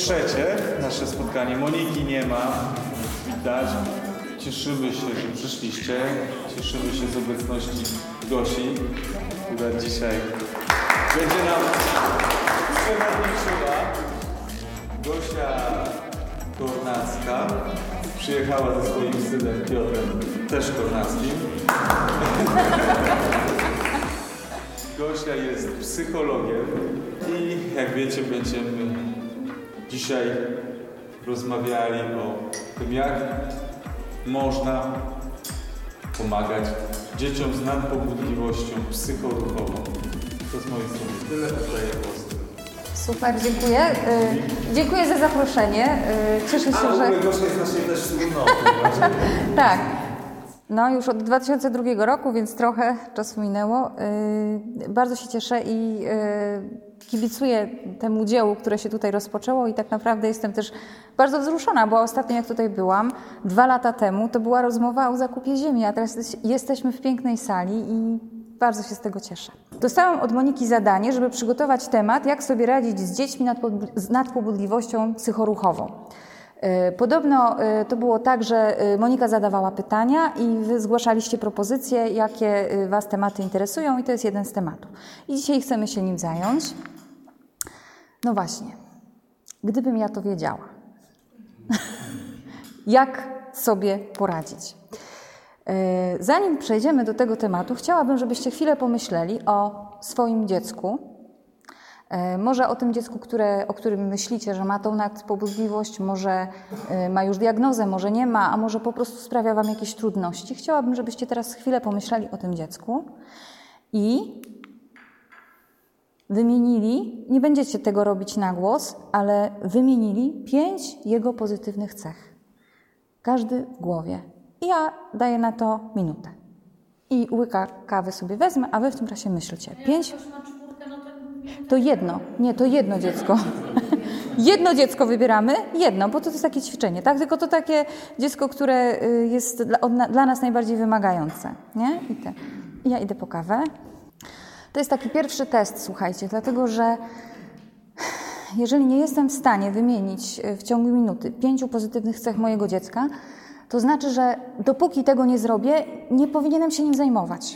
trzecie nasze spotkanie. Moniki nie ma, widać. Cieszymy się, że przyszliście. Cieszymy się z obecności Gosi, która dzisiaj będzie nam przewodniczyła. Gosia Kornacka przyjechała ze swoim synem Piotrem, też Kornackim. Gosia jest psychologiem i jak wiecie, będziemy dzisiaj rozmawiali o tym, jak można pomagać dzieciom z nadpobudliwością psychoruchową. To z mojej strony tyle, oddaję głos. Super, dziękuję. Dziękuję za zaproszenie. Cieszę się, że... Gosia jest naszej też wspólnoty. Tak. No już od 2002 roku, więc trochę czasu minęło. Bardzo się cieszę i kibicuję temu dziełu, które się tutaj rozpoczęło i tak naprawdę jestem też bardzo wzruszona, bo ostatnio jak tutaj byłam, 2 lata temu, to była rozmowa o zakupie ziemi, a teraz jesteśmy w pięknej sali i bardzo się z tego cieszę. Dostałam od Moniki zadanie, żeby przygotować temat, jak sobie radzić z dziećmi z nadpobudliwością psychoruchową. Podobno to było tak, że Monika zadawała pytania i wy zgłaszaliście propozycje, jakie was tematy interesują i to jest jeden z tematów. I dzisiaj chcemy się nim zająć. No właśnie, gdybym ja to wiedziała, jak sobie poradzić? Zanim przejdziemy do tego tematu, chciałabym, żebyście chwilę pomyśleli o swoim dziecku. Może o tym dziecku, o którym myślicie, że ma tą nadpobudliwość, może ma już diagnozę, może nie ma, a może po prostu sprawia wam jakieś trudności. Chciałabym, żebyście teraz chwilę pomyśleli o tym dziecku i wymienili, nie będziecie tego robić na głos, ale wymienili 5 jego pozytywnych cech. Każdy w głowie. I ja daję na to minutę. I łyka kawy sobie wezmę, a wy w tym czasie myślcie. 5... To jedno, nie, to jedno dziecko. Jedno dziecko wybieramy, jedno, bo to jest takie ćwiczenie, tak? Tylko to takie dziecko, które jest dla nas najbardziej wymagające, nie? I ja idę po kawę. To jest taki pierwszy test, słuchajcie, dlatego że jeżeli nie jestem w stanie wymienić w ciągu minuty 5 pozytywnych cech mojego dziecka, to znaczy, że dopóki tego nie zrobię, nie powinienem się nim zajmować.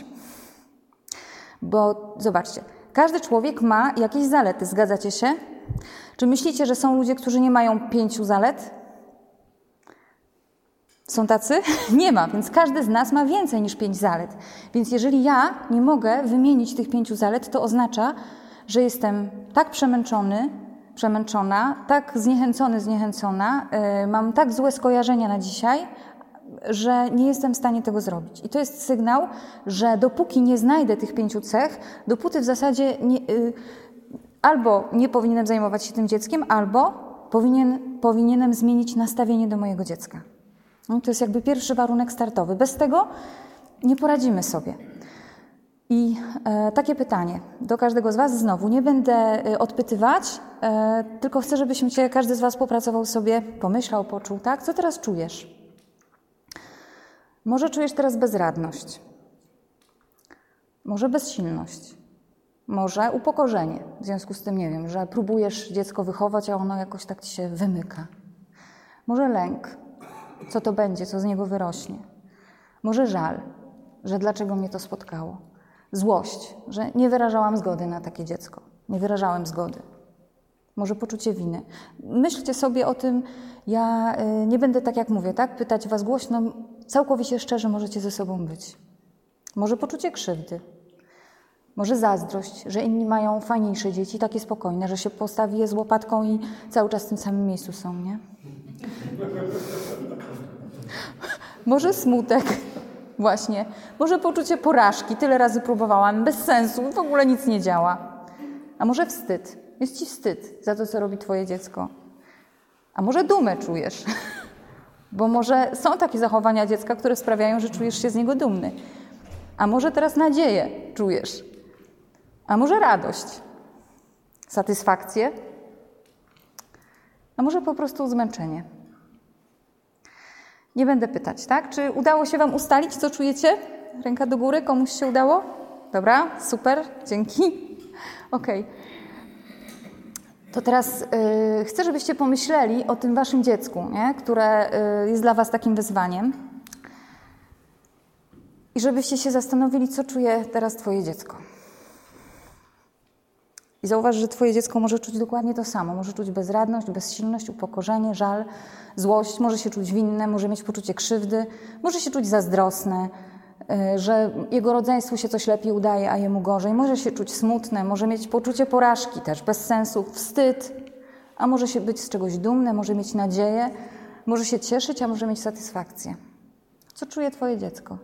Bo zobaczcie, każdy człowiek ma jakieś zalety, zgadzacie się? Czy myślicie, że są ludzie, którzy nie mają 5 zalet? Są tacy? Nie ma, więc każdy z nas ma więcej niż 5 zalet. Więc jeżeli ja nie mogę wymienić tych 5 zalet, to oznacza, że jestem tak przemęczona, tak zniechęcona, mam tak złe skojarzenia na dzisiaj, że nie jestem w stanie tego zrobić. I to jest sygnał, że dopóki nie znajdę tych 5 cech, dopóty w zasadzie albo nie powinienem zajmować się tym dzieckiem, albo powinienem zmienić nastawienie do mojego dziecka. No, to jest jakby pierwszy warunek startowy. Bez tego nie poradzimy sobie. I takie pytanie do każdego z was znowu. Nie będę odpytywać, tylko chcę, żebyśmy każdy z was popracował sobie, pomyślał, poczuł, tak? Co teraz czujesz? Może czujesz teraz bezradność, może bezsilność, może upokorzenie. W związku z tym, nie wiem, że próbujesz dziecko wychować, a ono jakoś tak ci się wymyka. Może lęk, co to będzie, co z niego wyrośnie. Może żal, że dlaczego mnie to spotkało. Złość, że nie wyrażałam zgody na takie dziecko. Nie wyrażałem zgody. Może poczucie winy. Myślcie sobie o tym, ja nie będę tak jak mówię, tak? Pytać was głośno, całkowicie szczerze możecie ze sobą być. Może poczucie krzywdy. Może zazdrość, że inni mają fajniejsze dzieci, takie spokojne, że się postawi je z łopatką i cały czas w tym samym miejscu są, nie? Może smutek, właśnie. Może poczucie porażki, tyle razy próbowałam, bez sensu, w ogóle nic nie działa. A może wstyd, jest ci wstyd za to, co robi twoje dziecko. A może dumę czujesz, bo może są takie zachowania dziecka, które sprawiają, że czujesz się z niego dumny. A może teraz nadzieję czujesz. A może radość, satysfakcję, a może po prostu zmęczenie. Nie będę pytać, tak? Czy udało się wam ustalić, co czujecie? Ręka do góry, komuś się udało? Dobra, super, dzięki. Okej. To teraz chcę, żebyście pomyśleli o tym waszym dziecku, nie? Które jest dla was takim wyzwaniem. I żebyście się zastanowili, co czuje teraz twoje dziecko. I zauważ, że twoje dziecko może czuć dokładnie to samo. Może czuć bezradność, bezsilność, upokorzenie, żal, złość. Może się czuć winne, może mieć poczucie krzywdy. Może się czuć zazdrosne, że jego rodzeństwu się coś lepiej udaje, a jemu gorzej. Może się czuć smutne, może mieć poczucie porażki też, bez sensu, wstyd. A może się być z czegoś dumne, może mieć nadzieję. Może się cieszyć, a może mieć satysfakcję. Co czuje twoje dziecko?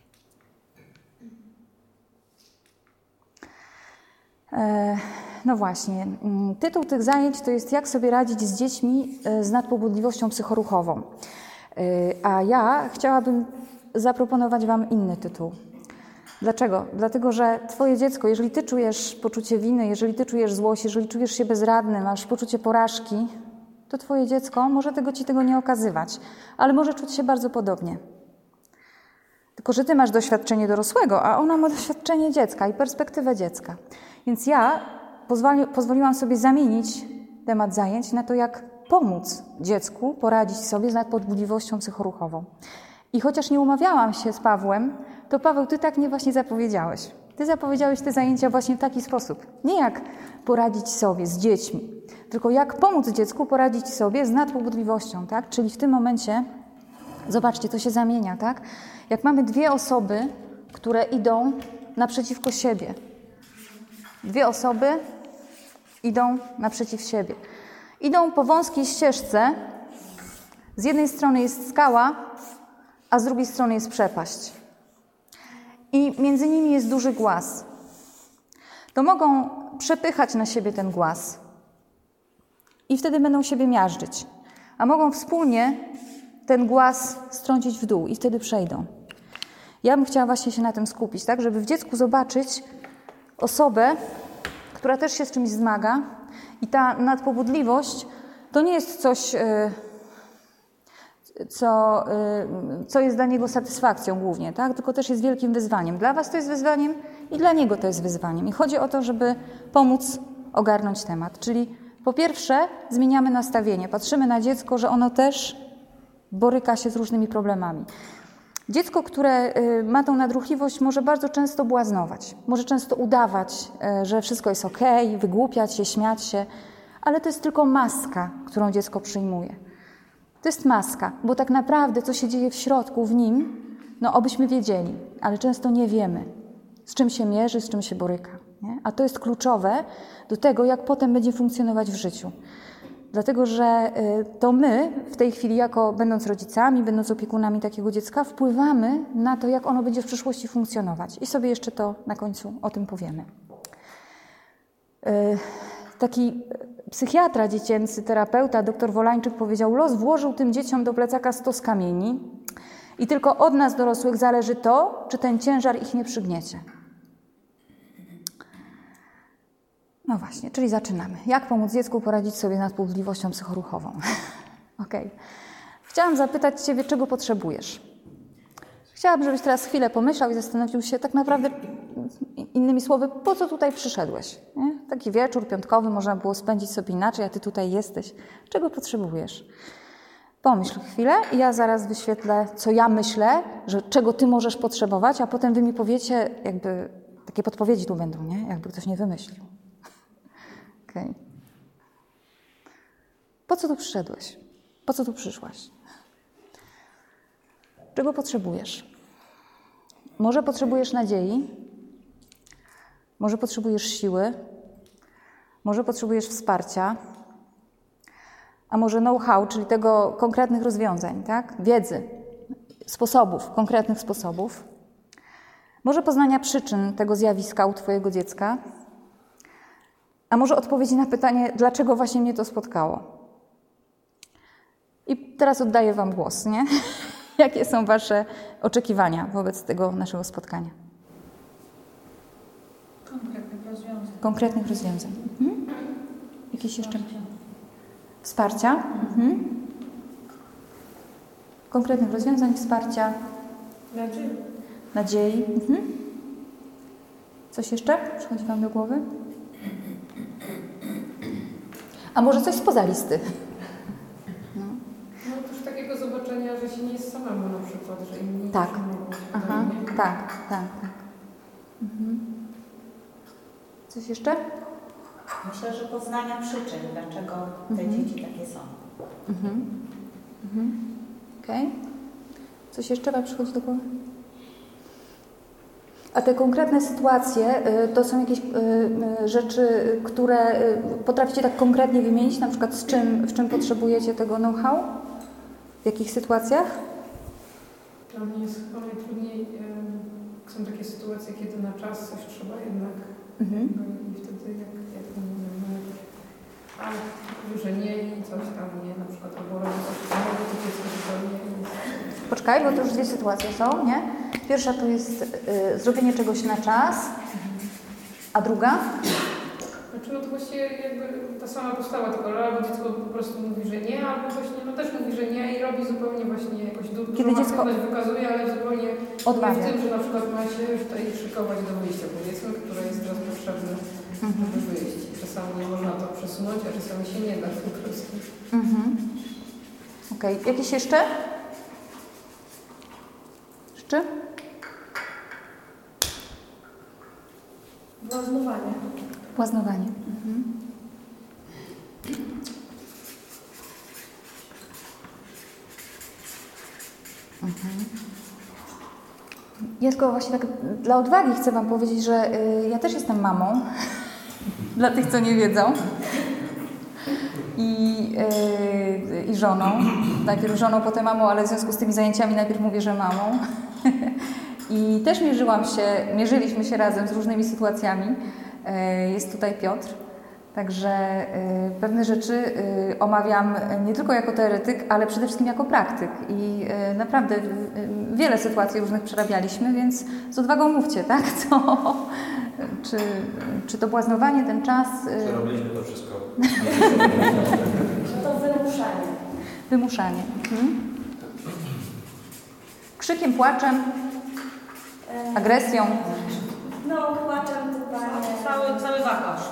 No właśnie, tytuł tych zajęć to jest jak sobie radzić z dziećmi z nadpobudliwością psychoruchową. A ja chciałabym zaproponować wam inny tytuł. Dlaczego? Dlatego, że twoje dziecko, jeżeli ty czujesz poczucie winy, jeżeli ty czujesz złość, jeżeli czujesz się bezradny, masz poczucie porażki, to twoje dziecko może ci tego nie okazywać, ale może czuć się bardzo podobnie. Tylko że ty masz doświadczenie dorosłego, a ona ma doświadczenie dziecka i perspektywę dziecka. Więc ja pozwoliłam sobie zamienić temat zajęć na to, jak pomóc dziecku poradzić sobie z nadpobudliwością psychoruchową. I chociaż nie umawiałam się z Pawłem, to Paweł, ty tak mnie właśnie zapowiedziałeś. Ty zapowiedziałeś te zajęcia właśnie w taki sposób. Nie jak poradzić sobie z dziećmi, tylko jak pomóc dziecku poradzić sobie z nadpobudliwością, tak? Czyli w tym momencie, zobaczcie, to się zamienia, tak? Jak mamy dwie osoby, które idą naprzeciwko siebie. Dwie osoby idą naprzeciw siebie. Idą po wąskiej ścieżce. Z jednej strony jest skała, a z drugiej strony jest przepaść. I między nimi jest duży głaz. To mogą przepychać na siebie ten głaz. I wtedy będą siebie miażdżyć. A mogą wspólnie ten głaz strącić w dół i wtedy przejdą. Ja bym chciała właśnie się na tym skupić, tak, żeby w dziecku zobaczyć osobę, która też się z czymś zmaga i ta nadpobudliwość to nie jest coś, co jest dla niego satysfakcją głównie, tak? Tylko też jest wielkim wyzwaniem. Dla was to jest wyzwaniem i dla niego to jest wyzwaniem. I chodzi o to, żeby pomóc ogarnąć temat. Czyli po pierwsze zmieniamy nastawienie. Patrzymy na dziecko, że ono też boryka się z różnymi problemami. Dziecko, które ma tą nadruchliwość, może bardzo często błaznować. Może często udawać, że wszystko jest okej, wygłupiać się, śmiać się, ale to jest tylko maska, którą dziecko przyjmuje. To jest maska, bo tak naprawdę co się dzieje w środku, w nim, no obyśmy wiedzieli, ale często nie wiemy, z czym się mierzy, z czym się boryka. Nie? A to jest kluczowe do tego, jak potem będzie funkcjonować w życiu. Dlatego, że to my w tej chwili, będąc rodzicami, będąc opiekunami takiego dziecka, wpływamy na to, jak ono będzie w przyszłości funkcjonować. I sobie jeszcze to na końcu o tym powiemy. Taki psychiatra dziecięcy, terapeuta, dr Wolańczyk powiedział: los włożył tym dzieciom do plecaka 100 kamieni i tylko od nas dorosłych zależy to, czy ten ciężar ich nie przygniecie. No właśnie, czyli zaczynamy. Jak pomóc dziecku poradzić sobie z nadpobudliwością psychoruchową? Okej. Chciałam zapytać ciebie, czego potrzebujesz? Chciałabym, żebyś teraz chwilę pomyślał i zastanowił się tak naprawdę, innymi słowy, po co tutaj przyszedłeś? Nie? Taki wieczór piątkowy można było spędzić sobie inaczej, a ty tutaj jesteś. Czego potrzebujesz? Pomyśl chwilę i ja zaraz wyświetlę, co ja myślę, że czego ty możesz potrzebować, a potem wy mi powiecie, jakby takie podpowiedzi tu będą, nie? Jakby ktoś nie wymyślił. Okay. Po co tu przyszedłeś? Po co tu przyszłaś? Czego potrzebujesz? Może potrzebujesz nadziei, może potrzebujesz siły, może potrzebujesz wsparcia, a może know-how, czyli tego konkretnych rozwiązań, tak? Wiedzy, sposobów, konkretnych sposobów. Może poznania przyczyn tego zjawiska u twojego dziecka, a może odpowiedzi na pytanie, dlaczego właśnie mnie to spotkało. I teraz oddaję wam głos, nie? Jakie są wasze oczekiwania wobec tego naszego spotkania? Konkretnych rozwiązań. Mhm. Jakieś jeszcze? Wsparcia. Mhm. Konkretnych rozwiązań, wsparcia. Nadziei. Mhm. Coś jeszcze przychodzi wam do głowy? A może coś spoza listy? No też takiego zobaczenia, że się nie jest samemu na przykład, że inni Tak. też mogą się Aha, wydaje. tak. Coś jeszcze? Myślę, że poznania przyczyn, dlaczego te dzieci takie są. Okej. Coś jeszcze Wam przychodzi do głowy? A te konkretne sytuacje to są jakieś rzeczy, które potraficie tak konkretnie wymienić, na przykład w czym potrzebujecie tego know-how? W jakich sytuacjach? Dla mnie jest chyba najtrudniej, są takie sytuacje, kiedy na czas coś trzeba jednak i wtedy jak to mówimy, że nie i coś tam nie, na przykład albo robię coś samego, to dziecko zupełnie jest. Poczekaj, bo to już dwie sytuacje są, nie? Pierwsza to jest zrobienie czegoś na czas, a druga? Znaczy no to właściwie jakby ta sama postawa, tylko albo dziecko po prostu mówi, że nie, albo właśnie no też mówi, że nie i robi zupełnie właśnie jakoś dużą Kiedy dziecko aktywność wykazuje, ale zupełnie odmawia. w tym, że na przykład ma się tutaj szykować do wyjścia, powiedzmy, które jest teraz potrzebne, żeby wyjść. Czasami można to przesunąć, a czasami się nie da po prostu. Okej. Jakieś jeszcze? Jeszcze? Błaznowanie. Błaznowanie. Ja tylko właśnie tak dla odwagi chcę Wam powiedzieć, że ja też jestem mamą, dla tych, co nie wiedzą. I żoną. Najpierw żoną, potem mamą, ale w związku z tymi zajęciami najpierw mówię, że mamą. I też mierzyliśmy się razem z różnymi sytuacjami. Jest tutaj Piotr. Także pewne rzeczy omawiam nie tylko jako teoretyk, ale przede wszystkim jako praktyk. I naprawdę wiele sytuacji różnych przerabialiśmy, więc z odwagą mówcie, tak? Czy to błaznowanie, ten czas... Przerobiliśmy to wszystko. To wymuszanie. Wymuszanie. Krzykiem, płaczem, agresją. No, płaczem, dbanie. Cały wachlarz.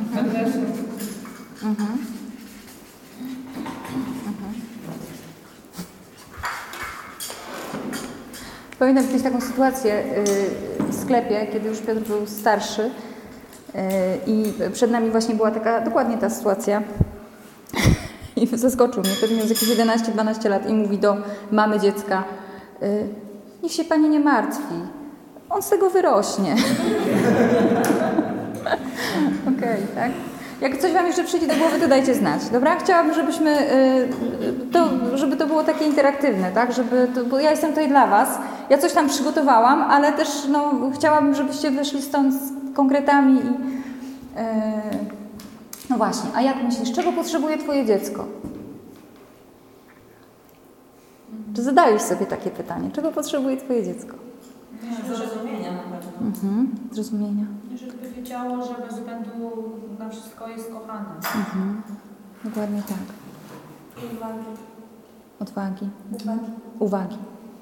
Pamiętam kiedyś taką sytuację w sklepie, kiedy już Piotr był starszy i przed nami właśnie była dokładnie ta sytuacja. I zaskoczył mnie, wtedy miał jakieś 11-12 lat i mówi do mamy dziecka: niech się pani nie martwi, on z tego wyrośnie. Okej, tak? Jak coś Wam jeszcze przyjdzie do głowy, to dajcie znać, dobra? Chciałabym, żeby to było takie interaktywne, tak? Bo ja jestem tutaj dla Was, ja coś tam przygotowałam, ale też chciałabym, żebyście wyszli stąd z konkretami i... No właśnie, a jak myślisz, czego potrzebuje Twoje dziecko? Czy zadajesz sobie takie pytanie? Czego potrzebuje Twoje dziecko? Zrozumienia na pewno. Zrozumienia. Żeby wiedziało, że bez względu na wszystko jest kochane. Dokładnie tak. Odwagi. Uwagi.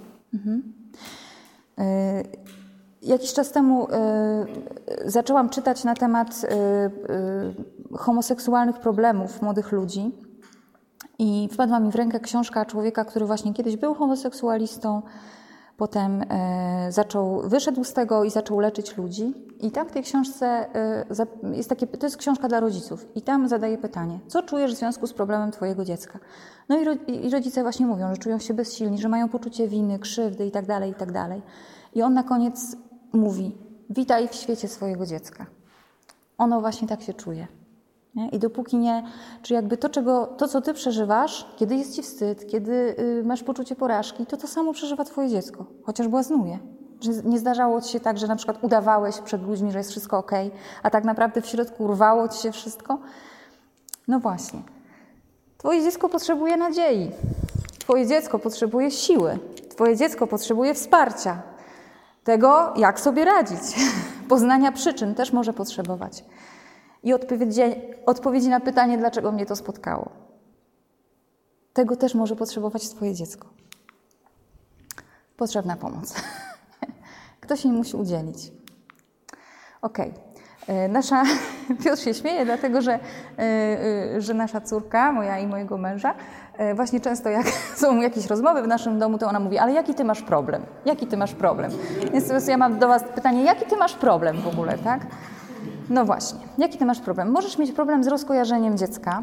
Jakiś czas temu zaczęłam czytać na temat homoseksualnych problemów młodych ludzi i wpadła mi w rękę książka człowieka, który właśnie kiedyś był homoseksualistą, potem wyszedł z tego i zaczął leczyć ludzi. I tam w tej książce to jest książka dla rodziców i tam zadaje pytanie: co czujesz w związku z problemem Twojego dziecka? No i rodzice właśnie mówią, że czują się bezsilni, że mają poczucie winy, krzywdy itd., itd. I on na koniec mówi: witaj w świecie swojego dziecka. Ono właśnie tak się czuje. Nie? I dopóki nie, czy jakby to, co Ty przeżywasz, kiedy jest Ci wstyd, kiedy masz poczucie porażki, to samo przeżywa Twoje dziecko, chociaż błaznuje. Że nie zdarzało Ci się tak, że na przykład udawałeś przed ludźmi, że jest wszystko okej, a tak naprawdę w środku urwało Ci się wszystko? No właśnie. Twoje dziecko potrzebuje nadziei. Twoje dziecko potrzebuje siły. Twoje dziecko potrzebuje wsparcia. Tego, jak sobie radzić. Poznania przyczyn też może potrzebować. I odpowiedzi na pytanie, dlaczego mnie to spotkało. Tego też może potrzebować Twoje dziecko. Potrzebna pomoc. Ktoś im musi udzielić. Okej. Piotr się śmieje, dlatego że nasza córka, moja i mojego męża, właśnie często jak są jakieś rozmowy w naszym domu, to ona mówi, ale jaki ty masz problem? Jaki ty masz problem? Więc teraz ja mam do was pytanie, jaki ty masz problem w ogóle, tak? No właśnie, jaki ty masz problem? Możesz mieć problem z rozkojarzeniem dziecka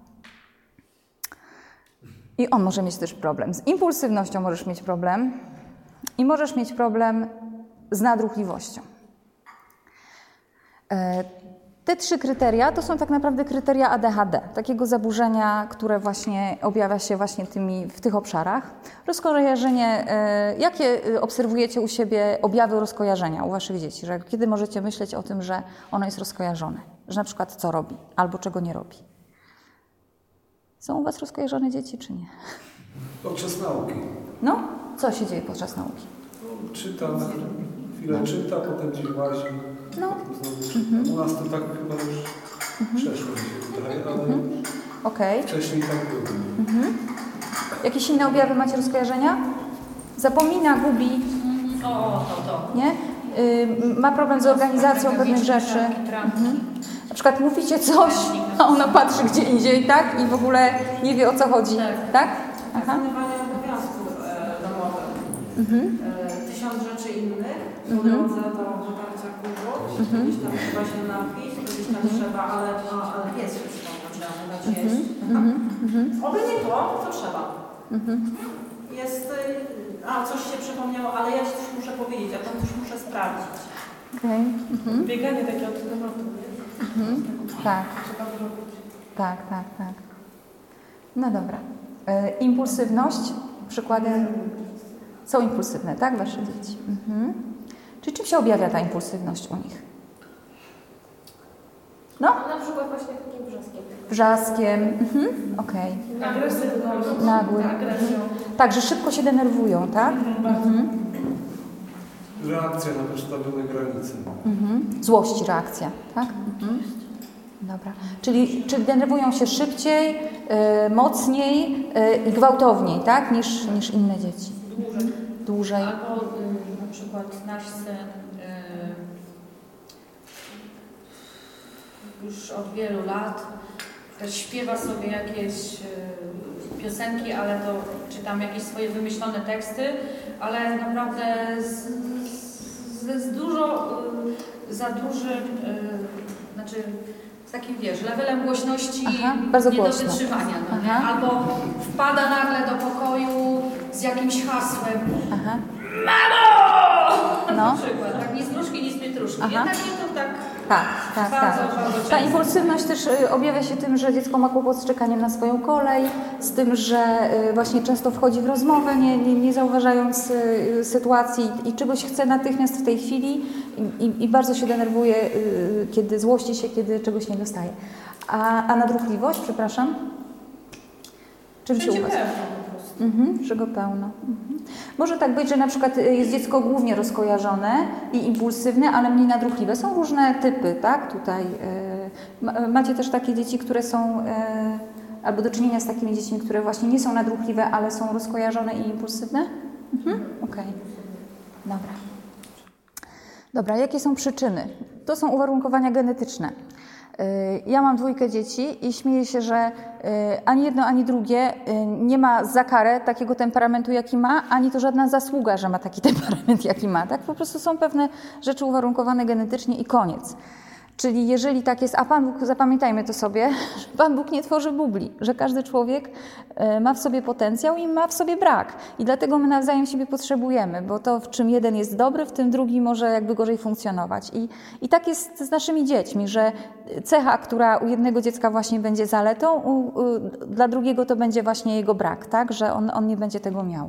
i on może mieć też problem. Z impulsywnością możesz mieć problem i możesz mieć problem z nadruchliwością. Te 3 kryteria to są tak naprawdę kryteria ADHD, takiego zaburzenia, które właśnie objawia się właśnie w tych obszarach. Rozkojarzenie, jakie obserwujecie u siebie objawy rozkojarzenia u waszych dzieci? Że kiedy możecie myśleć o tym, że ono jest rozkojarzone? Że na przykład co robi albo czego nie robi? Są u was rozkojarzone dzieci czy nie? Podczas nauki. No, co się dzieje podczas nauki? No, czyta, chwilę czyta, potem gdzieś łazi. No. U nas to tak chyba już przeszło, mi się wydaje, ale Okej. wcześniej tak było. Jakieś inne objawy macie rozkojarzenia? Zapomina, gubi, nie? Ma problem z organizacją pewnych rzeczy. Na przykład mówicie coś, a ona patrzy gdzie indziej, tak? I w ogóle nie wie, o co chodzi, tak? Aha. Wykonywanie obowiązków domowych. 1000 rzeczy innych, po drodze do wytarcia kurzu, gdzieś tam trzeba się napić, gdzieś tam trzeba, ale pies się przypomniał, trzeba mu dać jeść. Oby nie było, to trzeba. Jest, coś się przypomniało, ale ja ci coś muszę powiedzieć, a tam coś muszę sprawdzić. Okay. Bieganie takie od tematu. Tak. Tak. No dobra. Impulsywność, przykłady są impulsywne, tak, wasze dzieci? Czyli czym się objawia ta impulsywność u nich? No? Na przykład właśnie takim wrzaskiem. Wrzaskiem, okej. Nagły. Tak, że szybko się denerwują, tak? Reakcja na postawione granice. Złość, reakcja, tak? Dobra. Czyli denerwują się szybciej, mocniej i gwałtowniej, tak? Niż inne dzieci. Dłużej. Albo na przykład nasz syn już od wielu lat też śpiewa sobie jakieś piosenki, ale to czytam jakieś swoje wymyślone teksty, ale naprawdę z za dużym, znaczy z takim, levelem głośności bardzo nie głośno. do wytrzymania. No, nie? Albo wpada nagle do pokoju z jakimś hasłem. Mamo! No. Na przykład, tak, nic gruszki, nic pietruszki. Jednak nie to tak. Tak. Bardzo Ta impulsywność też objawia się tym, że dziecko ma kłopot z czekaniem na swoją kolej, z tym, że właśnie często wchodzi w rozmowę, nie zauważając sytuacji i czegoś chce natychmiast w tej chwili i bardzo się denerwuje, kiedy złości się, kiedy czegoś nie dostaje. A nadruchliwość, przepraszam? Czym się u was? Że go pełno. Może tak być, że na przykład jest dziecko głównie rozkojarzone i impulsywne, ale mniej nadruchliwe. Są różne typy, tak? Tutaj macie też takie dzieci, które są, albo do czynienia z takimi dziećmi, które właśnie nie są nadruchliwe, ale są rozkojarzone i impulsywne? Okej. Dobra, jakie są przyczyny? To są uwarunkowania genetyczne. Ja mam 2 dzieci i śmieję się, że ani jedno, ani drugie nie ma za karę takiego temperamentu, jaki ma, ani to żadna zasługa, że ma taki temperament, jaki ma. Tak? Po prostu są pewne rzeczy uwarunkowane genetycznie i koniec. Czyli jeżeli tak jest, a Pan Bóg, zapamiętajmy to sobie, że Pan Bóg nie tworzy bubli, że każdy człowiek ma w sobie potencjał i ma w sobie brak. I dlatego my nawzajem siebie potrzebujemy, bo to, w czym jeden jest dobry, w tym drugi może jakby gorzej funkcjonować. I tak jest z naszymi dziećmi, że cecha, która u jednego dziecka właśnie będzie zaletą, dla drugiego to będzie właśnie jego brak, tak? Że on nie będzie tego miał.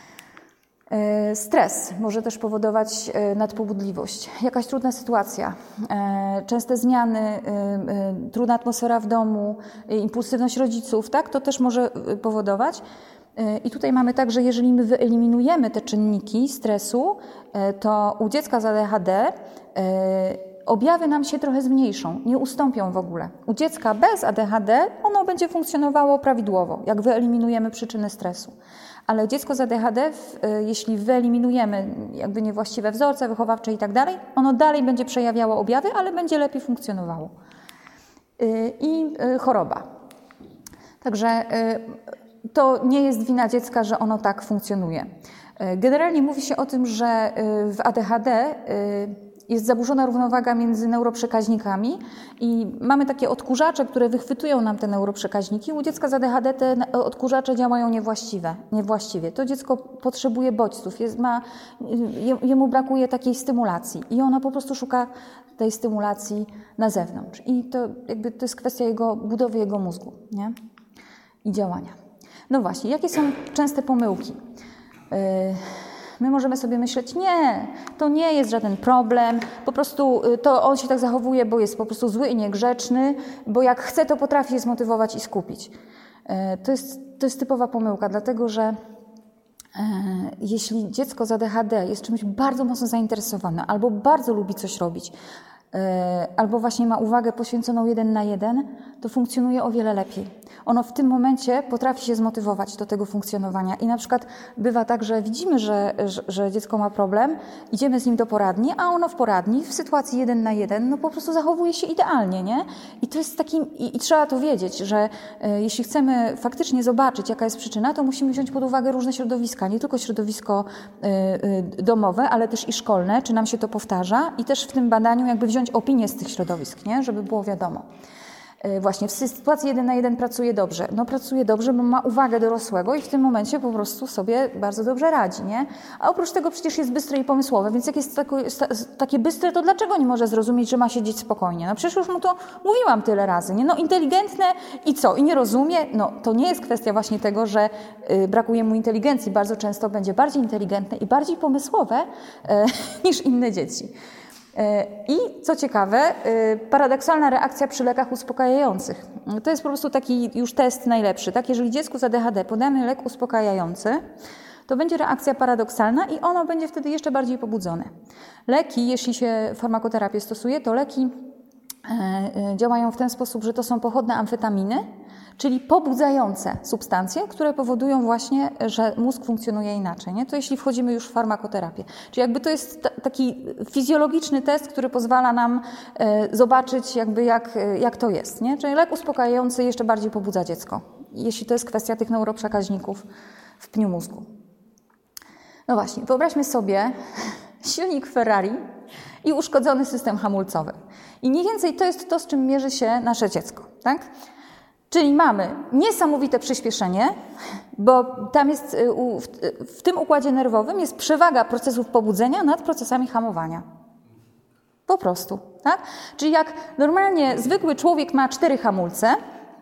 Stres może też powodować nadpobudliwość. Jakaś trudna sytuacja, częste zmiany, trudna atmosfera w domu, impulsywność rodziców, tak? To też może powodować. I tutaj mamy tak, że jeżeli my wyeliminujemy te czynniki stresu, to u dziecka z ADHD objawy nam się trochę zmniejszą, nie ustąpią w ogóle. U dziecka bez ADHD ono będzie funkcjonowało prawidłowo, jak wyeliminujemy przyczyny stresu. ale dziecko z ADHD, jeśli wyeliminujemy jakby niewłaściwe wzorce wychowawcze i tak dalej, ono dalej będzie przejawiało objawy, ale będzie lepiej funkcjonowało. I choroba. Także to nie jest wina dziecka, że ono tak funkcjonuje. Generalnie mówi się o tym, że w ADHD jest zaburzona równowaga między neuroprzekaźnikami i mamy takie odkurzacze, które wychwytują nam te neuroprzekaźniki. U dziecka z ADHD te odkurzacze działają niewłaściwie. To dziecko potrzebuje bodźców, jemu brakuje takiej stymulacji i ona po prostu szuka tej stymulacji na zewnątrz. I to jest kwestia budowy jego mózgu, nie? I działania. No właśnie, jakie są częste pomyłki? My możemy sobie myśleć, nie, to nie jest żaden problem, po prostu to on się tak zachowuje, bo jest po prostu zły i niegrzeczny, bo jak chce, to potrafi je zmotywować i skupić. To jest typowa pomyłka, dlatego że jeśli dziecko z ADHD jest czymś bardzo mocno zainteresowane albo bardzo lubi coś robić, albo właśnie ma uwagę poświęconą 1 na 1, to funkcjonuje o wiele lepiej. Ono w tym momencie potrafi się zmotywować do tego funkcjonowania i na przykład bywa tak, że widzimy, że dziecko ma problem, idziemy z nim do poradni, a ono w poradni w sytuacji 1 na 1 no po prostu zachowuje się idealnie, nie? I to jest i trzeba to wiedzieć, że jeśli chcemy faktycznie zobaczyć, jaka jest przyczyna, to musimy wziąć pod uwagę różne środowiska, nie tylko środowisko domowe, ale też i szkolne, czy nam się to powtarza i też w tym badaniu jakby wziąć opinię z tych środowisk, nie? Żeby było wiadomo. Właśnie w sytuacji 1 na 1 pracuje dobrze. No pracuje dobrze, bo ma uwagę dorosłego i w tym momencie po prostu sobie bardzo dobrze radzi, nie? A oprócz tego przecież jest bystre i pomysłowe, więc jak jest takie bystre, to dlaczego nie może zrozumieć, że ma siedzieć spokojnie? No przecież już mu to mówiłam tyle razy, nie? No inteligentne i co? I nie rozumie? No to nie jest kwestia właśnie tego, że brakuje mu inteligencji. Bardzo często będzie bardziej inteligentne i bardziej pomysłowe niż inne dzieci. I co ciekawe, paradoksalna reakcja przy lekach uspokajających. To jest po prostu taki już test najlepszy. Tak? Jeżeli dziecku z ADHD podamy lek uspokajający, to będzie reakcja paradoksalna i ono będzie wtedy jeszcze bardziej pobudzone. Leki, jeśli się farmakoterapię stosuje, to leki działają w ten sposób, że to są pochodne amfetaminy, czyli pobudzające substancje, które powodują właśnie, że mózg funkcjonuje inaczej. Nie? To jeśli wchodzimy już w farmakoterapię. Czyli jakby to jest taki fizjologiczny test, który pozwala nam zobaczyć jakby jak to jest. Nie? Czyli lek uspokajający jeszcze bardziej pobudza dziecko, jeśli to jest kwestia tych neuroprzekaźników w pniu mózgu. No właśnie, wyobraźmy sobie silnik Ferrari i uszkodzony system hamulcowy. I mniej więcej to jest to, z czym mierzy się nasze dziecko. Tak? Czyli mamy niesamowite przyspieszenie, bo tam jest w tym układzie nerwowym jest przewaga procesów pobudzenia nad procesami hamowania. Po prostu. Tak? Czyli jak normalnie zwykły człowiek ma 4 hamulce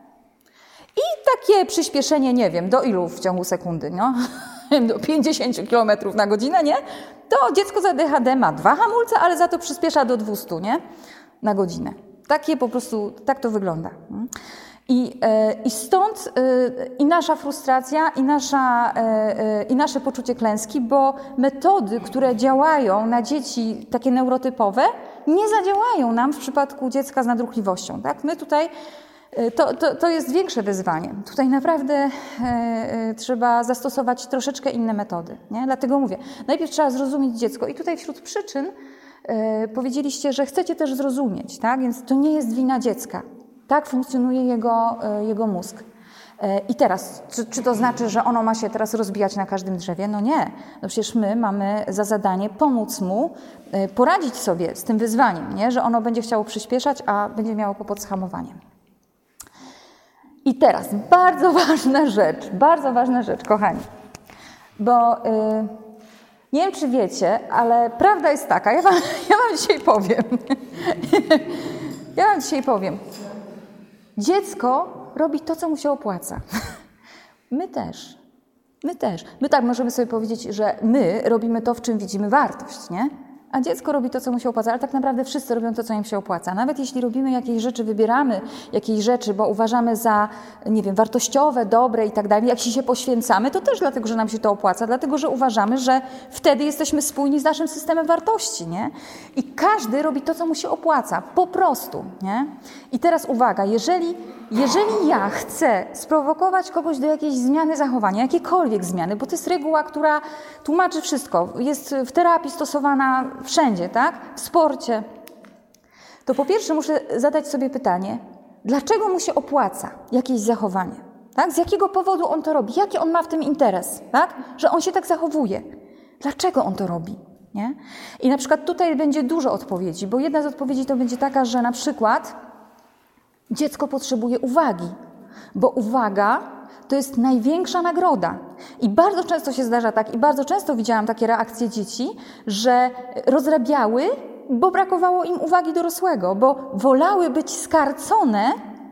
i takie przyspieszenie, nie wiem, do ilu w ciągu sekundy? No? Do 50 km na godzinę, nie? To dziecko z ADHD ma 2 hamulce, ale za to przyspiesza do 200, nie? Na godzinę. Takie po prostu, tak to wygląda. I stąd i nasza frustracja, i nasze poczucie klęski, bo metody, które działają na dzieci takie neurotypowe, nie zadziałają nam w przypadku dziecka z nadruchliwością. Tak? My tutaj, to jest większe wyzwanie. Tutaj naprawdę trzeba zastosować troszeczkę inne metody. Nie? Dlatego mówię, najpierw trzeba zrozumieć dziecko i tutaj wśród przyczyn powiedzieliście, że chcecie też zrozumieć, tak? Więc to nie jest wina dziecka. Tak funkcjonuje jego mózg. I teraz, czy to znaczy, że ono ma się teraz rozbijać na każdym drzewie? No nie. No przecież my mamy za zadanie pomóc mu poradzić sobie z tym wyzwaniem, nie? Że ono będzie chciało przyspieszać, a będzie miało kłopot z hamowaniem. I teraz bardzo ważna rzecz, kochani. Bo nie wiem, czy wiecie, ale prawda jest taka, ja wam dzisiaj powiem. Dziecko robi to, co mu się opłaca. My też. My tak możemy sobie powiedzieć, że my robimy to, w czym widzimy wartość, nie? A dziecko robi to, co mu się opłaca, ale tak naprawdę wszyscy robią to, co im się opłaca. Nawet jeśli robimy jakieś rzeczy, wybieramy jakieś rzeczy, bo uważamy za, nie wiem, wartościowe, dobre i tak dalej, jak się poświęcamy, to też dlatego, że nam się to opłaca, dlatego, że uważamy, że wtedy jesteśmy spójni z naszym systemem wartości, nie? I każdy robi to, co mu się opłaca, po prostu, nie? I teraz uwaga, jeżeli jeżeli ja chcę sprowokować kogoś do jakiejś zmiany zachowania, jakiejkolwiek zmiany, bo to jest reguła, która tłumaczy wszystko, jest w terapii stosowana wszędzie, tak? W sporcie, to po pierwsze muszę zadać sobie pytanie, dlaczego mu się opłaca jakieś zachowanie? Tak? Z jakiego powodu on to robi? Jaki on ma w tym interes? Tak? Że on się tak zachowuje. Dlaczego on to robi? Nie? I na przykład tutaj będzie dużo odpowiedzi, bo jedna z odpowiedzi to będzie taka, że na przykład dziecko potrzebuje uwagi, bo uwaga to jest największa nagroda. I bardzo często się zdarza tak, i bardzo często widziałam takie reakcje dzieci, że rozrabiały, bo brakowało im uwagi dorosłego, bo wolały być skarcone,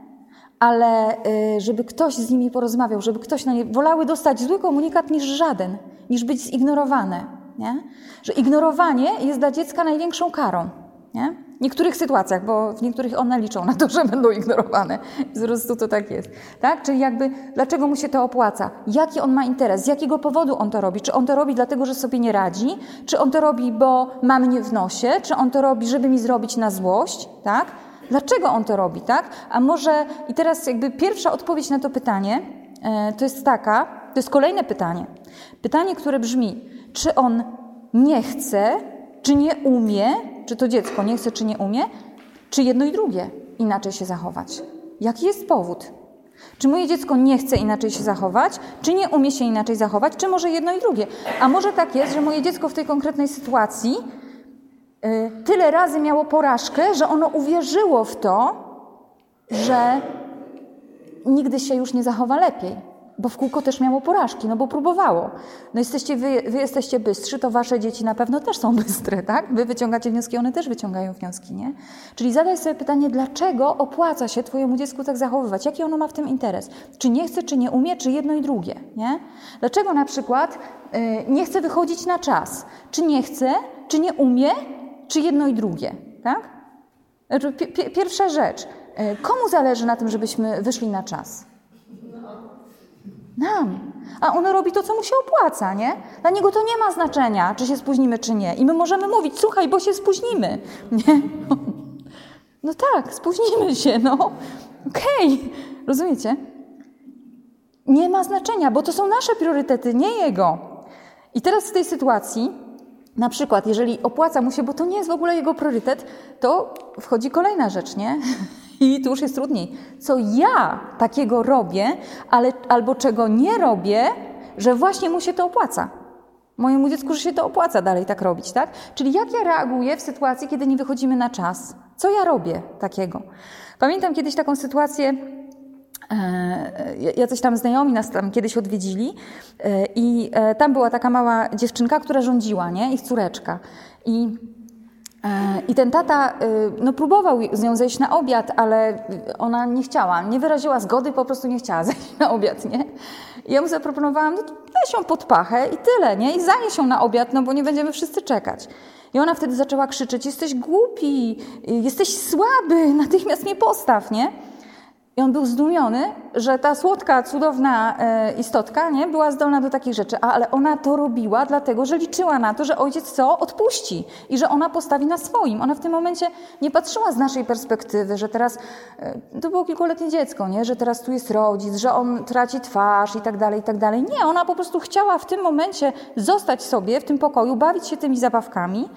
ale żeby ktoś z nimi porozmawiał, żeby ktoś na nie... Wolały dostać zły komunikat niż żaden, niż być zignorowane. Nie? Że ignorowanie jest dla dziecka największą karą. Nie? W niektórych sytuacjach, bo w niektórych one liczą na to, że będą ignorowane. Po prostu to tak jest. Tak? Czyli jakby dlaczego mu się to opłaca? Jaki on ma interes? Z jakiego powodu on to robi? Czy on to robi dlatego, że sobie nie radzi? Czy on to robi, bo ma mnie w nosie? Czy on to robi, żeby mi zrobić na złość? Tak? Dlaczego on to robi? Tak? A może i teraz jakby pierwsza odpowiedź na to pytanie to jest taka, to jest kolejne pytanie. Pytanie, które brzmi, czy on nie chce, czy nie umie, czy to dziecko nie chce, czy nie umie, czy jedno i drugie inaczej się zachować? Jaki jest powód? Czy moje dziecko nie chce inaczej się zachować, czy nie umie się inaczej zachować, czy może jedno i drugie? A może tak jest, że moje dziecko w tej konkretnej sytuacji tyle razy miało porażkę, że ono uwierzyło w to, że nigdy się już nie zachowa lepiej. Bo w kółko też miało porażki, no bo próbowało. No wy jesteście bystrzy, to wasze dzieci na pewno też są bystre, tak? Wy wyciągacie wnioski, one też wyciągają wnioski, nie? Czyli zadaj sobie pytanie, dlaczego opłaca się twojemu dziecku tak zachowywać? Jaki ono ma w tym interes? Czy nie chce, czy nie umie, czy jedno i drugie, nie? Dlaczego na przykład nie chce wychodzić na czas? Czy nie chce, czy nie umie, czy jedno i drugie, tak? Znaczy, pierwsza rzecz, komu zależy na tym, żebyśmy wyszli na czas? Nam. A ono robi to, co mu się opłaca, nie? Dla niego to nie ma znaczenia, czy się spóźnimy, czy nie. I my możemy mówić, słuchaj, bo się spóźnimy. Nie? No tak, spóźnimy się, no. Okej. Rozumiecie? Nie ma znaczenia, bo to są nasze priorytety, nie jego. I teraz w tej sytuacji, na przykład, jeżeli opłaca mu się, bo to nie jest w ogóle jego priorytet, to wchodzi kolejna rzecz, nie? I tu już jest trudniej. Co ja takiego robię, albo czego nie robię, że właśnie mu się to opłaca. Mojemu dziecku, że się to opłaca dalej tak robić, tak? Czyli jak ja reaguję w sytuacji, kiedy nie wychodzimy na czas? Co ja robię takiego? Pamiętam kiedyś taką sytuację, jacyś tam znajomi nas tam kiedyś odwiedzili i tam była taka mała dziewczynka, która rządziła, nie? Ich córeczka. I ten tata no, próbował z nią zejść na obiad, ale ona nie chciała, nie wyraziła zgody, po prostu nie chciała zejść na obiad, nie? I ja mu zaproponowałam, no weź ją pod pachę i tyle, nie? I zanieś ją na obiad, no bo nie będziemy wszyscy czekać. I ona wtedy zaczęła krzyczeć, jesteś głupi, jesteś słaby, natychmiast mnie postaw, nie? I on był zdumiony, że ta słodka, cudowna istotka, nie, była zdolna do takich rzeczy, ale ona to robiła dlatego, że liczyła na to, że ojciec co? Odpuści i że ona postawi na swoim. Ona w tym momencie nie patrzyła z naszej perspektywy, że teraz, to było kilkuletnie dziecko, nie, że teraz tu jest rodzic, że on traci twarz i tak dalej, i tak dalej. Nie, ona po prostu chciała w tym momencie zostać sobie w tym pokoju, bawić się tymi zabawkami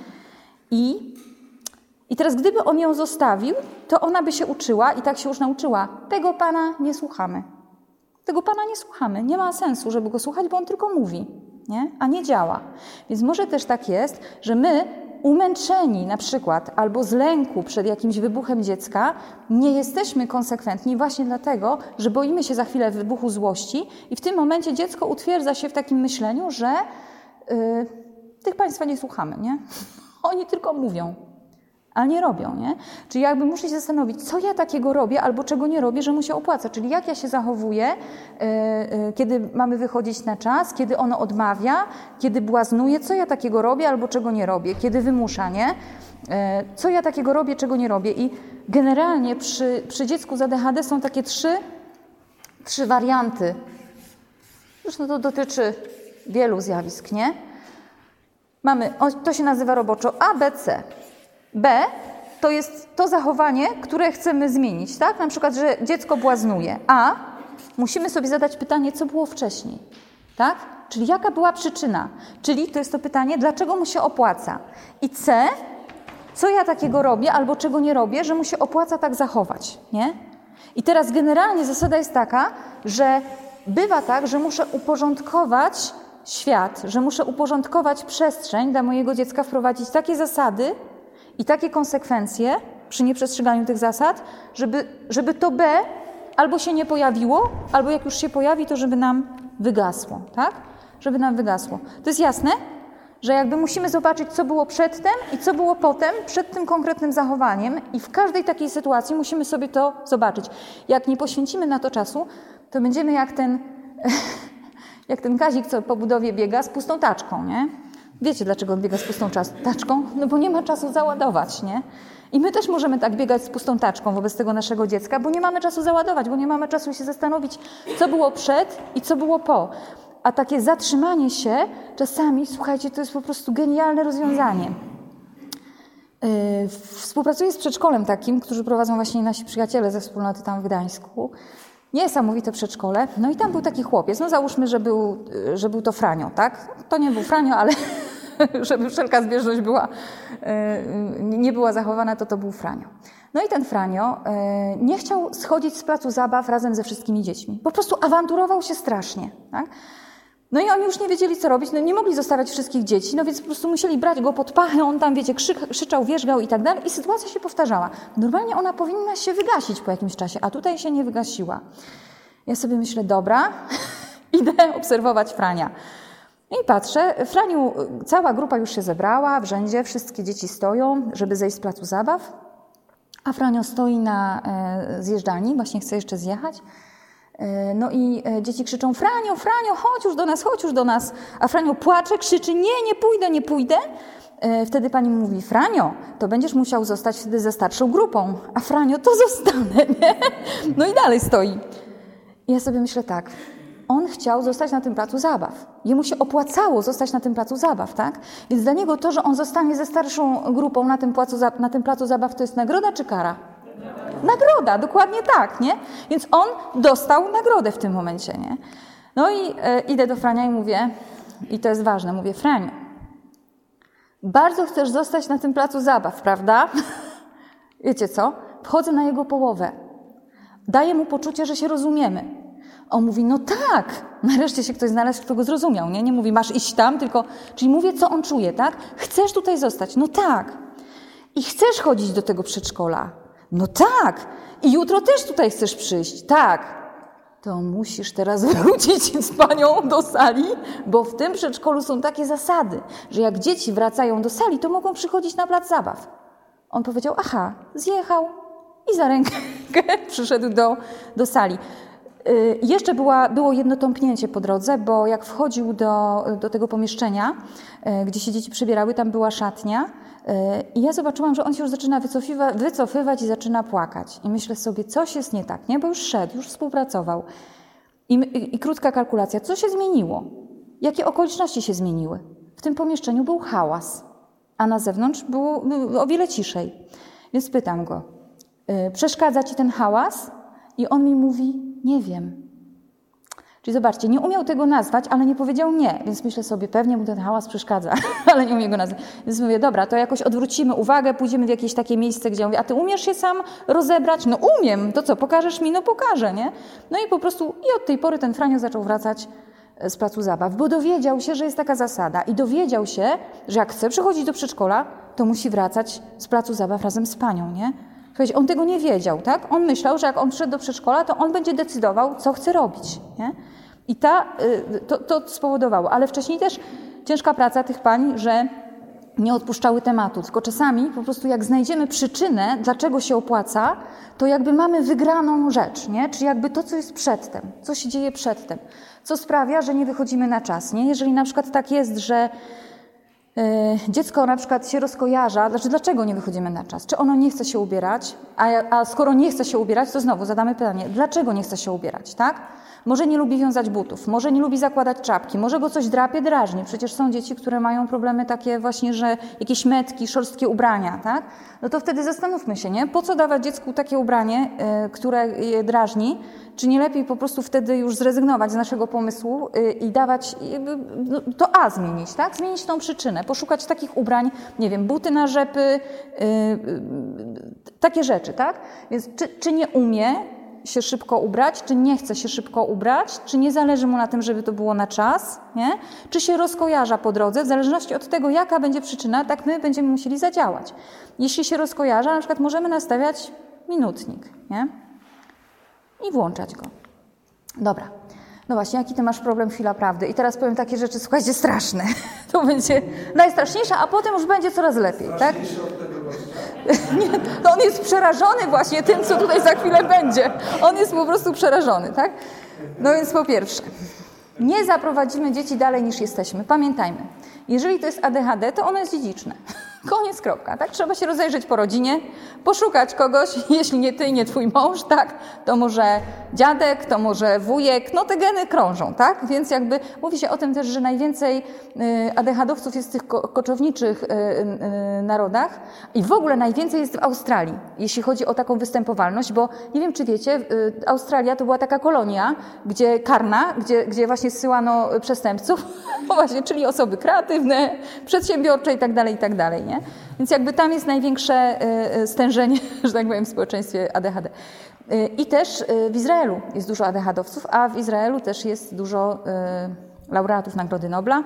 i teraz gdyby on ją zostawił, to ona by się uczyła i tak się już nauczyła. Tego Pana nie słuchamy. Tego Pana nie słuchamy. Nie ma sensu, żeby go słuchać, bo on tylko mówi, nie? A nie działa. Więc może też tak jest, że my umęczeni na przykład albo z lęku przed jakimś wybuchem dziecka nie jesteśmy konsekwentni właśnie dlatego, że boimy się za chwilę wybuchu złości i w tym momencie dziecko utwierdza się w takim myśleniu, że tych Państwa nie słuchamy, nie? Oni tylko mówią. Ale nie robią, nie? Czyli jakby muszę się zastanowić, co ja takiego robię albo czego nie robię, że mu się opłaca. Czyli jak ja się zachowuję, kiedy mamy wychodzić na czas, kiedy ono odmawia, kiedy błaznuje, co ja takiego robię albo czego nie robię, kiedy wymusza, nie? Co ja takiego robię, czego nie robię. I generalnie przy dziecku z ADHD są takie trzy warianty. Zresztą to dotyczy wielu zjawisk, nie? Mamy, to się nazywa roboczo A, B, C. B to jest to zachowanie, które chcemy zmienić, tak? Na przykład, że dziecko błaznuje, a musimy sobie zadać pytanie, co było wcześniej, tak? Czyli jaka była przyczyna? Czyli to jest to pytanie, dlaczego mu się opłaca? I C, co ja takiego robię albo czego nie robię, że mu się opłaca tak zachować, nie? I teraz generalnie zasada jest taka, że bywa tak, że muszę uporządkować świat, że muszę uporządkować przestrzeń dla mojego dziecka, wprowadzić takie zasady i takie konsekwencje przy nieprzestrzeganiu tych zasad, żeby to B albo się nie pojawiło, albo jak już się pojawi, to żeby nam wygasło, tak? Żeby nam wygasło. To jest jasne? Że jakby musimy zobaczyć, co było przedtem i co było potem, przed tym konkretnym zachowaniem i w każdej takiej sytuacji musimy sobie to zobaczyć. Jak nie poświęcimy na to czasu, to będziemy jak ten Kazik, co po budowie biega z pustą taczką, nie? Wiecie, dlaczego on biega z pustą taczką? No bo nie ma czasu załadować, nie? I my też możemy tak biegać z pustą taczką wobec tego naszego dziecka, bo nie mamy czasu załadować, bo nie mamy czasu się zastanowić, co było przed i co było po. A takie zatrzymanie się czasami, słuchajcie, to jest po prostu genialne rozwiązanie. Współpracuję z przedszkolem takim, którzy prowadzą właśnie nasi przyjaciele ze wspólnoty tam w Gdańsku. Niesamowite przedszkole. No i tam był taki chłopiec, no załóżmy, że był to Franio, tak? To nie był Franio, ale żeby wszelka zbieżność nie była zachowana, to był Franio. No i ten Franio nie chciał schodzić z placu zabaw razem ze wszystkimi dziećmi. Po prostu awanturował się strasznie, tak? No i oni już nie wiedzieli, co robić, no nie mogli zostawiać wszystkich dzieci, no więc po prostu musieli brać go pod pachę, on tam, wiecie, krzyczał, wierzgał i tak dalej i sytuacja się powtarzała. Normalnie ona powinna się wygasić po jakimś czasie, a tutaj się nie wygasiła. Ja sobie myślę, dobra, idę obserwować Frania. I patrzę, Franiu, cała grupa już się zebrała w rzędzie, wszystkie dzieci stoją, żeby zejść z placu zabaw, a Franio stoi na zjeżdżalni, właśnie chce jeszcze zjechać. No i dzieci krzyczą, Franio, Franio, chodź już do nas. A Franio płacze, krzyczy, nie pójdę. Wtedy pani mówi, Franio, to będziesz musiał zostać wtedy ze starszą grupą. A Franio, to zostanę, nie? No i dalej stoi. I ja sobie myślę tak, on chciał zostać na tym placu zabaw. Jemu się opłacało zostać na tym placu zabaw, tak? Więc dla niego to, że on zostanie ze starszą grupą na tym placu zabaw, to jest nagroda czy kara? Nagroda, dokładnie tak, nie? Więc on dostał nagrodę w tym momencie, nie? No i idę do Frania i mówię, i to jest ważne, mówię, Franiu, bardzo chcesz zostać na tym placu zabaw, prawda? Wiecie co? Wchodzę na jego połowę. Daję mu poczucie, że się rozumiemy. On mówi, no tak, nareszcie się ktoś znalazł, kto go zrozumiał, nie? Nie mówi, masz iść tam, tylko, czyli mówię, co on czuje, tak? Chcesz tutaj zostać? No tak. I chcesz chodzić do tego przedszkola? No tak. I jutro też tutaj chcesz przyjść? Tak. To musisz teraz wrócić z panią do sali, bo w tym przedszkolu są takie zasady, że jak dzieci wracają do sali, to mogą przychodzić na plac zabaw. On powiedział, aha, zjechał i za rękę przyszedł do sali. Jeszcze było jedno tąpnięcie po drodze, bo jak wchodził do tego pomieszczenia, gdzie się dzieci przebierały, tam była szatnia i ja zobaczyłam, że on się już zaczyna wycofywać i zaczyna płakać. I myślę sobie, coś jest nie tak, nie? Bo już szedł, już współpracował. I krótka kalkulacja, co się zmieniło? Jakie okoliczności się zmieniły? W tym pomieszczeniu był hałas, a na zewnątrz było o wiele ciszej. Więc pytam go, przeszkadza ci ten hałas? I on mi mówi, nie wiem. Czyli zobaczcie, nie umiał tego nazwać, ale nie powiedział nie. Więc myślę sobie, pewnie mu ten hałas przeszkadza, ale nie umie go nazwać. Więc mówię, dobra, to jakoś odwrócimy uwagę, pójdziemy w jakieś takie miejsce, gdzie on mówi, a ty umiesz się sam rozebrać? No umiem, to co, pokażesz mi? No pokażę, nie? No i po prostu od tej pory ten Franio zaczął wracać z placu zabaw, bo dowiedział się, że jest taka zasada i dowiedział się, że jak chce przychodzić do przedszkola, to musi wracać z placu zabaw razem z panią, nie? Słuchajcie, on tego nie wiedział, tak? On myślał, że jak on przyszedł do przedszkola, to on będzie decydował, co chce robić, nie? I to spowodowało. Ale wcześniej też ciężka praca tych pań, że nie odpuszczały tematu. Tylko czasami po prostu jak znajdziemy przyczynę, dlaczego się opłaca, to jakby mamy wygraną rzecz, nie? Czyli jakby to, co jest przedtem, co się dzieje przedtem, co sprawia, że nie wychodzimy na czas, nie? Jeżeli na przykład tak jest, że dziecko na przykład się rozkojarza, dlaczego nie wychodzimy na czas? Czy ono nie chce się ubierać? A skoro nie chce się ubierać, to znowu zadamy pytanie, dlaczego nie chce się ubierać, tak? Może nie lubi wiązać butów, może nie lubi zakładać czapki, może go coś drapie, drażni. Przecież są dzieci, które mają problemy takie właśnie, że jakieś metki, szorstkie ubrania, tak? No to wtedy zastanówmy się, nie? Po co dawać dziecku takie ubranie, które je drażni? Czy nie lepiej po prostu wtedy już zrezygnować z naszego pomysłu i dawać, to zmienić, tak? Zmienić tą przyczynę, poszukać takich ubrań, nie wiem, buty na rzepy, takie rzeczy, tak? Więc czy nie umie się szybko ubrać, czy nie chce się szybko ubrać, czy nie zależy mu na tym, żeby to było na czas, nie? Czy się rozkojarza po drodze, w zależności od tego, jaka będzie przyczyna, tak my będziemy musieli zadziałać. Jeśli się rozkojarza, na przykład możemy nastawiać minutnik, nie? I włączać go. Dobra. No właśnie, jaki ty masz problem, chwila prawdy. I teraz powiem takie rzeczy, słuchajcie, straszne. To będzie najstraszniejsze, a potem już będzie coraz lepiej, tak? Nie, no on jest przerażony właśnie tym, co tutaj za chwilę będzie. On jest po prostu przerażony, tak? No więc po pierwsze, nie zaprowadzimy dzieci dalej niż jesteśmy. Pamiętajmy, jeżeli to jest ADHD, to ono jest dziedziczne. Koniec, kropka, tak? Trzeba się rozejrzeć po rodzinie, poszukać kogoś, jeśli nie ty i nie twój mąż, tak? To może dziadek, to może wujek, no te geny krążą, tak? Więc jakby mówi się o tym też, że najwięcej ADHD-owców jest w tych koczowniczych narodach i w ogóle najwięcej jest w Australii, jeśli chodzi o taką występowalność, bo nie wiem, czy wiecie, Australia to była taka kolonia, gdzie karna, gdzie właśnie zsyłano przestępców, no właśnie, czyli osoby kreatywne, przedsiębiorcze i tak dalej, nie? Więc jakby tam jest największe stężenie, że tak powiem, w społeczeństwie ADHD. I też w Izraelu jest dużo ADHD-owców, a w Izraelu też jest dużo laureatów Nagrody Nobla.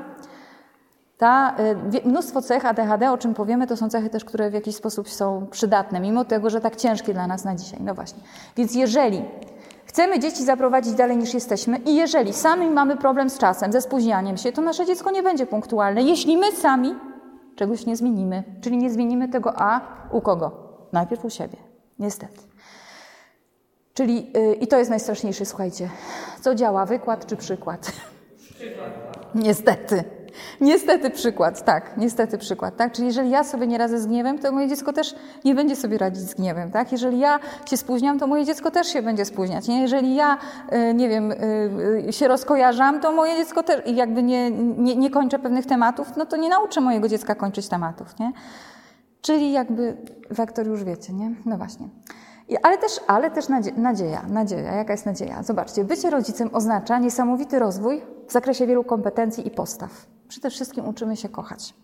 Mnóstwo cech ADHD, o czym powiemy, to są cechy też, które w jakiś sposób są przydatne, mimo tego, że tak ciężkie dla nas na dzisiaj. No właśnie. Więc jeżeli chcemy dzieci zaprowadzić dalej niż jesteśmy i jeżeli sami mamy problem z czasem, ze spóźnianiem się, to nasze dziecko nie będzie punktualne, jeśli my sami czegoś nie zmienimy. Czyli nie zmienimy tego u kogo? Najpierw u siebie. Niestety. Czyli, i to jest najstraszniejsze, słuchajcie. Co działa, wykład czy przykład? Przykład. Niestety. Niestety przykład, tak. Niestety przykład, tak. Czyli jeżeli ja sobie nie radzę z gniewem, to moje dziecko też nie będzie sobie radzić z gniewem, tak. Jeżeli ja się spóźniam, to moje dziecko też się będzie spóźniać. Nie? Jeżeli ja, nie wiem, się rozkojarzam, to moje dziecko też jakby nie kończę pewnych tematów, no to nie nauczę mojego dziecka kończyć tematów, nie. Czyli jakby wektor już wiecie, nie? No właśnie. Ale też nadzieja. Jaka jest nadzieja? Zobaczcie, bycie rodzicem oznacza niesamowity rozwój w zakresie wielu kompetencji i postaw. Przede wszystkim uczymy się kochać.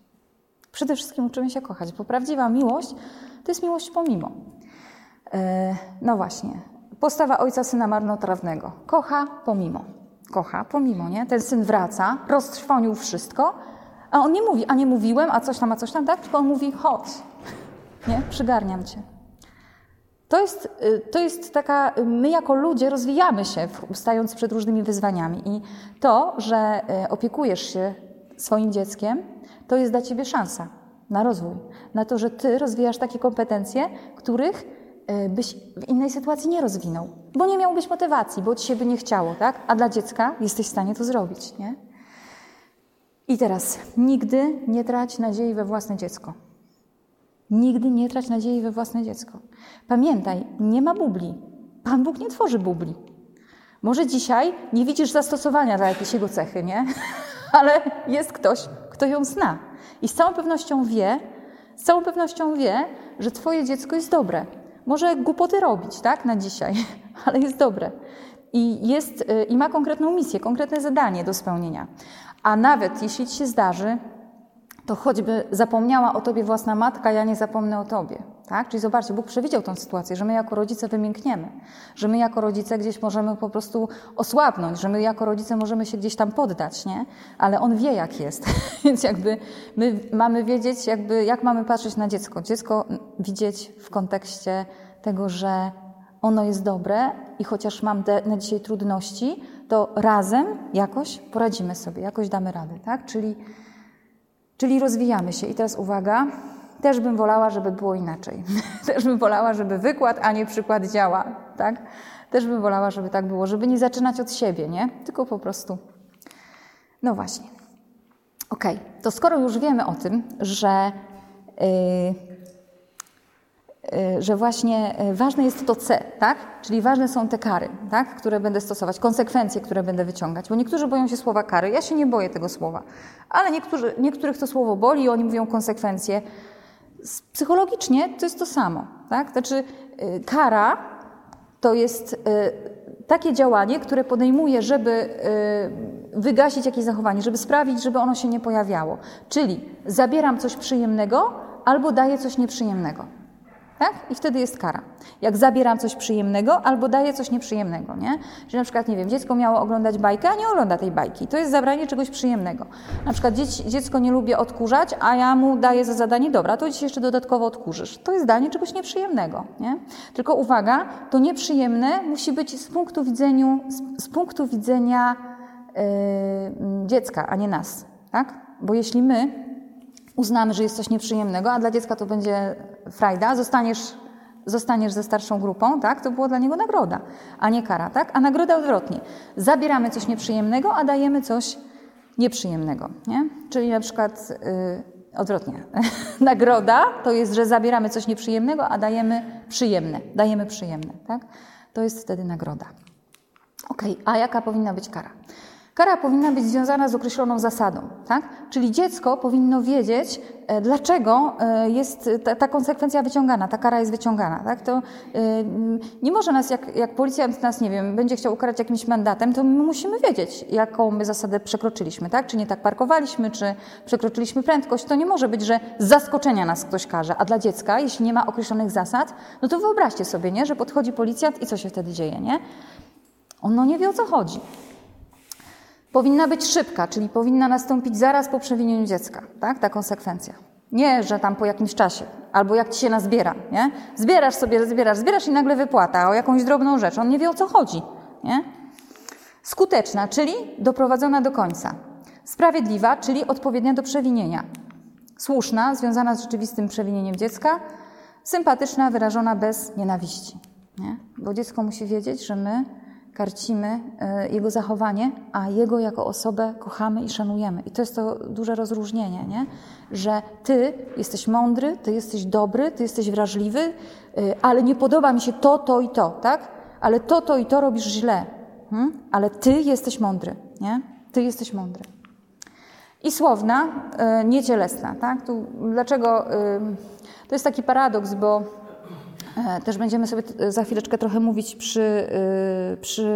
Bo prawdziwa miłość to jest miłość pomimo. No właśnie. Postawa ojca syna marnotrawnego. Kocha pomimo, nie? Ten syn wraca, roztrwonił wszystko, a on nie mówi, a nie mówiłem, a coś tam, tak? Tylko on mówi, chodź, nie? Przygarniam cię. To jest taka, my jako ludzie rozwijamy się, stając przed różnymi wyzwaniami i to, że opiekujesz się swoim dzieckiem, to jest dla ciebie szansa na rozwój, na to, że ty rozwijasz takie kompetencje, których byś w innej sytuacji nie rozwinął, bo nie miałbyś motywacji, bo ci się by nie chciało, tak? A dla dziecka jesteś w stanie to zrobić, nie? I teraz, nigdy nie trać nadziei we własne dziecko. Nigdy nie trać nadziei we własne dziecko. Pamiętaj, nie ma bubli. Pan Bóg nie tworzy bubli. Może dzisiaj nie widzisz zastosowania dla jakiejś jego cechy, nie? Ale jest ktoś, kto ją zna. I z całą pewnością wie, że twoje dziecko jest dobre. Może głupoty robić, tak? Na dzisiaj, ale jest dobre. I ma konkretną misję, konkretne zadanie do spełnienia. A nawet jeśli ci się zdarzy, to choćby zapomniała o tobie własna matka, ja nie zapomnę o tobie. Tak? Czyli zobaczcie, Bóg przewidział tę sytuację, że my jako rodzice wymiękniemy, że my jako rodzice gdzieś możemy po prostu osłabnąć, że my jako rodzice możemy się gdzieś tam poddać, nie? Ale On wie, jak jest. Więc jakby my mamy wiedzieć, jak mamy patrzeć na dziecko. Dziecko widzieć w kontekście tego, że ono jest dobre i chociaż mam na dzisiaj trudności, to razem jakoś poradzimy sobie, jakoś damy radę, tak? Czyli rozwijamy się. I teraz uwaga, też bym wolała, żeby było inaczej. Też bym wolała, żeby wykład, a nie przykład działa, tak? Też bym wolała, żeby tak było, żeby nie zaczynać od siebie, nie? Tylko po prostu. No właśnie. Okej, to skoro już wiemy o tym, że że właśnie ważne jest to C, tak? Czyli ważne są te kary, tak? Które będę stosować, konsekwencje, które będę wyciągać. Bo niektórzy boją się słowa kary, ja się nie boję tego słowa, ale niektórych to słowo boli i oni mówią konsekwencje. Psychologicznie to jest to samo, tak? Znaczy kara to jest takie działanie, które podejmuje, żeby wygasić jakieś zachowanie, żeby sprawić, żeby ono się nie pojawiało. Czyli zabieram coś przyjemnego albo daję coś nieprzyjemnego. Tak? I wtedy jest kara. Jak zabieram coś przyjemnego albo daję coś nieprzyjemnego, nie? Że na przykład, nie wiem, dziecko miało oglądać bajkę, a nie ogląda tej bajki. To jest zabranie czegoś przyjemnego. Na przykład dziecko nie lubi odkurzać, a ja mu daję za zadanie, dobra, to dzisiaj jeszcze dodatkowo odkurzysz. To jest danie czegoś nieprzyjemnego, nie? Tylko uwaga, to nieprzyjemne musi być z punktu widzenia dziecka, a nie nas, tak? Bo jeśli my uznamy, że jest coś nieprzyjemnego, a dla dziecka to będzie frajda, zostaniesz ze starszą grupą, tak? To było dla niego nagroda, a nie kara, tak? A nagroda odwrotnie. Zabieramy coś nieprzyjemnego, a dajemy coś nieprzyjemnego, nie? Czyli na przykład odwrotnie. Nagroda to jest, że zabieramy coś nieprzyjemnego, a dajemy przyjemne, tak? To jest wtedy nagroda. Okej, a jaka powinna być kara? Kara powinna być związana z określoną zasadą, tak? Czyli dziecko powinno wiedzieć, dlaczego jest ta konsekwencja wyciągana, ta kara jest wyciągana, tak? To nie może nas, jak policjant nas, nie wiem, będzie chciał ukarać jakimś mandatem, to my musimy wiedzieć, jaką my zasadę przekroczyliśmy, tak? Czy nie tak parkowaliśmy, czy przekroczyliśmy prędkość. To nie może być, że z zaskoczenia nas ktoś karze, a dla dziecka, jeśli nie ma określonych zasad, no to wyobraźcie sobie, nie? Że podchodzi policjant i co się wtedy dzieje, nie? On nie wie, o co chodzi. Powinna być szybka, czyli powinna nastąpić zaraz po przewinieniu dziecka, tak? Ta konsekwencja. Nie, że tam po jakimś czasie, albo jak ci się nazbiera, nie? Zbierasz i nagle wypłata o jakąś drobną rzecz. On nie wie, o co chodzi, nie? Skuteczna, czyli doprowadzona do końca. Sprawiedliwa, czyli odpowiednia do przewinienia. Słuszna, związana z rzeczywistym przewinieniem dziecka. Sympatyczna, wyrażona bez nienawiści, nie? Bo dziecko musi wiedzieć, że my karcimy jego zachowanie, a jego jako osobę kochamy i szanujemy. I to jest to duże rozróżnienie, nie? Że ty jesteś mądry, ty jesteś dobry, ty jesteś wrażliwy, ale nie podoba mi się to i to, tak? Ale to i to robisz źle. Ale ty jesteś mądry, nie? Ty jesteś mądry. I słowna, niecielesna, tak? Dlaczego? To jest taki paradoks, bo też będziemy sobie za chwileczkę trochę mówić przy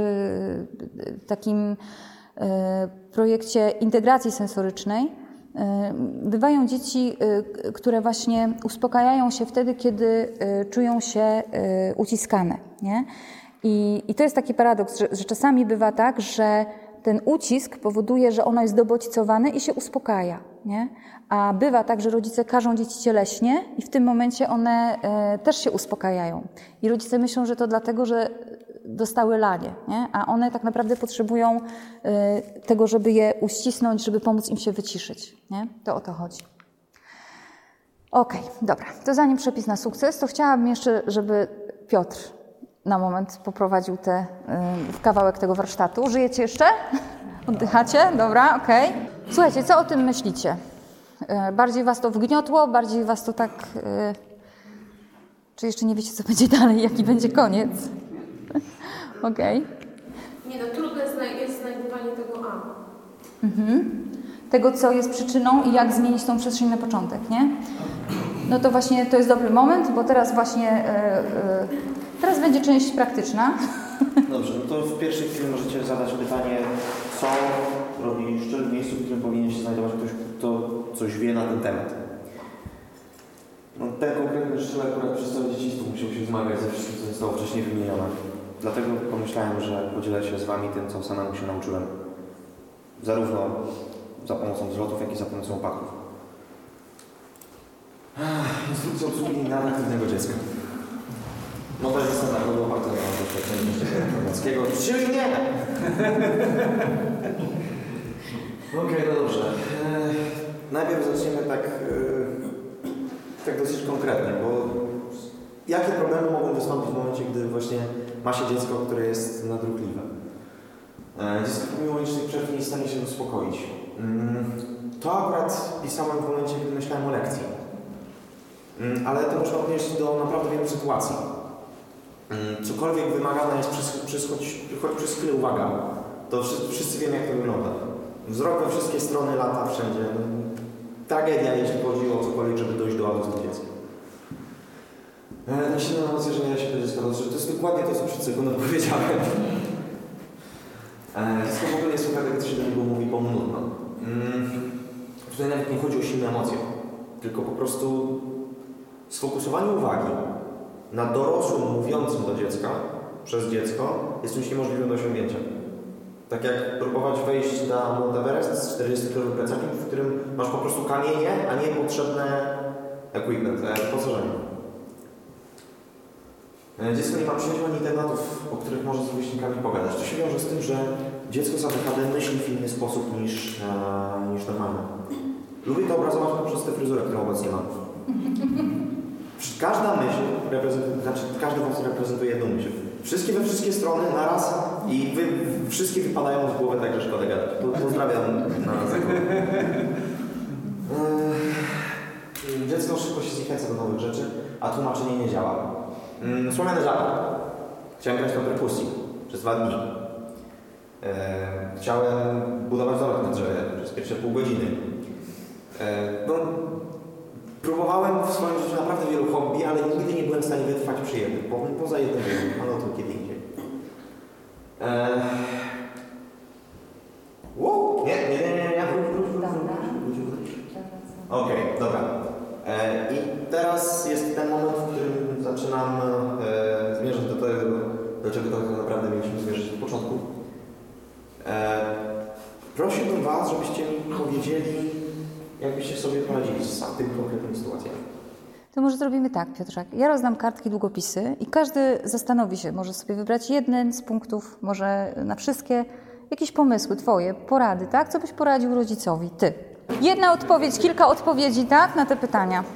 takim projekcie integracji sensorycznej. Bywają dzieci, które właśnie uspokajają się wtedy, kiedy czują się uciskane, nie? I to jest taki paradoks, że czasami bywa tak, że ten ucisk powoduje, że ono jest dobodźcowane i się uspokaja, nie? A bywa tak, że rodzice karzą dzieci cieleśnie i w tym momencie one też się uspokajają. I rodzice myślą, że to dlatego, że dostały lanie, nie? A one tak naprawdę potrzebują tego, żeby je uścisnąć, żeby pomóc im się wyciszyć, nie? To o to chodzi. Okej, dobra. To zanim przepis na sukces, to chciałabym jeszcze, żeby Piotr na moment poprowadził kawałek tego warsztatu. Żyjecie jeszcze? Oddychacie? Dobra, okej. Słuchajcie, co o tym myślicie? Bardziej was to wgniotło? Bardziej was to tak... Czy jeszcze nie wiecie, co będzie dalej? Jaki będzie koniec? Okej. Nie, no trudne jest znajdowanie tego A. Tego, co jest przyczyną i jak zmienić tą przestrzeń na początek, nie? No to właśnie to jest dobry moment, bo teraz właśnie... Teraz będzie część praktyczna. Dobrze, no to w pierwszej chwili możecie zadać pytanie, co robi szczel w miejscu, w którym powinien się znajdować ktoś, kto coś wie na ten temat. No, ten konkretny szczel akurat przez całe dzieciństwo musiał się zmagać ze wszystkim, co zostało wcześniej wymienione. Dlatego pomyślałem, że podzielę się z Wami tym, co samemu się nauczyłem. Zarówno za pomocą zlotów, jak i za pomocą opaków. Instrukcja obsługi nadatywnego dziecka. No to jest standardowo oparte na doświadczeniu informackiego. Czyli nie! Okej, no dobrze. Najpierw zaczniemy tak dosyć konkretnie, bo jakie problemy mogą wystąpić w momencie, gdy właśnie ma się dziecko, które jest nadruchliwe? Dziecko pomimo licznych przerw nie jest w stanie się uspokoić. To akurat pisałem w momencie, gdy myślałem o lekcji. Ale to można odnieść do naprawdę wielu sytuacji. Cokolwiek wymagane jest choć przez chwilę, uwaga, to wszyscy wiemy, jak to wygląda. Wzrok we wszystkie strony lata, wszędzie. Tragedia, jeśli chodzi o cokolwiek, żeby dojść do autu z tym dzieckiem. Tak silna emocja, że ja się do dziecka rozszerzy. To jest dokładnie to, co przed sekundą powiedziałem. Dziecko w ogóle nie słucha tego, co się do niego mówi, bo mu nudno. Tutaj nawet nie chodzi o silne emocje, tylko po prostu sfokusowanie uwagi na dorosłym mówiącym do dziecka, przez dziecko, jest czymś niemożliwym do osiągnięcia. Tak jak próbować wejść na Mount Everest z 40-kilowym plecakiem, w którym masz po prostu kamienie, a nie potrzebne equipment, wyposażenie. Dziecko nie ma przyjaciół ani tematów, o których może z rówieśnikami pogadać. To się wiąże z tym, że dziecko z ADHD myśli w inny sposób niż normalne. Lubię to obrazować poprzez tę fryzurę, którą obecnie mam. Każda myśl każdy wąs reprezentuje jedną myśl. Wszystkie we wszystkie strony naraz i wszystkie wypadają z głowy, tak że szkoda gadać. Pozdrawiam na zakład. Dziecko szybko się zniechęca do nowych rzeczy, a tłumaczenie nie działa. Słomiany żabek. Chciałem grać na perkusji przez 2 dni. Chciałem budować domek na drzewie przez pierwsze pół godziny. Próbowałem w swoim życiu naprawdę wielu hobby, ale nigdy nie byłem w stanie wytrwać przy jednym. Poza jednym, ale o tym kiedy indziej. Nie. Okej, dobra. I teraz jest ten moment, w którym zaczynam zmierzać do tego, do czego tak naprawdę mieliśmy zmierzyć od początku. Prosiłbym Was, żebyście mi powiedzieli, jakbyście sobie poradzili z tymi konkretnymi sytuacjami. To może zrobimy tak, Piotrek. Ja rozdam kartki, długopisy i każdy zastanowi się, może sobie wybrać jeden z punktów, może na wszystkie, jakieś pomysły Twoje, porady, tak? Co byś poradził rodzicowi? Ty. Jedna odpowiedź, kilka odpowiedzi, tak? Na te pytania.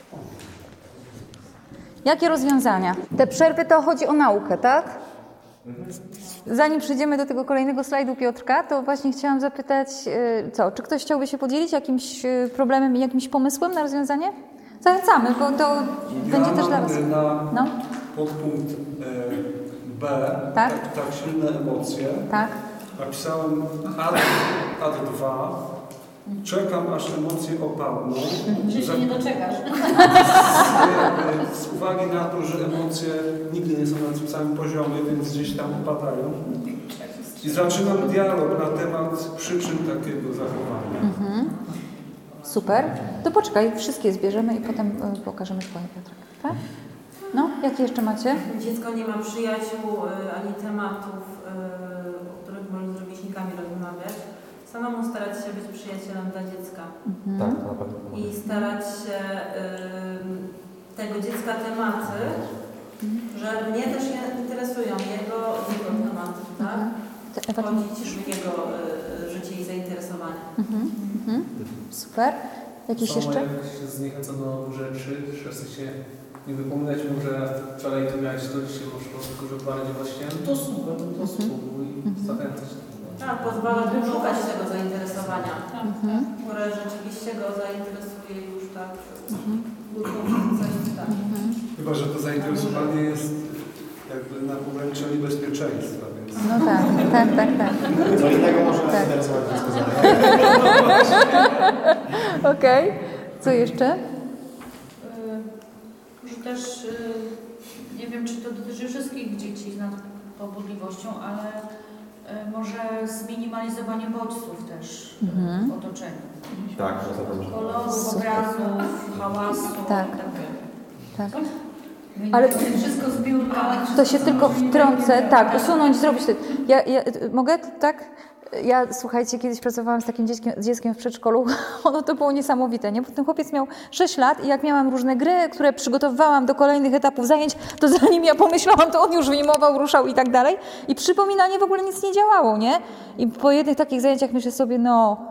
Jakie rozwiązania? Te przerwy to chodzi o naukę, tak? Zanim przejdziemy do tego kolejnego slajdu Piotrka, to właśnie chciałam zapytać, czy ktoś chciałby się podzielić jakimś problemem i jakimś pomysłem na rozwiązanie? Zachęcamy, bo to będzie też dla Was. Na podpunkt B, tak silne emocje. Tak. Napisałem AD2. Czekam, aż emocje opadną. Że się nie doczekasz. Z uwagi na to, że emocje nigdy nie są na tym samym poziomie, więc gdzieś tam opadają. I zaczynam dialog na temat przyczyn takiego zachowania. Super. To poczekaj, wszystkie zbierzemy i potem pokażemy Twoje, Piotrek. Tak? No, jakie jeszcze macie? Dziecko nie ma przyjaciół ani tematów, o których może z rówieśnikami rozmawiać. Samemu starać się być przyjacielem dla dziecka. Tak, to na pewno. I starać się tego dziecka tematy, że mnie też interesują, jego tematy, tak? Wchodzić w jego życie i zainteresowania. Super. Jakieś jeszcze? Jak się zniechęca do rzeczy, że chce się nie wypominać mu, że wczoraj tu miałeś to, dzisiaj masz po prostu dużo bardziej właśnie, to super, to spróbuj zachęcać. Tak, pozwala szukać tego zainteresowania, które rzeczywiście go zainteresuje już tak tak. Chyba, że to zainteresowanie jest jakby na ogranicza niebezpieczeństwa, więc... No tak. Co innego może nas interesować dziecko za Okej. Co jeszcze? Może też, nie wiem, czy to dotyczy wszystkich dzieci z nadpobudliwością, ale może zminimalizowanie bodźców też w otoczeniu. Tak, to dobrze. Kolorów, obrazów, hałasu. Tak. Ale wszystko z biurka. To się tylko wtrącę, usunąć, zrobić to. Ja mogę, tak? Ja, słuchajcie, kiedyś pracowałam z takim dzieckiem w przedszkolu, ono to było niesamowite, nie? Bo ten chłopiec miał 6 lat i jak miałam różne gry, które przygotowywałam do kolejnych etapów zajęć, to zanim ja pomyślałam, to on już wyjmował, ruszał i tak dalej. I przypominanie w ogóle nic nie działało, nie? I po jednych takich zajęciach myślę sobie,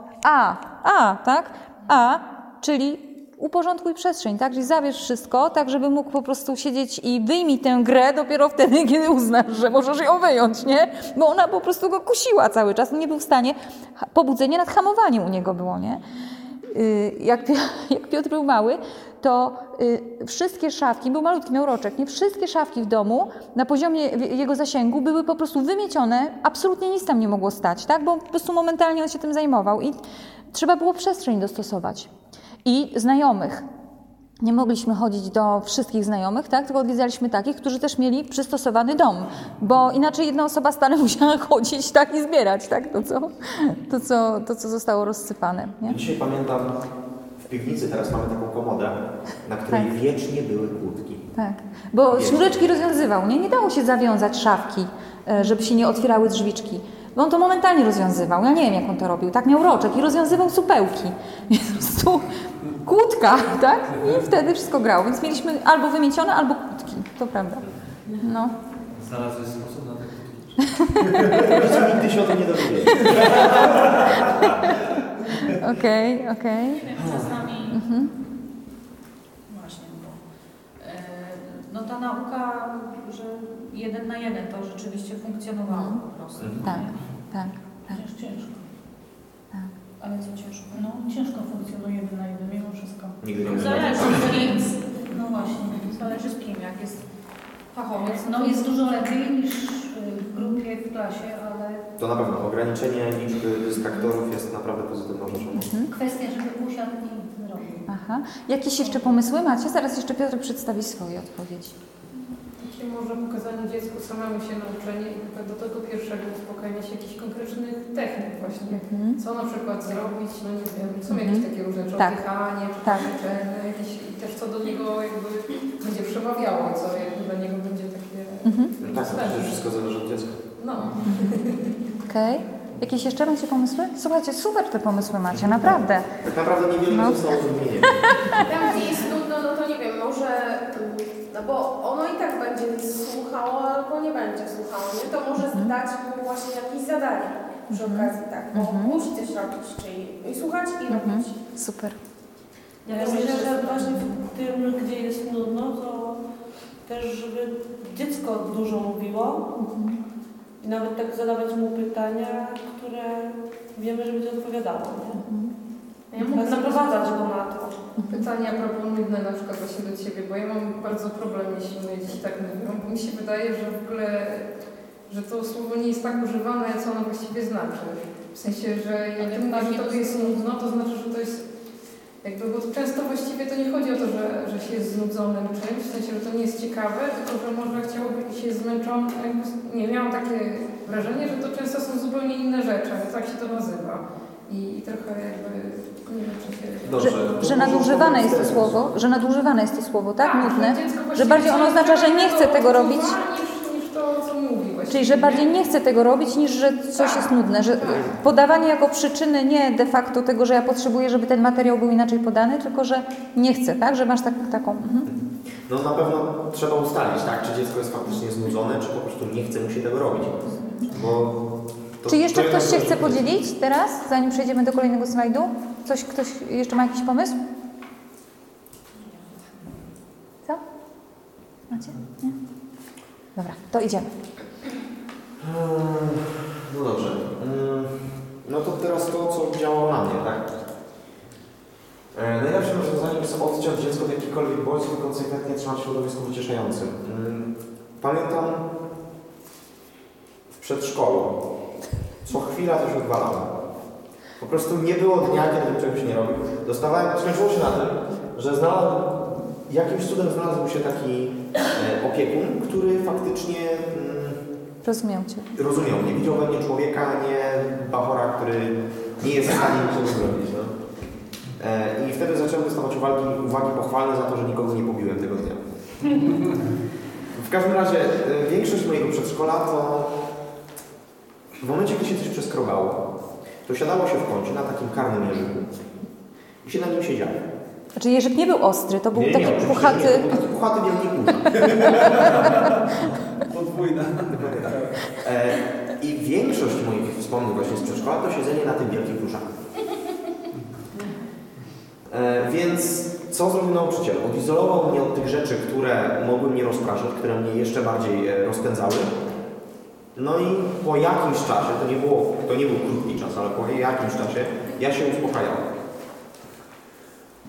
czyli uporządkuj przestrzeń, tak? Czyli zabierz wszystko, tak żeby mógł po prostu siedzieć i wyjmij tę grę dopiero wtedy, kiedy uznasz, że możesz ją wyjąć, nie? Bo ona po prostu go kusiła cały czas, nie był w stanie, pobudzenie nad hamowaniem u niego było, nie? jak Piotr był mały, to wszystkie szafki, był malutki, miał roczek, nie wszystkie szafki w domu na poziomie jego zasięgu były po prostu wymiecione, absolutnie nic tam nie mogło stać, tak? Bo po prostu momentalnie on się tym zajmował i trzeba było przestrzeń dostosować. I znajomych. Nie mogliśmy chodzić do wszystkich znajomych, tak? Tylko odwiedzaliśmy takich, którzy też mieli przystosowany dom, bo inaczej jedna osoba stale musiała chodzić, tak, i zbierać, tak? To, co zostało rozsypane. Nie? Dzisiaj pamiętam, w piwnicy teraz mamy taką komodę, na której tak. wiecznie były kłódki. Tak, bo sznureczki rozwiązywał, nie dało się zawiązać szafki, żeby się nie otwierały drzwiczki. Bo on to momentalnie rozwiązywał, ja nie wiem, jak on to robił, tak, miał roczek i rozwiązywał supełki. Więc po prostu kłódka, tak? I wtedy wszystko grało, więc mieliśmy albo wymiecione, albo kłódki, to prawda. No. Znalazłeś sposób na te kłódki? Nigdy się o tym nie dowiedzieli. Okej. Czasami... Właśnie, bo no ta nauka, że 1 na 1 to rzeczywiście funkcjonowało po prostu. Tak. Chociaż ciężko. Tak. Ale co ciężko? No ciężko funkcjonuje 1 na 1 mimo wszystko. Nigdy nie Zależy z kim. No właśnie, zależy z kim. Jak jest fachowiec, no jest dużo lepiej niż w grupie, w klasie, ale... To na pewno ograniczenie liczby dystraktorów jest naprawdę pozytywną rzeczą. Kwestia, żeby usiadł i zrobił. Aha. Jakieś jeszcze pomysły macie? Zaraz jeszcze Piotr przedstawi swoje odpowiedzi. Czyli może pokazanie dziecku samemu się nauczenie i do tego pierwszego uspokajania się jakichś konkretnych technik właśnie. Co na przykład zrobić, no nie wiem, są jakieś takie różne rzeczy, oddychanie, czy ćwiczenie, jakieś, i też co do niego jakby będzie przemawiało, co jakby dla niego będzie takie... Tak, to wszystko zależy od dziecka. No. Okej. Jakieś jeszcze macie pomysły? Słuchajcie, super te pomysły macie, naprawdę. Tak naprawdę niewiele zostało z wymienieniem. Tam, gdzie jest nudno, no to nie wiem, może... No bo ono i tak będzie słuchało, albo nie będzie słuchało, nie? To może dać mu właśnie jakieś zadanie przy okazji, tak, bo musi coś robić, czyli i słuchać i robić. Super. Ja myślę, że właśnie w tym, gdzie jest nudno, to też, żeby dziecko dużo mówiło i nawet tak zadawać mu pytania, które wiemy, że będzie odpowiadało, nie? Ja mogę naprowadzać go na to. Pytania propos nudne na przykład właśnie do Ciebie, bo ja mam bardzo problem, jeśli moje dzieci tak mówią, bo mi się wydaje, że w ogóle, że to słowo nie jest tak używane, co ono właściwie znaczy. W sensie, że jak ty mówisz, że to jest nudno, to znaczy, że to jest jakby, bo często właściwie to nie chodzi o to, że się jest znudzonym czymś, w sensie, że to nie jest ciekawe, tylko że może chciałoby się zmęczony, jakby, nie, miałam takie wrażenie, że to często są zupełnie inne rzeczy, ale tak się to nazywa. I trochę jakby, nie wiem, czy się... Dobrze. Że nadużywane jest to słowo, tak? Nudne. Że bardziej ono oznacza, że nie chce tego robić. Niż to, co mówi właściwie. Czyli, że bardziej nie chce tego robić, niż że coś jest nudne. Że podawanie jako przyczyny nie de facto tego, że ja potrzebuję, żeby ten materiał był inaczej podany, tylko że nie chcę, tak? Że masz taką... No na pewno trzeba ustalić, tak? Czy dziecko jest faktycznie znudzone, czy po prostu nie chce mu się tego robić. Bo czy jeszcze ktoś się chce podzielić teraz, zanim przejdziemy do kolejnego slajdu? Ktoś jeszcze ma jakiś pomysł? Co? Macie? Nie? Dobra, to idziemy. No dobrze. No to teraz to, co działało na mnie, tak? Najlepszym rozwiązaniem jest odciąć dziecko od jakichkolwiek bodźców i konsekwentnie trzymać w środowisku wyciszającym. Pamiętam w przedszkolu co chwila coś odwalałem. Po prostu nie było dnia, kiedy bym czegoś nie robił. Skończyło się na tym, że jakimś cudem znalazł się taki opiekun, który faktycznie rozumiał mnie. Widział we mnie człowieka, a nie bachora, który nie jest w stanie niczego zrobić. No. I wtedy zacząłem dostawać uwagi pochwalne za to, że nikogo nie pobiłem tego dnia. W każdym razie większość mojego przedszkola to w momencie, gdy się coś przeskrobało, to siadało się w kącie na takim karnym jeżyku i się na nim siedziało. Znaczy jeżyk nie był ostry, to był taki puchaty... Nie, to był taki puchaty wielki Podwójna. I większość moich wspomnień właśnie z przedszkola to siedzenie na tym wielkim pluszaku. Więc co zrobił nauczyciel? Odizolował mnie od tych rzeczy, które mogły mnie rozpraszać, które mnie jeszcze bardziej rozpędzały. No i po jakimś czasie, to nie był krótki czas, ale po jakimś czasie ja się uspokajałem.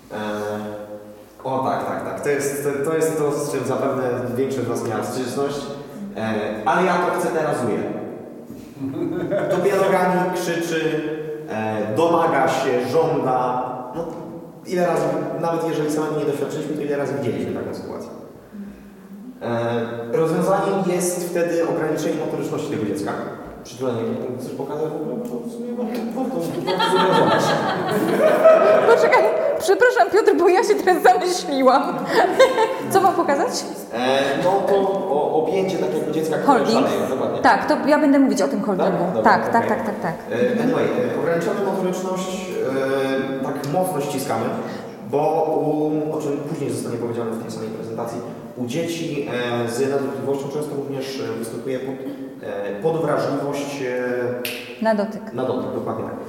O tak. To jest to, z czym zapewne większość z Was miała styczność. Ale ja to chcę teraz ujść. Tupie nogami, krzyczy, domaga się, żąda. No, ile razy, nawet jeżeli sami nie doświadczyliśmy, to ile razy widzieliśmy taką sytuację. Rozwiązaniem jest wtedy ograniczenie motoryczności tego dziecka. Przytulenie, chcesz pokazać w ogóle? To w sumie warto zrealizować. Poczekaj, przepraszam Piotr, bo ja się teraz zamyśliłam. Co mam pokazać? No to objęcie takiego dziecka, które Holding? szaleje, dokładnie. Tak, to ja będę mówić o tym holdingu. Tak? Tak. Anyway, ograniczamy motoryczność, tak mocno ściskamy, bo o czym później zostanie powiedziane w tej samej prezentacji, u dzieci z nadwrażliwością często również występuje podwrażliwość Na dotyk. na dotyk, dokładnie tak.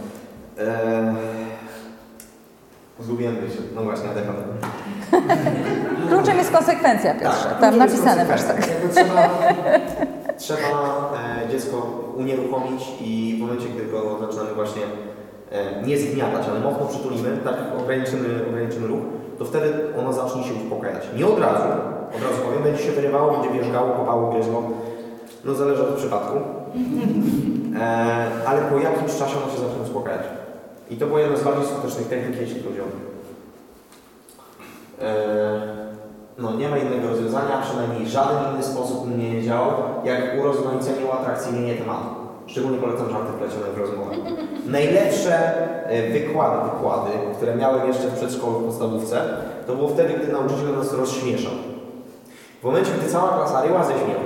Zgubiłem myśl. No właśnie, adekwatnie. Kluczem jest konsekwencja, Piotrze. Tak, tam kluczem jest napisane masz tak. konsekwencja. Trzeba dziecko unieruchomić i w momencie, gdy go zaczynamy właśnie nie zgniatać, ale mocno przytulimy, tak ograniczymy ruch, to wtedy ono zacznie się uspokajać. Nie od razu powiem, będzie się wyrywało, będzie wierzgało, kopało, gryzło. No zależy od przypadku. Ale po jakimś czasie ono się zacznie uspokajać. I to była jedna z bardziej skutecznych technik, jeśli chodzi o no nie ma innego rozwiązania, przynajmniej żaden inny sposób mnie nie działał, jak urozmaicenie, uatrakcyjnienie tematu. Szczególnie polecam żarty wplecione w rozmowę. Najlepsze wykłady, które miałem jeszcze w przedszkolu, w podstawówce, to było wtedy, gdy nauczyciel nas rozśmieszał. W momencie, gdy cała klasa ryła ze śmiechu,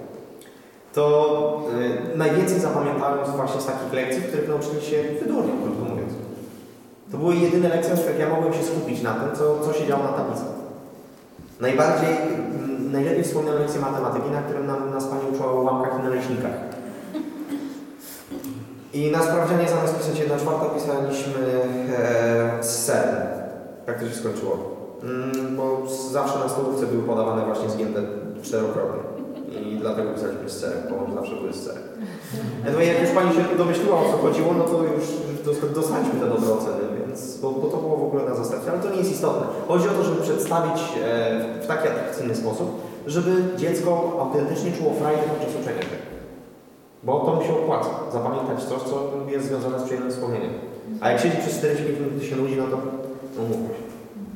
to najwięcej zapamiętałem właśnie z takich lekcji, w których nauczyciel się wydurniał, krótko mówiąc. To były jedyne lekcje, w których ja mogłem się skupić na tym, co się działo na tablicy. Najlepiej wspominam lekcję matematyki, na którym nas pani uczyła o ułamkach i naleśnikach. I na sprawdzianie zamiast pisać 1/4 pisaliśmy z serem. Tak to się skończyło. Bo zawsze na stołówce były podawane właśnie zgięte 4-krotnie. I dlatego pisaliśmy z serem, bo zawsze były z serem. Jak już pani się domyśliła, o co chodziło, no to już dostaliśmy te dobre oceny, więc, bo to było w ogóle na zastępstwie, ale to nie jest istotne. Chodzi o to, żeby przedstawić w taki atrakcyjny sposób, żeby dziecko autentycznie czuło frajdę podczas uczenia się. Bo to mu się opłaca. Zapamiętać coś, co jest związane z przyjemnym wspomnieniem. A jak siedzi przez 45 minut, gdy się nudzi, no to umówmy się.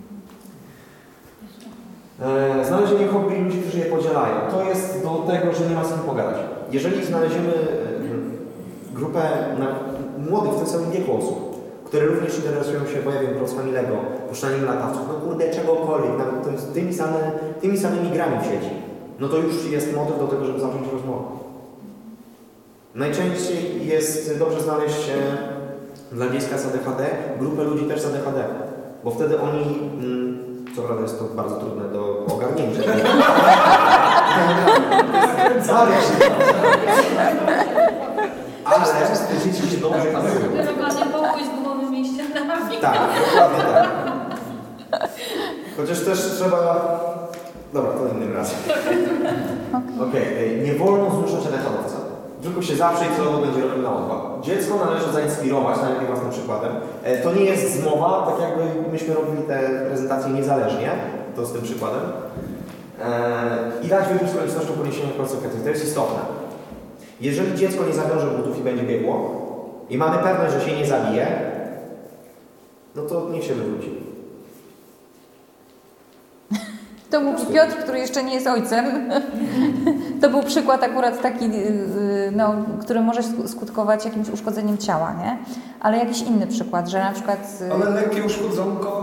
Znalezienie hobby ludzi, którzy je podzielają. To jest do tego, że nie ma z kim pogadać. Jeżeli znaleziemy grupę młodych w tym samym wieku osób, które również interesują się, bo ja wiem, klockami Lego, puszczaniem latawców, no kurde, czegokolwiek, nawet tymi samymi grami w sieci, no to już jest motyw do tego, żeby zacząć rozmowę. Najczęściej jest dobrze znaleźć dla dziecka z ADHD grupę ludzi też z ADHD, bo wtedy oni, co prawda jest to bardzo trudne do ogarnięcia. Ale dzieci się dobrze kamerują. Dokładnie pokój z gumowymi ścianami. Tak, dokładnie tak. Chociaż też trzeba... Dobra, to innym razem. Okej, nie wolno zmuszać ADHD-owca. Tylko się zaprze i co ono będzie robił na odwal. Dziecko należy zainspirować, najlepiej własnym przykładem. To nie jest zmowa, tak jakby myśmy robili te prezentacje niezależnie, to z tym przykładem. I dać wybór z koniecznością poniesienia konsekwencji. To jest istotne. Jeżeli dziecko nie zawiąże butów i będzie biegło i mamy pewność, że się nie zabije, no to niech się wywróci. To mówi Piotr, który jeszcze nie jest ojcem. To był przykład akurat taki, no, który może skutkować jakimś uszkodzeniem ciała, nie? Ale jakiś inny przykład, że na przykład... Ale lekkie uszkodzonko.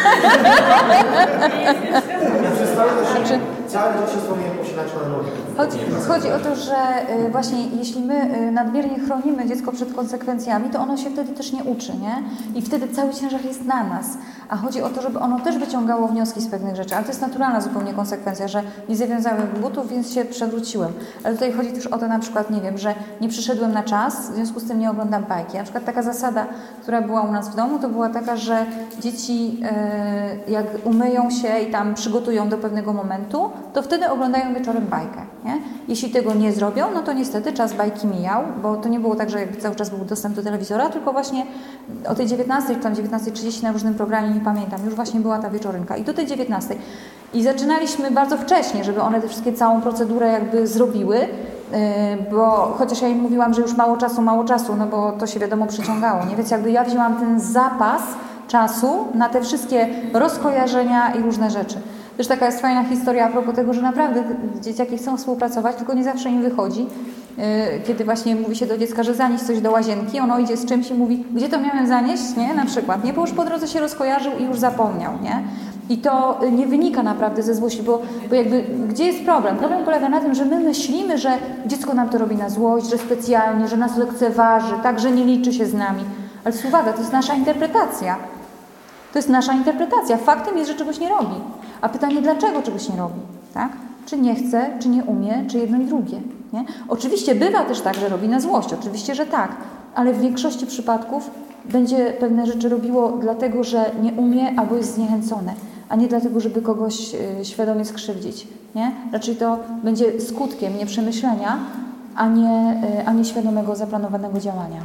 Ja przedstawię to się, całe życie wspomniałem posilać na nogi. Chodzi o to, że właśnie jeśli my nadmiernie chronimy dziecko przed konsekwencjami, to ono się wtedy też nie uczy, nie? I wtedy cały ciężar jest na nas. A chodzi o to, żeby ono też wyciągało wnioski z pewnych rzeczy. Ale to jest naturalna zupełnie konsekwencja, że nie zawiązałem butów, więc się przewróciłem. Ale tutaj chodzi też o to na przykład, nie wiem, że nie przyszedłem na czas, w związku z tym nie oglądam bajki. Na przykład taka zasada, która była u nas w domu, to była taka, że dzieci jak umyją się i tam przygotują do pewnego momentu, momentu, to wtedy oglądają wieczorem bajkę. Nie? Jeśli tego nie zrobią, no to niestety czas bajki mijał, bo to nie było tak, że cały czas był dostęp do telewizora, tylko właśnie o tej 19, czy tam 19:30 na różnym programie, nie pamiętam, już właśnie była ta wieczorynka i do tej 19. I zaczynaliśmy bardzo wcześnie, żeby one te wszystkie całą procedurę jakby zrobiły, bo chociaż ja im mówiłam, że już mało czasu, no bo to się wiadomo przeciągało, nie? Więc jakby ja wzięłam ten zapas czasu na te wszystkie rozkojarzenia i różne rzeczy. Też taka jest fajna historia a propos tego, że naprawdę dzieciaki chcą współpracować, tylko nie zawsze im wychodzi. Kiedy właśnie mówi się do dziecka, że zanieś coś do łazienki, ono idzie z czymś i mówi, gdzie to miałem zanieść, nie? Na przykład, nie? Bo już po drodze się rozkojarzył i już zapomniał, nie? I to nie wynika naprawdę ze złości, bo jakby, gdzie jest problem? Problem polega na tym, że my myślimy, że dziecko nam to robi na złość, że specjalnie, że nas lekceważy, tak, że nie liczy się z nami. Ale uwaga, to jest nasza interpretacja. To jest nasza interpretacja. Faktem jest, że czegoś nie robi. A pytanie, dlaczego czegoś nie robi? Tak? Czy nie chce, czy nie umie, czy jedno i drugie. Nie? Oczywiście bywa też tak, że robi na złość. Oczywiście, że tak. Ale w większości przypadków będzie pewne rzeczy robiło dlatego, że nie umie albo jest zniechęcone, a nie dlatego, żeby kogoś świadomie skrzywdzić. Nie? Raczej to będzie skutkiem nieprzemyślenia, a nie świadomego, zaplanowanego działania.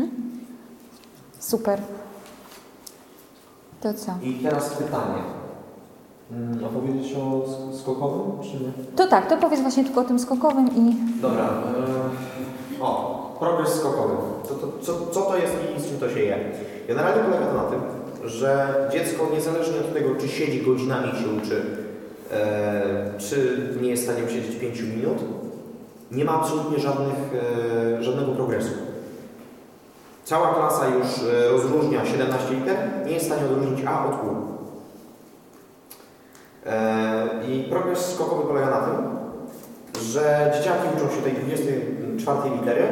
Super. To co? I teraz pytanie. Opowiedzieć o skokowym, czy nie? To tak, to powiedz właśnie tylko o tym skokowym i... Dobra. Progres skokowy. Co to jest i z czym to się je? Generalnie polega to na tym, że dziecko niezależnie od tego, czy siedzi godzinami i się uczy, czy nie jest w stanie usiedzieć 5 minut, nie ma absolutnie żadnego progresu. Cała klasa już rozróżnia 17 liter, nie jest w stanie odróżnić A od U. I progres skokowy polega na tym, że dzieciaki uczą się tej 24 litery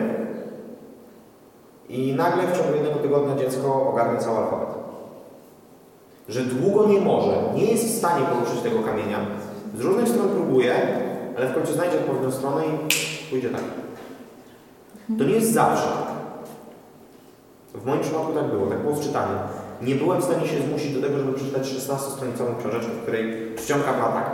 i nagle w ciągu jednego tygodnia dziecko ogarnie cały alfabet. Że długo nie może, nie jest w stanie poruszyć tego kamienia. Z różnych stron próbuje, ale w końcu znajdzie odpowiednią stronę i pójdzie tak. To nie jest zawsze. W moim przypadku tak było z czytaniem. Nie byłem w stanie się zmusić do tego, żeby przeczytać 16-stronicową książeczkę, w której czcionka była taka.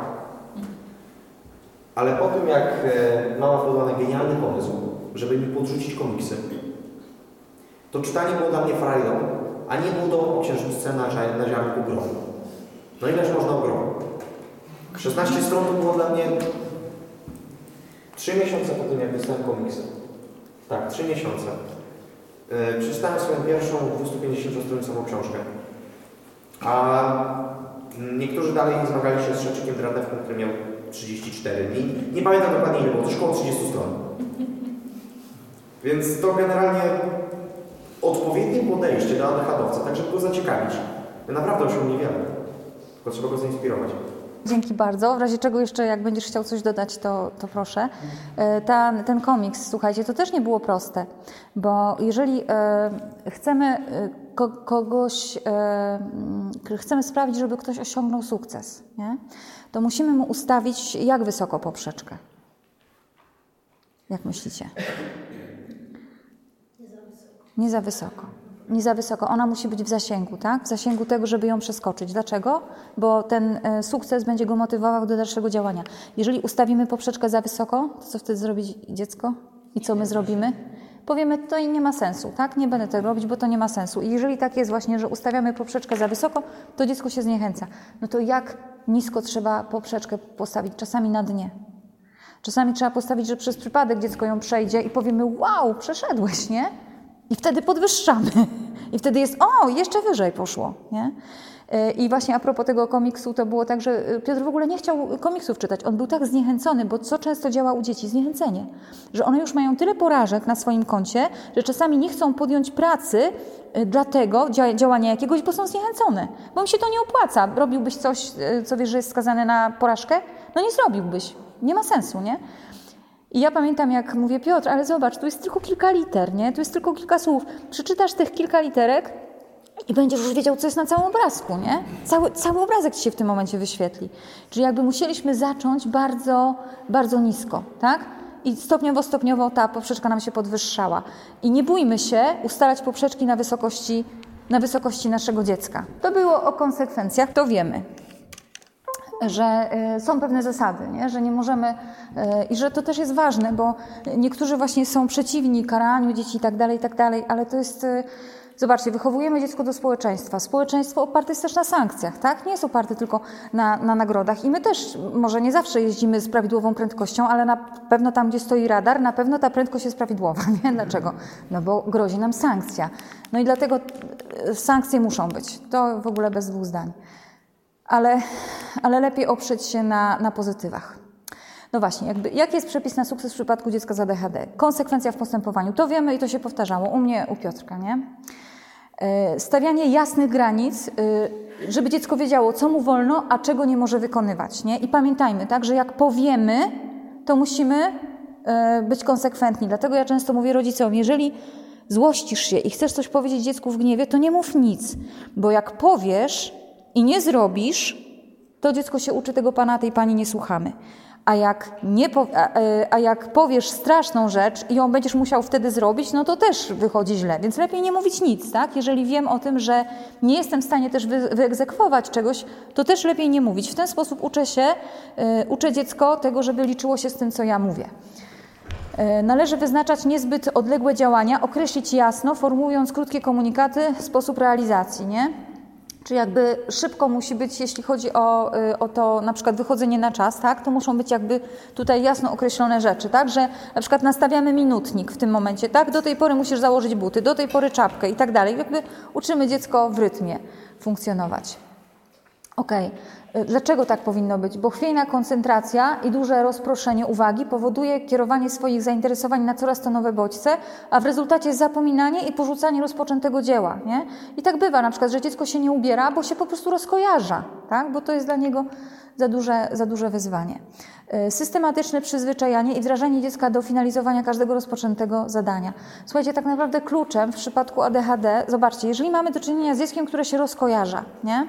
Ale po tym, jak mama wpadła na genialny pomysł, żeby mi podrzucić komiksy, to czytanie było dla mnie frajdą, a nie budą o księżniczce na ziarnku gromu. No ileż można o gromu? 16 stron to było dla mnie 3 miesiące po tym, jak dostałem komiksy. Tak, 3 miesiące. Przeczytałem swoją pierwszą 250-stronicową książkę. A niektórzy dalej zmagali się z Szaczykiem Dranewką, który miał 34 dni. Nie pamiętam dokładnie ile, bo to około 30 stron. Więc to generalnie odpowiednie podejście do ADHD-owca, tak żeby go zaciekawić. Naprawdę osiągnie wiele. Tylko trzeba go zainspirować. Dzięki bardzo. W razie czego jeszcze, jak będziesz chciał coś dodać, to proszę. Ten komiks, słuchajcie, to też nie było proste, bo jeżeli chcemy chcemy sprawić, żeby ktoś osiągnął sukces, nie? To musimy mu ustawić jak wysoko poprzeczkę. Jak myślicie? Nie za wysoko. Nie za wysoko. Ona musi być w zasięgu, tak? W zasięgu tego, żeby ją przeskoczyć. Dlaczego? Bo ten sukces będzie go motywował do dalszego działania. Jeżeli ustawimy poprzeczkę za wysoko, to co wtedy zrobi dziecko? I co my zrobimy? Powiemy, to i nie ma sensu, tak? Nie będę tego robić, bo to nie ma sensu. I jeżeli tak jest właśnie, że ustawiamy poprzeczkę za wysoko, to dziecko się zniechęca. No to jak nisko trzeba poprzeczkę postawić? Czasami na dnie. Czasami trzeba postawić, że przez przypadek dziecko ją przejdzie i powiemy, wow, przeszedłeś, nie? I wtedy podwyższamy. I wtedy jest, jeszcze wyżej poszło, nie? I właśnie a propos tego komiksu, to było tak, że Piotr w ogóle nie chciał komiksów czytać. On był tak zniechęcony, bo co często działa u dzieci? Zniechęcenie. Że one już mają tyle porażek na swoim koncie, że czasami nie chcą podjąć pracy dlatego, działania jakiegoś, bo są zniechęcone. Bo im się to nie opłaca. Robiłbyś coś, co wiesz, że jest skazane na porażkę? No nie zrobiłbyś. Nie ma sensu, nie? I ja pamiętam, jak mówię, Piotr, ale zobacz, tu jest tylko kilka liter, nie? Tu jest tylko kilka słów. Przeczytasz tych kilka literek i będziesz już wiedział, co jest na całym obrazku, nie? Cały obrazek ci się w tym momencie wyświetli. Czyli jakby musieliśmy zacząć bardzo, bardzo nisko, tak? I stopniowo ta poprzeczka nam się podwyższała. I nie bójmy się ustalać poprzeczki na wysokości naszego dziecka. To było o konsekwencjach, to wiemy. że są pewne zasady, nie? Że nie możemy i że to też jest ważne, bo niektórzy właśnie są przeciwni karaniu dzieci i tak dalej, ale to jest... Zobaczcie, wychowujemy dziecko do społeczeństwa. Społeczeństwo oparte jest też na sankcjach, tak? Nie jest oparte tylko na nagrodach. I my też może nie zawsze jeździmy z prawidłową prędkością, ale na pewno tam, gdzie stoi radar, na pewno ta prędkość jest prawidłowa. Nie? Dlaczego? No bo grozi nam sankcja. No i dlatego sankcje muszą być. To w ogóle bez dwóch zdań. Ale lepiej oprzeć się na pozytywach. No właśnie, jaki jest przepis na sukces w przypadku dziecka z ADHD? Konsekwencja w postępowaniu. To wiemy i to się powtarzało. U mnie, u Piotrka, nie? Stawianie jasnych granic, żeby dziecko wiedziało, co mu wolno, a czego nie może wykonywać, nie? I pamiętajmy, tak, że jak powiemy, to musimy być konsekwentni. Dlatego ja często mówię rodzicom, jeżeli złościsz się i chcesz coś powiedzieć dziecku w gniewie, to nie mów nic, bo jak powiesz i nie zrobisz, to dziecko się uczy tego pana, tej pani nie słuchamy. A jak powiesz straszną rzecz i ją będziesz musiał wtedy zrobić, no to też wychodzi źle. Więc lepiej nie mówić nic, tak? Jeżeli wiem o tym, że nie jestem w stanie też wyegzekwować czegoś, to też lepiej nie mówić. W ten sposób uczę dziecko tego, żeby liczyło się z tym, co ja mówię. Należy wyznaczać niezbyt odległe działania, określić jasno, formułując krótkie komunikaty, sposób realizacji, nie? Czy jakby szybko musi być, jeśli chodzi o to na przykład wychodzenie na czas, tak? To muszą być jakby tutaj jasno określone rzeczy, tak? Że na przykład nastawiamy minutnik w tym momencie, tak? Do tej pory musisz założyć buty, do tej pory czapkę i tak dalej. Jakby uczymy dziecko w rytmie funkcjonować. Okej. Dlaczego tak powinno być? Bo chwiejna koncentracja i duże rozproszenie uwagi powoduje kierowanie swoich zainteresowań na coraz to nowe bodźce, a w rezultacie zapominanie i porzucanie rozpoczętego dzieła, nie? I tak bywa na przykład, że dziecko się nie ubiera, bo się po prostu rozkojarza, tak? Bo to jest dla niego za duże wyzwanie. Systematyczne przyzwyczajanie i wdrażanie dziecka do finalizowania każdego rozpoczętego zadania. Słuchajcie, tak naprawdę kluczem w przypadku ADHD, zobaczcie, jeżeli mamy do czynienia z dzieckiem, które się rozkojarza, nie?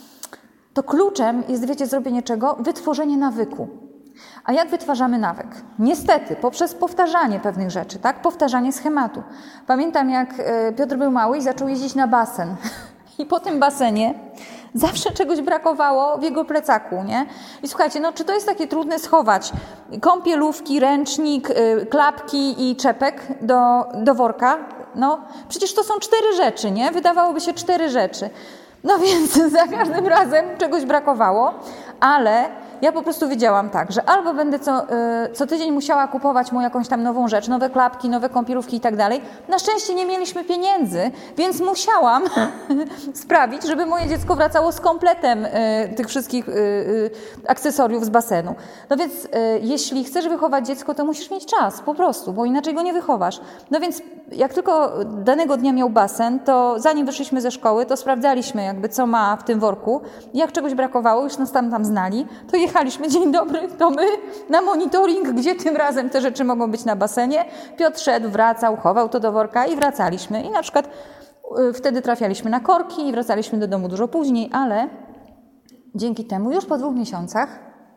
To kluczem jest, wiecie, zrobienie czego? Wytworzenie nawyku. A jak wytwarzamy nawyk? Niestety, poprzez powtarzanie pewnych rzeczy, tak? Powtarzanie schematu. Pamiętam, jak Piotr był mały i zaczął jeździć na basen. I po tym basenie zawsze czegoś brakowało w jego plecaku, nie? I słuchajcie, no czy to jest takie trudne schować kąpielówki, ręcznik, klapki i czepek do worka? No, przecież to są 4 rzeczy, nie? Wydawałoby się 4 rzeczy. No więc za każdym razem czegoś brakowało, ale ja po prostu wiedziałam tak, że albo będę co tydzień musiała kupować mu jakąś tam nową rzecz, nowe klapki, nowe kąpielówki i tak dalej. Na szczęście nie mieliśmy pieniędzy, więc musiałam sprawić, żeby moje dziecko wracało z kompletem tych wszystkich akcesoriów z basenu. No więc jeśli chcesz wychować dziecko, to musisz mieć czas po prostu, bo inaczej go nie wychowasz. No więc jak tylko danego dnia miał basen, to zanim wyszliśmy ze szkoły, to sprawdzaliśmy jakby co ma w tym worku. Jak czegoś brakowało, już nas tam znali, to jechaliśmy, dzień dobry, to my na monitoring, gdzie tym razem te rzeczy mogą być na basenie. Piotr szedł, wracał, chował to do worka i wracaliśmy. I na przykład wtedy trafialiśmy na korki i wracaliśmy do domu dużo później, ale dzięki temu już po 2 miesiącach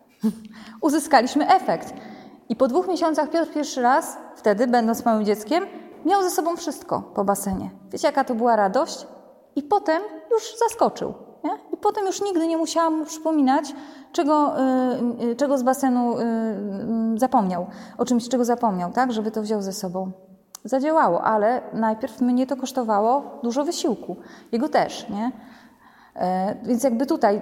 uzyskaliśmy efekt. I po 2 miesiącach Piotr pierwszy raz, wtedy będąc małym dzieckiem, miał ze sobą wszystko po basenie. Wiecie, jaka to była radość? I potem już zaskoczył. Nie? I potem już nigdy nie musiałam mu przypominać, czego z basenu zapomniał, o czymś, czego zapomniał, tak, żeby to wziął ze sobą. Zadziałało, ale najpierw mnie to kosztowało dużo wysiłku. Jego też, nie? Więc jakby tutaj,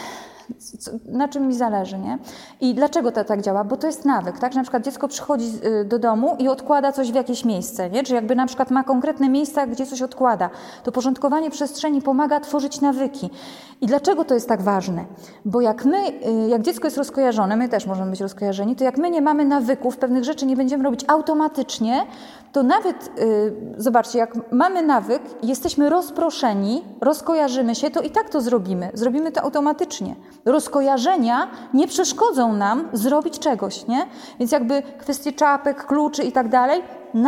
na czym mi zależy, nie? I dlaczego to tak działa? Bo to jest nawyk, tak? Że na przykład dziecko przychodzi do domu i odkłada coś w jakieś miejsce, nie? Czy jakby na przykład ma konkretne miejsca, gdzie coś odkłada. To porządkowanie przestrzeni pomaga tworzyć nawyki. I dlaczego to jest tak ważne? Bo jak dziecko jest rozkojarzone, my też możemy być rozkojarzeni, to jak my nie mamy nawyków, pewnych rzeczy nie będziemy robić automatycznie, to nawet, zobaczcie, jak mamy nawyk, jesteśmy rozproszeni, rozkojarzymy się, to i tak to zrobimy. Zrobimy to automatycznie. Rozkojarzenia nie przeszkodzą nam zrobić czegoś, nie? Więc jakby kwestie czapek, kluczy i tak dalej,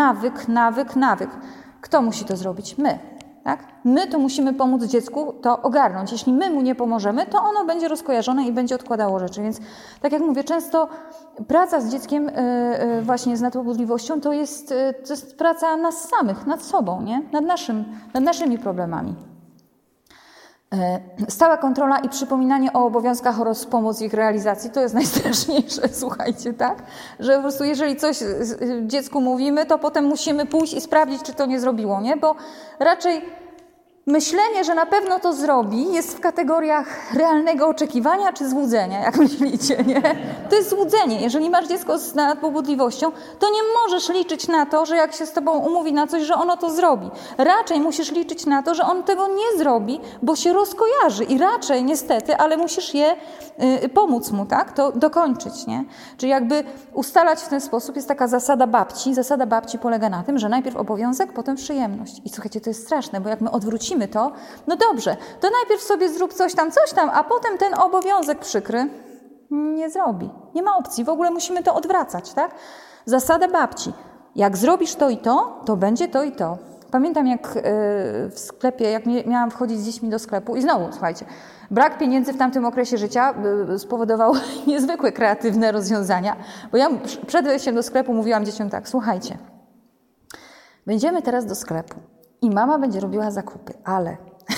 nawyk. Kto musi to zrobić? My. Tak? My to musimy pomóc dziecku to ogarnąć. Jeśli my mu nie pomożemy, to ono będzie rozkojarzone i będzie odkładało rzeczy. Więc tak jak mówię, często praca z dzieckiem właśnie z nadpobudliwością to jest praca nas samych, nad sobą, nie? Nad naszymi problemami. Stała kontrola i przypominanie o obowiązkach oraz pomoc w ich realizacji to jest najstraszniejsze, słuchajcie, tak? Że po prostu jeżeli coś dziecku mówimy, to potem musimy pójść i sprawdzić, czy to nie zrobiło, nie? Bo raczej myślenie, że na pewno to zrobi, jest w kategoriach realnego oczekiwania czy złudzenia, jak myślicie, nie? To jest złudzenie. Jeżeli masz dziecko z nadpobudliwością, to nie możesz liczyć na to, że jak się z tobą umówi na coś, że ono to zrobi. Raczej musisz liczyć na to, że on tego nie zrobi, bo się rozkojarzy i raczej niestety, ale musisz pomóc mu, tak? To dokończyć, nie? Czyli jakby ustalać w ten sposób jest taka zasada babci. Zasada babci polega na tym, że najpierw obowiązek, potem przyjemność. I słuchajcie, to jest straszne, bo jak my odwrócimy to, no dobrze, to najpierw sobie zrób coś tam, a potem ten obowiązek przykry nie zrobi. Nie ma opcji, w ogóle musimy to odwracać, tak? Zasada babci. Jak zrobisz to i to będzie to i to. Pamiętam jak w sklepie, jak miałam wchodzić z dziećmi do sklepu i znowu, słuchajcie, brak pieniędzy w tamtym okresie życia spowodował niezwykłe kreatywne rozwiązania, bo ja przed wejściem do sklepu mówiłam dzieciom tak, słuchajcie, będziemy teraz do sklepu i mama będzie robiła zakupy, ale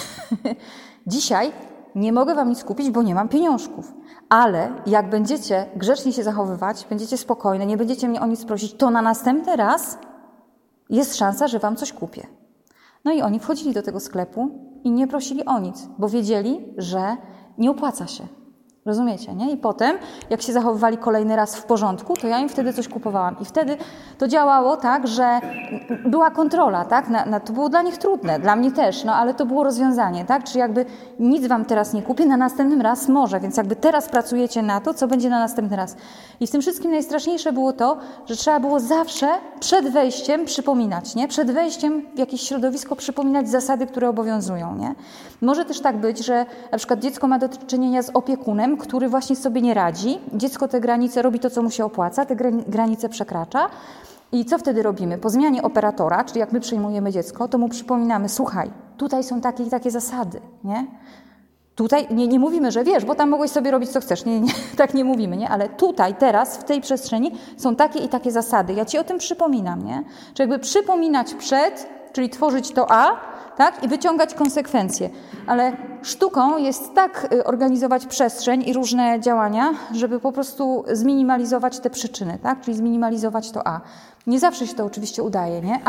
dzisiaj nie mogę wam nic kupić, bo nie mam pieniążków. Ale jak będziecie grzecznie się zachowywać, będziecie spokojne, nie będziecie mnie o nic prosić, to na następny raz jest szansa, że wam coś kupię. No i oni wchodzili do tego sklepu i nie prosili o nic, bo wiedzieli, że nie opłaca się. Rozumiecie, nie? I potem, jak się zachowywali kolejny raz w porządku, to ja im wtedy coś kupowałam. I wtedy to działało tak, że była kontrola, tak? To było dla nich trudne, dla mnie też, no ale to było rozwiązanie, tak? Czyli jakby nic wam teraz nie kupię, na następnym raz może, więc jakby teraz pracujecie na to, co będzie na następny raz. I w tym wszystkim najstraszniejsze było to, że trzeba było zawsze przed wejściem przypominać, nie? Przed wejściem w jakieś środowisko przypominać zasady, które obowiązują, nie? Może też tak być, że na przykład dziecko ma do czynienia z opiekunem, który właśnie sobie nie radzi. Dziecko te granice robi to, co mu się opłaca, te granice przekracza. I co wtedy robimy? Po zmianie operatora, czyli jak my przyjmujemy dziecko, to mu przypominamy, słuchaj, tutaj są takie i takie zasady, nie? Tutaj nie mówimy, że wiesz, bo tam mogłeś sobie robić, co chcesz. Nie, tak nie mówimy, nie? Ale tutaj, teraz, w tej przestrzeni są takie i takie zasady. Ja ci o tym przypominam, nie? Czyli jakby przypominać czyli tworzyć to tak? I wyciągać konsekwencje. Ale sztuką jest tak organizować przestrzeń i różne działania, żeby po prostu zminimalizować te przyczyny, tak? Czyli zminimalizować to Nie zawsze się to oczywiście udaje, nie?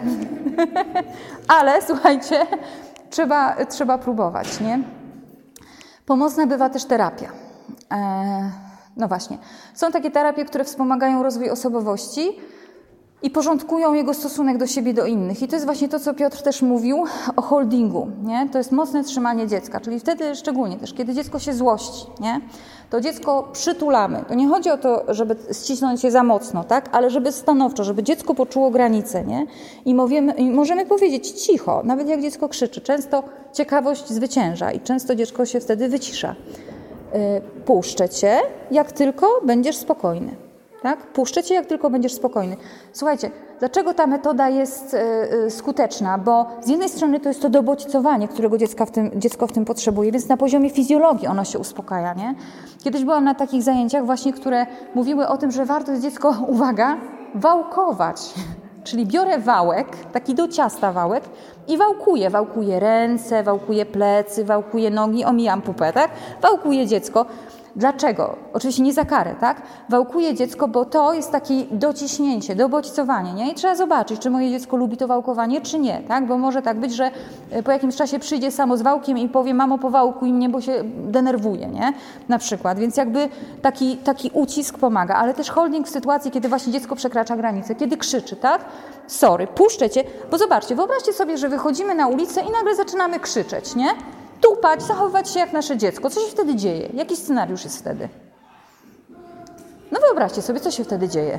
Ale słuchajcie, trzeba próbować, nie? Pomocna bywa też terapia. No właśnie. Są takie terapie, które wspomagają rozwój osobowości i porządkują jego stosunek do siebie, do innych. I to jest właśnie to, co Piotr też mówił o holdingu, nie? To jest mocne trzymanie dziecka, czyli wtedy szczególnie też, kiedy dziecko się złości, nie? To dziecko przytulamy. To nie chodzi o to, żeby ścisnąć je za mocno, tak? Ale żeby stanowczo, żeby dziecko poczuło granice, nie? I możemy powiedzieć cicho, nawet jak dziecko krzyczy. Często ciekawość zwycięża i często dziecko się wtedy wycisza. Puszczę cię, jak tylko będziesz spokojny. Tak? Puszczę cię, jak tylko będziesz spokojny. Słuchajcie, dlaczego ta metoda jest skuteczna? Bo z jednej strony to jest to dobodźcowanie, którego dziecko w tym potrzebuje, więc na poziomie fizjologii ono się uspokaja, nie? Kiedyś byłam na takich zajęciach właśnie, które mówiły o tym, że warto jest dziecko, uwaga, wałkować. Czyli biorę wałek, taki do ciasta wałek i wałkuję ręce, wałkuję plecy, wałkuję nogi, omijam pupę, tak? Wałkuję dziecko. Dlaczego? Oczywiście nie za karę, tak? Wałkuję dziecko, bo to jest takie dociśnięcie, dobodźcowanie, nie? I trzeba zobaczyć, czy moje dziecko lubi to wałkowanie, czy nie, tak? Bo może tak być, że po jakimś czasie przyjdzie samo z wałkiem i powie, mamo, powałkuj mnie, bo się denerwuje, nie? Na przykład. Więc jakby taki ucisk pomaga, ale też holding w sytuacji, kiedy właśnie dziecko przekracza granicę, kiedy krzyczy, tak? Sorry, puszczę cię, bo zobaczcie, wyobraźcie sobie, że wychodzimy na ulicę i nagle zaczynamy krzyczeć, nie? Tupać, zachowywać się jak nasze dziecko. Co się wtedy dzieje? Jaki scenariusz jest wtedy? No wyobraźcie sobie, co się wtedy dzieje.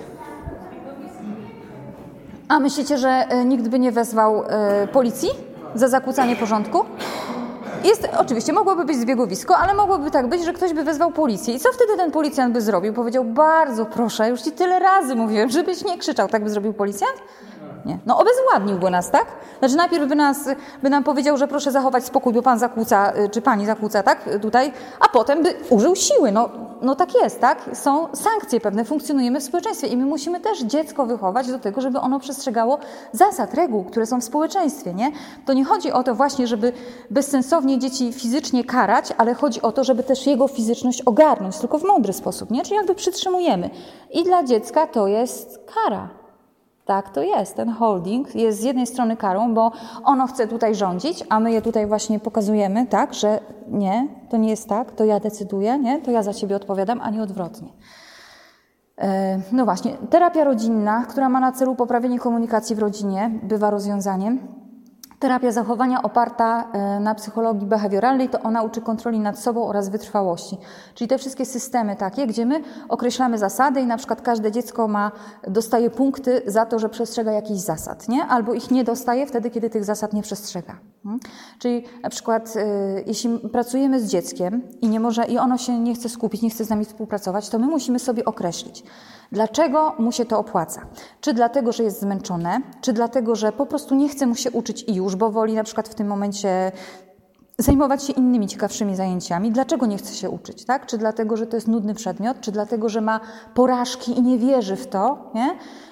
A myślicie, że nikt by nie wezwał policji za zakłócanie porządku? Oczywiście, mogłoby być zbiegowisko, ale mogłoby tak być, że ktoś by wezwał policję. I co wtedy ten policjant by zrobił? Powiedział, bardzo proszę, już ci tyle razy mówiłem, żebyś nie krzyczał. Tak by zrobił policjant? Nie? No obezwładniłby nas, tak? Znaczy najpierw by nam powiedział, że proszę zachować spokój, bo pan zakłóca, czy pani zakłóca, tak? Tutaj, a potem by użył siły. No tak jest, tak? Są sankcje pewne, funkcjonujemy w społeczeństwie i my musimy też dziecko wychować do tego, żeby ono przestrzegało zasad, reguł, które są w społeczeństwie, nie? To nie chodzi o to właśnie, żeby bezsensownie dzieci fizycznie karać, ale chodzi o to, żeby też jego fizyczność ogarnąć, tylko w mądry sposób, nie? Czyli jakby przytrzymujemy. I dla dziecka to jest kara. Tak, to jest. Ten holding jest z jednej strony karą, bo ono chce tutaj rządzić, a my je tutaj właśnie pokazujemy, tak, że nie, to nie jest tak, to ja decyduję, nie, to ja za ciebie odpowiadam, a nie odwrotnie. No właśnie, terapia rodzinna, która ma na celu poprawienie komunikacji w rodzinie, bywa rozwiązaniem. Terapia zachowania oparta na psychologii behawioralnej, to ona uczy kontroli nad sobą oraz wytrwałości. Czyli te wszystkie systemy takie, gdzie my określamy zasady i na przykład każde dziecko dostaje punkty za to, że przestrzega jakichś zasad, nie? Albo ich nie dostaje wtedy, kiedy tych zasad nie przestrzega. Czyli na przykład jeśli pracujemy z dzieckiem i ono się nie chce skupić, nie chce z nami współpracować, to my musimy sobie określić, dlaczego mu się to opłaca. Czy dlatego, że jest zmęczone, czy dlatego, że po prostu nie chce mu się uczyć i już, bo woli na przykład w tym momencie zajmować się innymi ciekawszymi zajęciami. Dlaczego nie chce się uczyć, tak? Czy dlatego, że to jest nudny przedmiot, czy dlatego, że ma porażki i nie wierzy w to, nie?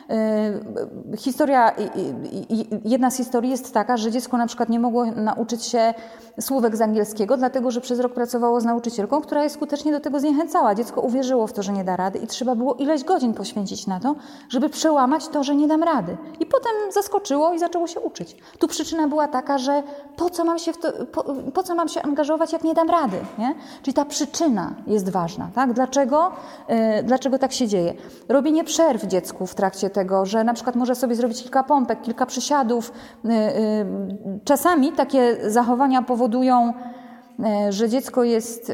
Jedna z historii jest taka, że dziecko na przykład nie mogło nauczyć się słówek z angielskiego, dlatego że przez rok pracowało z nauczycielką, która je skutecznie do tego zniechęcała. Dziecko uwierzyło w to, że nie da rady i trzeba było ileś godzin poświęcić na to, żeby przełamać to, że nie dam rady. I potem zaskoczyło i zaczęło się uczyć. Tu przyczyna była taka, że po co mam się angażować, jak nie dam rady, nie? Czyli ta przyczyna jest ważna, tak? Dlaczego tak się dzieje? Robienie przerw dziecku w trakcie tego, że na przykład może sobie zrobić kilka pompek, kilka przysiadów. Czasami takie zachowania powodują, że dziecko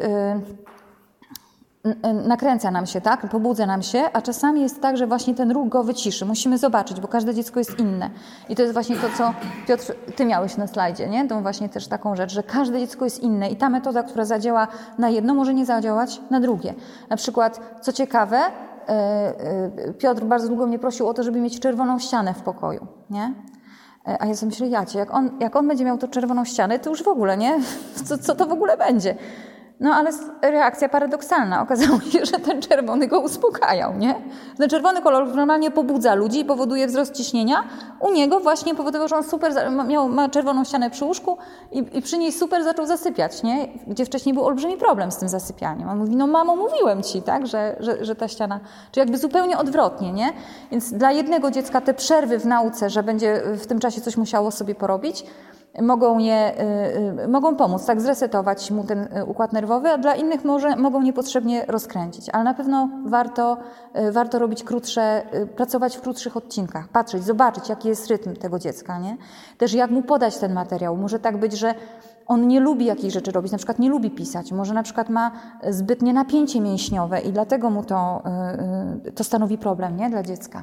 nakręca nam się, tak? Pobudza nam się, a czasami jest tak, że właśnie ten ruch go wyciszy. Musimy zobaczyć, bo każde dziecko jest inne. I to jest właśnie to, co Piotr, ty miałeś na slajdzie, nie? To właśnie też taką rzecz, że każde dziecko jest inne i ta metoda, która zadziała na jedno, może nie zadziałać na drugie. Na przykład, co ciekawe, Piotr bardzo długo mnie prosił o to, żeby mieć czerwoną ścianę w pokoju, nie? A ja sobie myślę, jak on będzie miał tą czerwoną ścianę, to już w ogóle, nie? Co to w ogóle będzie? No ale reakcja paradoksalna. Okazało się, że ten czerwony go uspokajał, nie? Ten czerwony kolor normalnie pobudza ludzi i powoduje wzrost ciśnienia. U niego właśnie powodował, że on ma czerwoną ścianę przy łóżku i przy niej super zaczął zasypiać, nie? Gdzie wcześniej był olbrzymi problem z tym zasypianiem. On mówi, no mamo, mówiłem ci, tak? Że ta ściana... Czy jakby zupełnie odwrotnie, nie? Więc dla jednego dziecka te przerwy w nauce, że będzie w tym czasie coś musiało sobie porobić, mogą pomóc, tak, zresetować mu ten układ nerwowy, a dla innych mogą niepotrzebnie rozkręcić. Ale na pewno warto robić pracować w krótszych odcinkach, patrzeć, zobaczyć, jaki jest rytm tego dziecka, nie? Też jak mu podać ten materiał. Może tak być, że on nie lubi jakichś rzeczy robić, na przykład nie lubi pisać, może na przykład ma zbytnie napięcie mięśniowe i dlatego mu to stanowi problem, nie? Dla dziecka.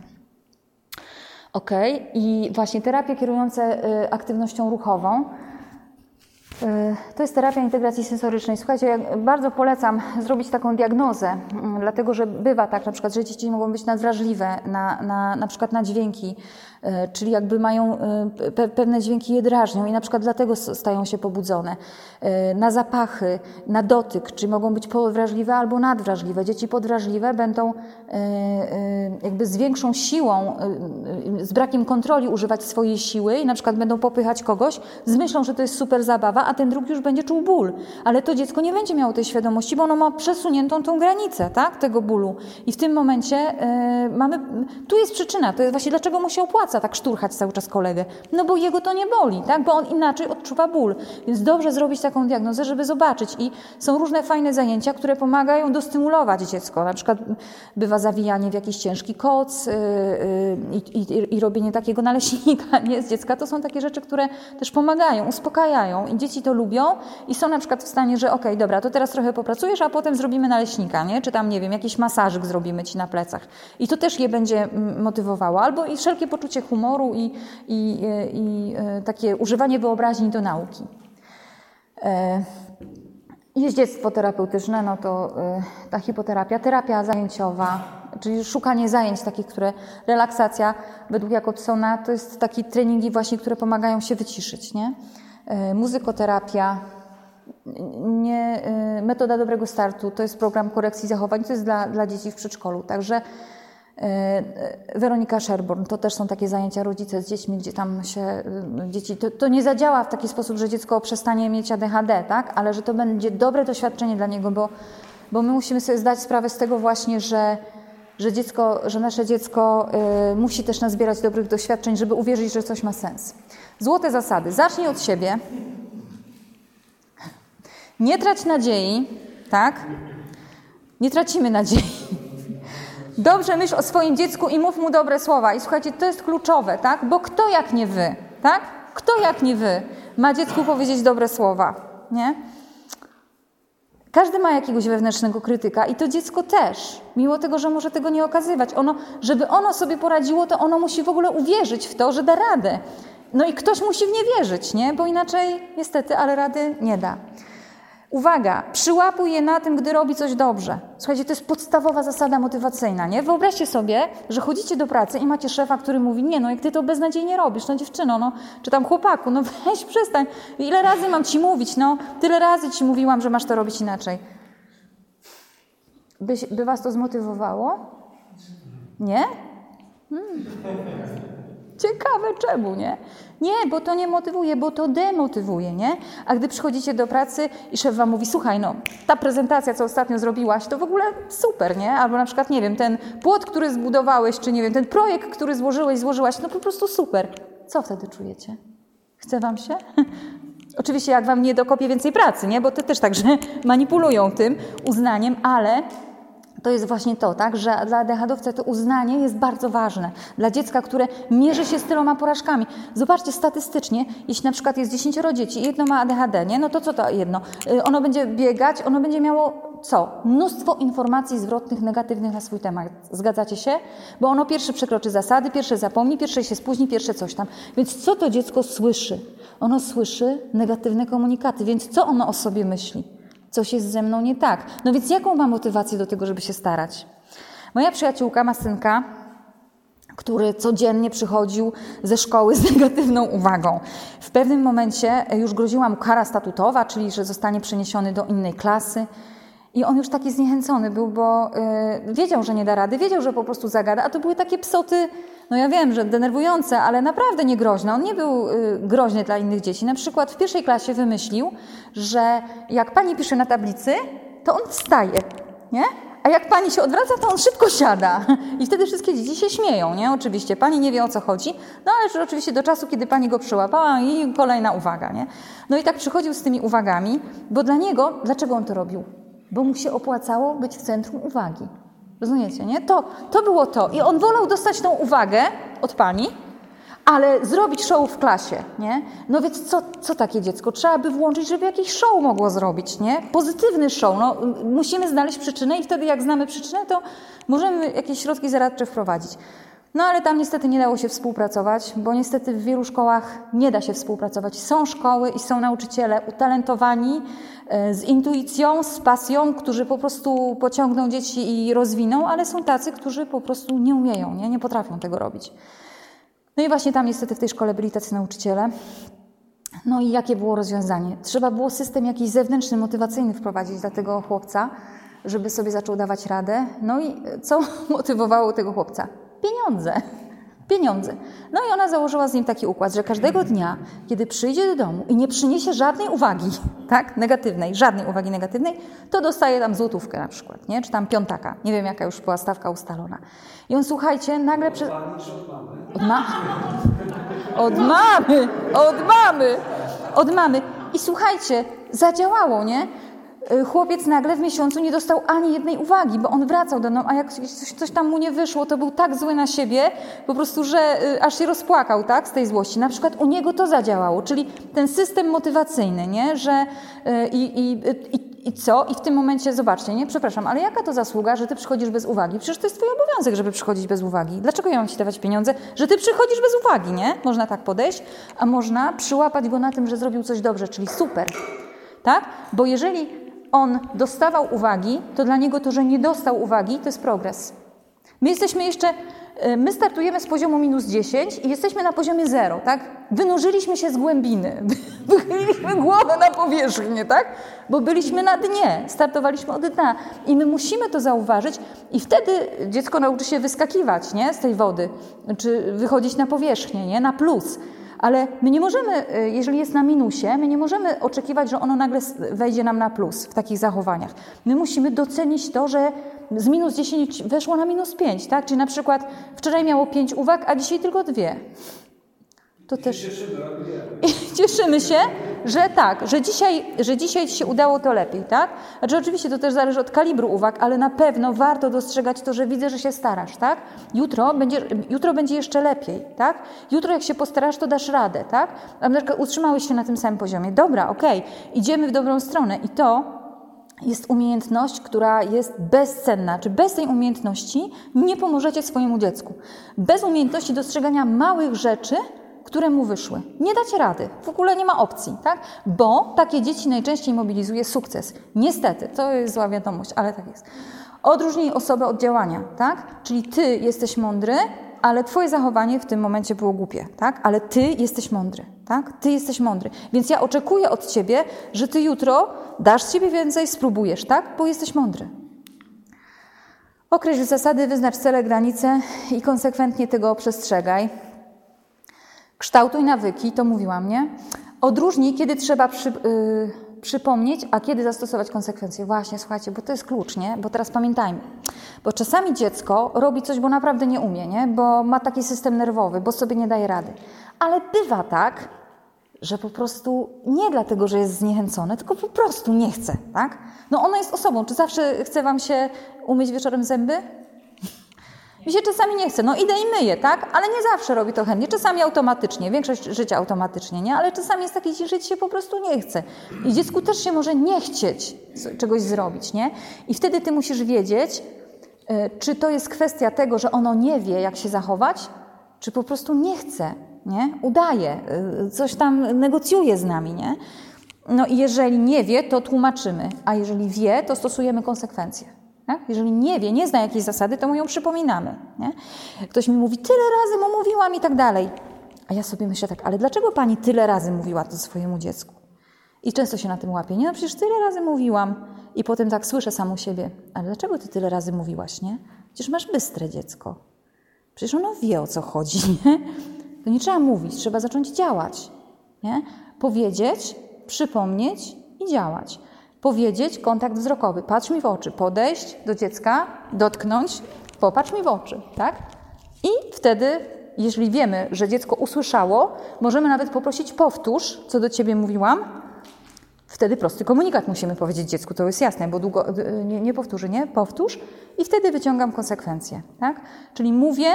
I właśnie terapie kierujące aktywnością ruchową. To jest terapia integracji sensorycznej. Słuchajcie, ja bardzo polecam zrobić taką diagnozę, dlatego że bywa tak na przykład, że dzieci mogą być nadwrażliwe na przykład na dźwięki, czyli jakby mają pewne dźwięki je drażnią i na przykład dlatego stają się pobudzone. Na zapachy, na dotyk, czyli mogą być podwrażliwe albo nadwrażliwe. Dzieci podwrażliwe będą jakby z większą siłą, z brakiem kontroli używać swojej siły i na przykład będą popychać kogoś z myślą, że to jest super zabawa, a ten drugi już będzie czuł ból. Ale to dziecko nie będzie miało tej świadomości, bo ono ma przesuniętą tą granicę, tak, tego bólu. I w tym momencie tu jest przyczyna, to jest właśnie dlaczego mu się opłaca tak szturchać cały czas kolegę. No bo jego to nie boli, tak, bo on inaczej odczuwa ból. Więc dobrze zrobić taką diagnozę, żeby zobaczyć. I są różne fajne zajęcia, które pomagają dostymulować dziecko. Na przykład bywa zawijanie w jakiś ciężki koc i robienie takiego naleśnika, nie, z dziecka. To są takie rzeczy, które też pomagają, uspokajają i dzieci to lubią i są na przykład w stanie, że okej, dobra, to teraz trochę popracujesz, a potem zrobimy naleśnika, nie? Czy tam, nie wiem, jakiś masażyk zrobimy ci na plecach. I to też je będzie motywowało. Albo i wszelkie poczucie humoru i takie używanie wyobraźni do nauki. Jeździectwo terapeutyczne, no to ta hipoterapia, terapia zajęciowa, czyli szukanie zajęć takich, które relaksacja według Jacobsona to jest takie treningi właśnie, które pomagają się wyciszyć, nie? Muzykoterapia, metoda dobrego startu, to jest program korekcji zachowań, to jest dla dzieci w przedszkolu, także Weronika Sherborn, to też są takie zajęcia rodzice z dziećmi, gdzie tam się dzieci, to nie zadziała w taki sposób, że dziecko przestanie mieć ADHD, tak? Ale że to będzie dobre doświadczenie dla niego, bo my musimy sobie zdać sprawę z tego właśnie, że nasze dziecko musi też nazbierać dobrych doświadczeń, żeby uwierzyć, że coś ma sens. Złote zasady. Zacznij od siebie. Nie trać nadziei, tak? Nie tracimy nadziei. Dobrze myśl o swoim dziecku i mów mu dobre słowa. I słuchajcie, to jest kluczowe, tak? Bo kto jak nie wy, tak? Kto jak nie wy ma dziecku powiedzieć dobre słowa, nie? Każdy ma jakiegoś wewnętrznego krytyka i to dziecko też, mimo tego, że może tego nie okazywać. Żeby ono sobie poradziło, to ono musi w ogóle uwierzyć w to, że da radę. No i ktoś musi w nie wierzyć, nie? Bo inaczej niestety, ale rady nie da. Uwaga, przyłapuj je na tym, gdy robi coś dobrze. Słuchajcie, to jest podstawowa zasada motywacyjna, nie? Wyobraźcie sobie, że chodzicie do pracy i macie szefa, który mówi, nie no, jak ty to beznadziejnie robisz, no dziewczyno, no, czy tam chłopaku, no weź, przestań. Ile razy mam ci mówić, no, tyle razy ci mówiłam, że masz to robić inaczej. By was to zmotywowało? Nie? Ciekawe czemu, nie? Nie, bo to nie motywuje, bo to demotywuje, nie? A gdy przychodzicie do pracy i szef wam mówi, słuchaj, no, ta prezentacja, co ostatnio zrobiłaś, to w ogóle super, nie? Albo na przykład, nie wiem, ten płot, który zbudowałeś, czy nie wiem, ten projekt, który złożyłaś, no po prostu super. Co wtedy czujecie? Chce wam się? Oczywiście jak wam nie dokopie więcej pracy, nie? Bo to też tak, że manipulują tym uznaniem, ale to jest właśnie to, tak, że dla ADHD-owca to uznanie jest bardzo ważne. Dla dziecka, które mierzy się z tyloma porażkami. Zobaczcie, statystycznie, jeśli na przykład jest 10 dzieci i jedno ma ADHD, nie? No to co to jedno? Ono będzie biegać, ono będzie miało co? Mnóstwo informacji zwrotnych, negatywnych na swój temat. Zgadzacie się? Bo ono pierwsze przekroczy zasady, pierwsze zapomni, pierwsze się spóźni, pierwsze coś tam. Więc co to dziecko słyszy? Ono słyszy negatywne komunikaty, więc co ono o sobie myśli? Coś jest ze mną nie tak. No więc jaką ma motywację do tego, żeby się starać? Moja przyjaciółka ma synka, który codziennie przychodził ze szkoły z negatywną uwagą. W pewnym momencie już groziła mu kara statutowa, czyli że zostanie przeniesiony do innej klasy. I on już taki zniechęcony był, bo wiedział, że nie da rady, wiedział, że po prostu zagada, a to były takie psoty, no ja wiem, że denerwujące, ale naprawdę nie groźne. On nie był groźny dla innych dzieci. Na przykład w pierwszej klasie wymyślił, że jak pani pisze na tablicy, to on wstaje, nie? A jak pani się odwraca, to on szybko siada. I wtedy wszystkie dzieci się śmieją, nie? Oczywiście, pani nie wie, o co chodzi, no ale oczywiście do czasu, kiedy pani go przyłapała i kolejna uwaga, nie? No i tak przychodził z tymi uwagami, bo dla niego, dlaczego on to robił? Bo mu się opłacało być w centrum uwagi. Rozumiecie, nie? To było to. I on wolał dostać tą uwagę od pani, ale zrobić show w klasie, nie? No więc co takie dziecko? Trzeba by włączyć, żeby jakiś show mogło zrobić, nie? Pozytywny show. No, musimy znaleźć przyczynę i wtedy jak znamy przyczynę, to możemy jakieś środki zaradcze wprowadzić. No ale tam niestety nie dało się współpracować, bo niestety w wielu szkołach nie da się współpracować. Są szkoły i są nauczyciele utalentowani, z intuicją, z pasją, którzy po prostu pociągną dzieci i rozwiną, ale są tacy, którzy po prostu nie umieją, nie potrafią tego robić. No i właśnie tam niestety w tej szkole byli tacy nauczyciele. No i jakie było rozwiązanie? Trzeba było system jakiś zewnętrzny, motywacyjny wprowadzić dla tego chłopca, żeby sobie zaczął dawać radę. No i co motywowało tego chłopca? Pieniądze. No i ona założyła z nim taki układ, że każdego dnia, kiedy przyjdzie do domu i nie przyniesie żadnej uwagi, tak, negatywnej, żadnej uwagi negatywnej, to dostaje tam złotówkę na przykład, nie? Czy tam piątaka. Nie wiem, jaka już była stawka ustalona. I on, słuchajcie, nagle... Od mamy. I słuchajcie, zadziałało, nie? Chłopiec nagle w miesiącu nie dostał ani jednej uwagi, bo on wracał do domu, a jak coś tam mu nie wyszło, to był tak zły na siebie, po prostu, że aż się rozpłakał, tak, z tej złości. Na przykład u niego to zadziałało, czyli ten system motywacyjny, nie, że i co? I w tym momencie, zobaczcie, nie, przepraszam, ale jaka to zasługa, że ty przychodzisz bez uwagi? Przecież to jest twój obowiązek, żeby przychodzić bez uwagi. Dlaczego ja mam ci dawać pieniądze, że ty przychodzisz bez uwagi, nie? Można tak podejść, a można przyłapać go na tym, że zrobił coś dobrze, czyli super, tak? Bo jeżeli on dostawał uwagi, to dla niego to, że nie dostał uwagi, to jest progres. My startujemy z poziomu -10 i jesteśmy na poziomie 0, tak? Wynurzyliśmy się z głębiny, wychyliliśmy głowę na powierzchnię, tak? Bo byliśmy na dnie, startowaliśmy od dna i my musimy to zauważyć i wtedy dziecko nauczy się wyskakiwać, nie? Z tej wody, czy wychodzić na powierzchnię, nie? Na plus. Ale my nie możemy, jeżeli jest na minusie, my nie możemy oczekiwać, że ono nagle wejdzie nam na plus w takich zachowaniach. My musimy docenić to, że z -10 weszło na -5, tak? Czyli na przykład wczoraj miało 5 uwag, a dzisiaj tylko 2. To też... I cieszymy się, że tak, że dzisiaj się udało to lepiej, tak? Znaczy oczywiście to też zależy od kalibru uwag, ale na pewno warto dostrzegać to, że widzę, że się starasz, tak? Jutro będzie jeszcze lepiej, tak? Jutro jak się postarasz, to dasz radę, tak? A na przykład utrzymałeś się na tym samym poziomie. Dobra, okej, idziemy w dobrą stronę i to jest umiejętność, która jest bezcenna. Czy bez tej umiejętności nie pomożecie swojemu dziecku? Bez umiejętności dostrzegania małych rzeczy, które mu wyszły. Nie dacie rady. W ogóle nie ma opcji, tak? Bo takie dzieci najczęściej mobilizuje sukces. Niestety, to jest zła wiadomość, ale tak jest. Odróżnij osobę od działania, tak? Czyli ty jesteś mądry, ale twoje zachowanie w tym momencie było głupie, tak? Ale ty jesteś mądry, tak? Ty jesteś mądry. Więc ja oczekuję od ciebie, że ty jutro dasz z siebie więcej, spróbujesz, tak? Bo jesteś mądry. Określ zasady, wyznacz cele, granice i konsekwentnie tego przestrzegaj. Kształtuj nawyki, to mówiłam, nie? Odróżnij, kiedy trzeba przypomnieć, a kiedy zastosować konsekwencje. Właśnie, słuchajcie, bo to jest klucz, nie? Bo teraz pamiętajmy. Bo czasami dziecko robi coś, bo naprawdę nie umie, nie? Bo ma taki system nerwowy, bo sobie nie daje rady. Ale bywa tak, że po prostu nie dlatego, że jest zniechęcone, tylko po prostu nie chce, tak? No ono jest osobą. Czy zawsze chce wam się umyć wieczorem zęby? Mi się czasami nie chce, no idę i myję, tak? Ale nie zawsze robi to chętnie, czasami automatycznie, większość życia automatycznie, nie? Ale czasami jest taki dzień, że ci się po prostu nie chce. I dziecku też się może nie chcieć czegoś zrobić, nie? I wtedy ty musisz wiedzieć, czy to jest kwestia tego, że ono nie wie, jak się zachować, czy po prostu nie chce, nie? Udaje, coś tam negocjuje z nami, nie? No i jeżeli nie wie, to tłumaczymy, a jeżeli wie, to stosujemy konsekwencje. Tak? Jeżeli nie wie, nie zna jakiejś zasady, to mu ją przypominamy. Nie? Ktoś mi mówi, tyle razy mu mówiłam i tak dalej. A ja sobie myślę tak, ale dlaczego pani tyle razy mówiła to swojemu dziecku? I często się na tym łapię. Nie, no przecież tyle razy mówiłam. I potem tak słyszę samą siebie, ale dlaczego ty tyle razy mówiłaś, nie? Przecież masz bystre dziecko. Przecież ono wie, o co chodzi, nie? To nie trzeba mówić, trzeba zacząć działać. Nie? Powiedzieć, przypomnieć i działać. Powiedzieć, kontakt wzrokowy, patrz mi w oczy, podejść do dziecka, dotknąć, popatrz mi w oczy, tak? I wtedy, jeżeli wiemy, że dziecko usłyszało, możemy nawet poprosić powtórz, co do ciebie mówiłam. Wtedy prosty komunikat musimy powiedzieć dziecku, to jest jasne, bo długo nie powtórzy, nie? Powtórz i wtedy wyciągam konsekwencje, tak? Czyli mówię,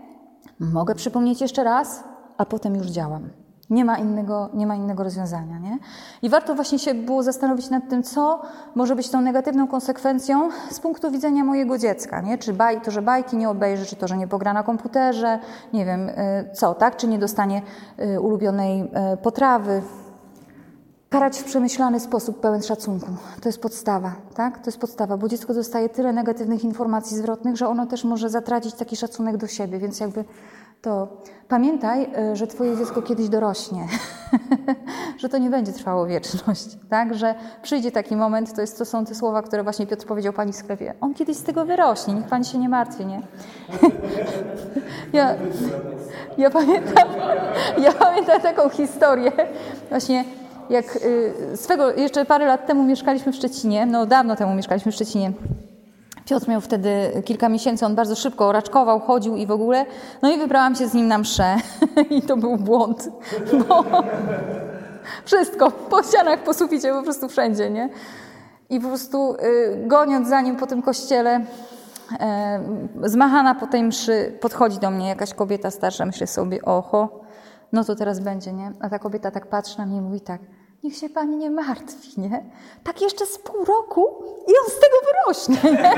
mogę przypomnieć jeszcze raz, a potem już działam. Nie ma innego rozwiązania, nie? I warto właśnie się było zastanowić nad tym, co może być tą negatywną konsekwencją z punktu widzenia mojego dziecka, nie? Czy to, że bajki nie obejrzy, czy to, że nie pogra na komputerze, nie wiem co, tak? Czy nie dostanie ulubionej potrawy. Karać w przemyślany sposób, pełen szacunku. To jest podstawa, tak? To jest podstawa, bo dziecko dostaje tyle negatywnych informacji zwrotnych, że ono też może zatracić taki szacunek do siebie, więc jakby to pamiętaj, że twoje dziecko kiedyś dorośnie, że to nie będzie trwało wieczność, tak? Że przyjdzie taki moment, to są te słowa, które właśnie Piotr powiedział pani w sklepie. On kiedyś z tego wyrośnie, niech pani się nie martwi, nie? Ja pamiętam taką historię, właśnie jak jeszcze parę lat temu mieszkaliśmy w Szczecinie, no dawno temu mieszkaliśmy w Szczecinie. Piotr miał wtedy kilka miesięcy, on bardzo szybko raczkował, chodził i w ogóle. No i wybrałam się z nim na mszę i to był błąd, bo wszystko, po ścianach, po suficie, po prostu wszędzie, nie? I po prostu goniąc za nim po tym kościele, zmachana po tej mszy, podchodzi do mnie jakaś kobieta starsza, myślę sobie, oho, no to teraz będzie, nie? A ta kobieta tak patrzy na mnie i mówi tak, niech się pani nie martwi, nie? Tak jeszcze z pół roku i on z tego wyrośnie, nie?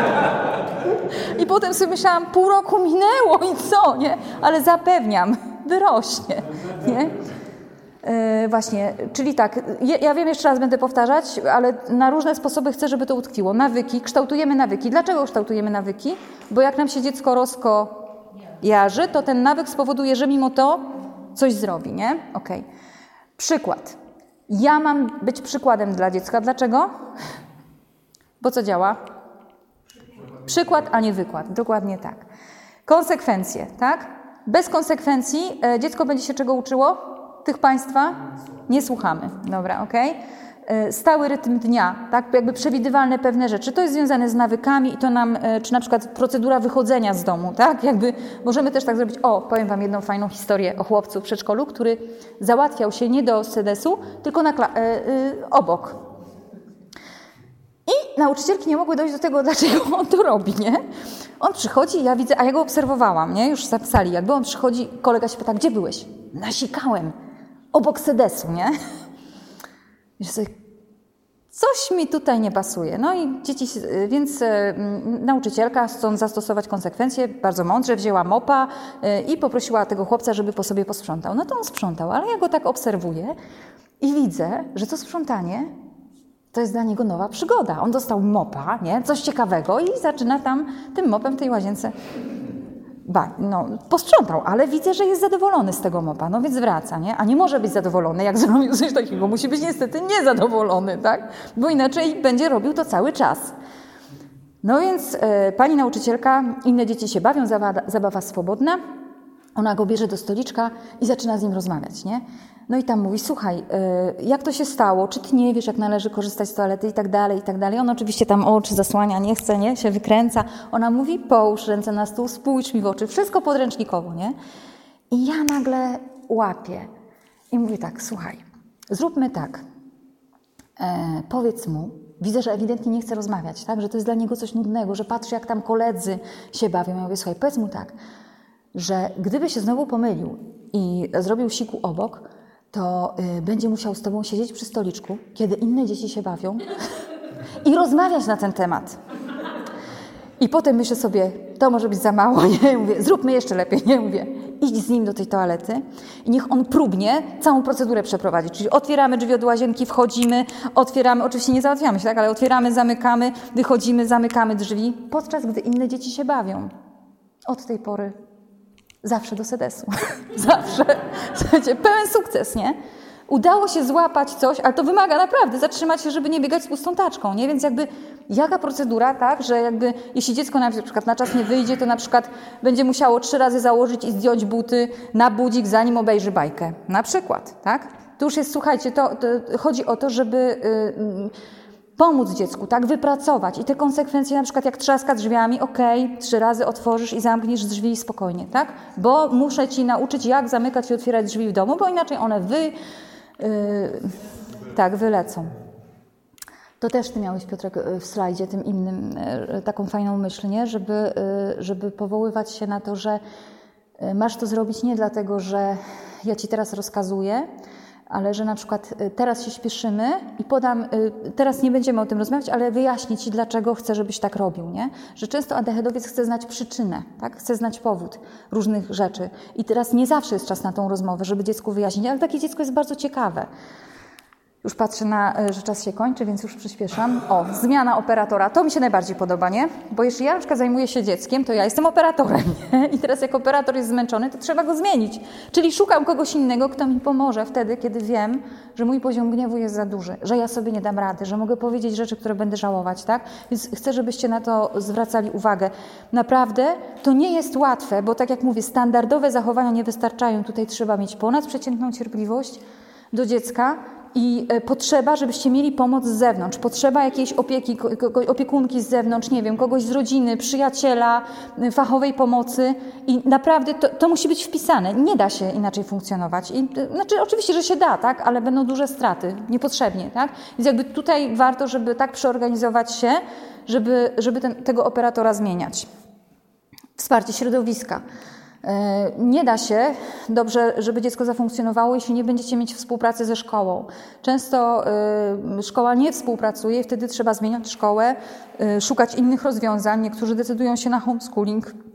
I potem sobie myślałam, pół roku minęło i co, nie? Ale zapewniam, wyrośnie, nie? Właśnie, czyli tak, ja wiem, jeszcze raz będę powtarzać, ale na różne sposoby chcę, żeby to utkwiło. Nawyki, kształtujemy nawyki. Dlaczego kształtujemy nawyki? Bo jak nam się dziecko rozkojarzy, to ten nawyk spowoduje, że mimo to coś zrobi, nie? Okej. Przykład. Ja mam być przykładem dla dziecka. Dlaczego? Bo co działa? Przykład, a nie wykład. Dokładnie tak. Konsekwencje, tak? Bez konsekwencji dziecko będzie się czego uczyło? Tych Państwa? Nie słuchamy. Dobra, okej. Stały rytm dnia, tak? Jakby przewidywalne pewne rzeczy. To jest związane z nawykami i to nam, czy na przykład procedura wychodzenia z domu, tak? Jakby możemy też tak zrobić. O, powiem Wam jedną fajną historię o chłopcu w przedszkolu, który załatwiał się nie do sedesu, tylko obok. I nauczycielki nie mogły dojść do tego, dlaczego on to robi, nie? On przychodzi, ja widzę, a ja go obserwowałam, nie? Już w sali, jakby on przychodzi, kolega się pyta, gdzie byłeś? Nasikałem. Obok sedesu, nie? Coś mi tutaj nie pasuje. No i dzieci, więc nauczycielka, chcąc zastosować konsekwencje, bardzo mądrze wzięła mopa i poprosiła tego chłopca, żeby po sobie posprzątał. No to on sprzątał, ale ja go tak obserwuję i widzę, że to sprzątanie to jest dla niego nowa przygoda. On dostał mopa, nie? Coś ciekawego i zaczyna tam tym mopem w tej łazience posprzątał, ale widzę, że jest zadowolony z tego mopa, no więc wraca, nie? A nie może być zadowolony, jak zrobił coś takiego. Musi być niestety niezadowolony, tak? Bo inaczej będzie robił to cały czas. No więc pani nauczycielka, inne dzieci się bawią, zabawa swobodna. Ona go bierze do stoliczka i zaczyna z nim rozmawiać, nie? No i tam mówi, słuchaj, jak to się stało? Czy ty nie wiesz, jak należy korzystać z toalety i tak dalej, i tak dalej. On oczywiście tam oczy zasłania, nie chce, nie? Się wykręca. Ona mówi, połóż ręce na stół, spójrz mi w oczy. Wszystko podręcznikowo, nie? I ja nagle łapię i mówię tak, słuchaj, zróbmy tak. Powiedz mu, widzę, że ewidentnie nie chce rozmawiać, tak? Że to jest dla niego coś nudnego, że patrzy, jak tam koledzy się bawią. Ja mówię, słuchaj, powiedz mu tak, że gdyby się znowu pomylił i zrobił siku obok, to będzie musiał z tobą siedzieć przy stoliczku, kiedy inne dzieci się bawią i rozmawiać na ten temat. I potem myślę sobie, to może być za mało, nie? Mówię, zróbmy jeszcze lepiej, nie? Mówię, idź z nim do tej toalety i niech on próbnie całą procedurę przeprowadzić. Czyli otwieramy drzwi od łazienki, wchodzimy, otwieramy, oczywiście nie załatwiamy się, tak? Ale otwieramy, zamykamy, wychodzimy, zamykamy drzwi, podczas gdy inne dzieci się bawią. Od tej pory zawsze do sedesu. Zawsze. Słuchajcie, pełen sukces, nie? Udało się złapać coś, ale to wymaga naprawdę zatrzymać się, żeby nie biegać z pustą taczką, nie? Więc jakby jaka procedura, tak, że jakby jeśli dziecko na przykład na czas nie wyjdzie, to na przykład będzie musiało 3 razy założyć i zdjąć buty na budzik, zanim obejrzy bajkę. Na przykład, tak? To już jest, słuchajcie, to chodzi o to, żeby pomóc dziecku, tak, wypracować i te konsekwencje, na przykład jak trzaska drzwiami, 3 razy otworzysz i zamkniesz drzwi spokojnie, tak, bo muszę ci nauczyć, jak zamykać i otwierać drzwi w domu, bo inaczej one wylecą. To też ty miałeś, Piotrek, w slajdzie tym innym taką fajną myśl, nie, żeby powoływać się na to, że masz to zrobić nie dlatego, że ja ci teraz rozkazuję, ale że na przykład teraz się śpieszymy i teraz nie będziemy o tym rozmawiać, ale wyjaśnię ci, dlaczego chcę, żebyś tak robił, nie? Że często ADHD-owiec chce znać przyczynę, tak? Chce znać powód różnych rzeczy. I teraz nie zawsze jest czas na tą rozmowę, żeby dziecku wyjaśnić, ale takie dziecko jest bardzo ciekawe. Już patrzę że czas się kończy, więc już przyspieszam. Zmiana operatora. To mi się najbardziej podoba, nie? Bo jeśli ja na przykład zajmuję się dzieckiem, to ja jestem operatorem, nie? I teraz jak operator jest zmęczony, to trzeba go zmienić. Czyli szukam kogoś innego, kto mi pomoże wtedy, kiedy wiem, że mój poziom gniewu jest za duży, że ja sobie nie dam rady, że mogę powiedzieć rzeczy, które będę żałować, tak? Więc chcę, żebyście na to zwracali uwagę. Naprawdę to nie jest łatwe, bo tak jak mówię, standardowe zachowania nie wystarczają. Tutaj trzeba mieć ponadprzeciętną cierpliwość do dziecka, i potrzeba, żebyście mieli pomoc z zewnątrz, potrzeba jakiejś opiekunki z zewnątrz, nie wiem, kogoś z rodziny, przyjaciela, fachowej pomocy i naprawdę to musi być wpisane. Nie da się inaczej funkcjonować. Znaczy oczywiście, że się da, tak, ale będą duże straty, niepotrzebnie, tak? Więc jakby tutaj warto, żeby tak przeorganizować się, żeby tego operatora zmieniać. Wsparcie środowiska. Nie da się dobrze, żeby dziecko zafunkcjonowało, jeśli nie będziecie mieć współpracy ze szkołą. Często szkoła nie współpracuje i wtedy trzeba zmieniać szkołę, szukać innych rozwiązań. Niektórzy decydują się na homeschooling,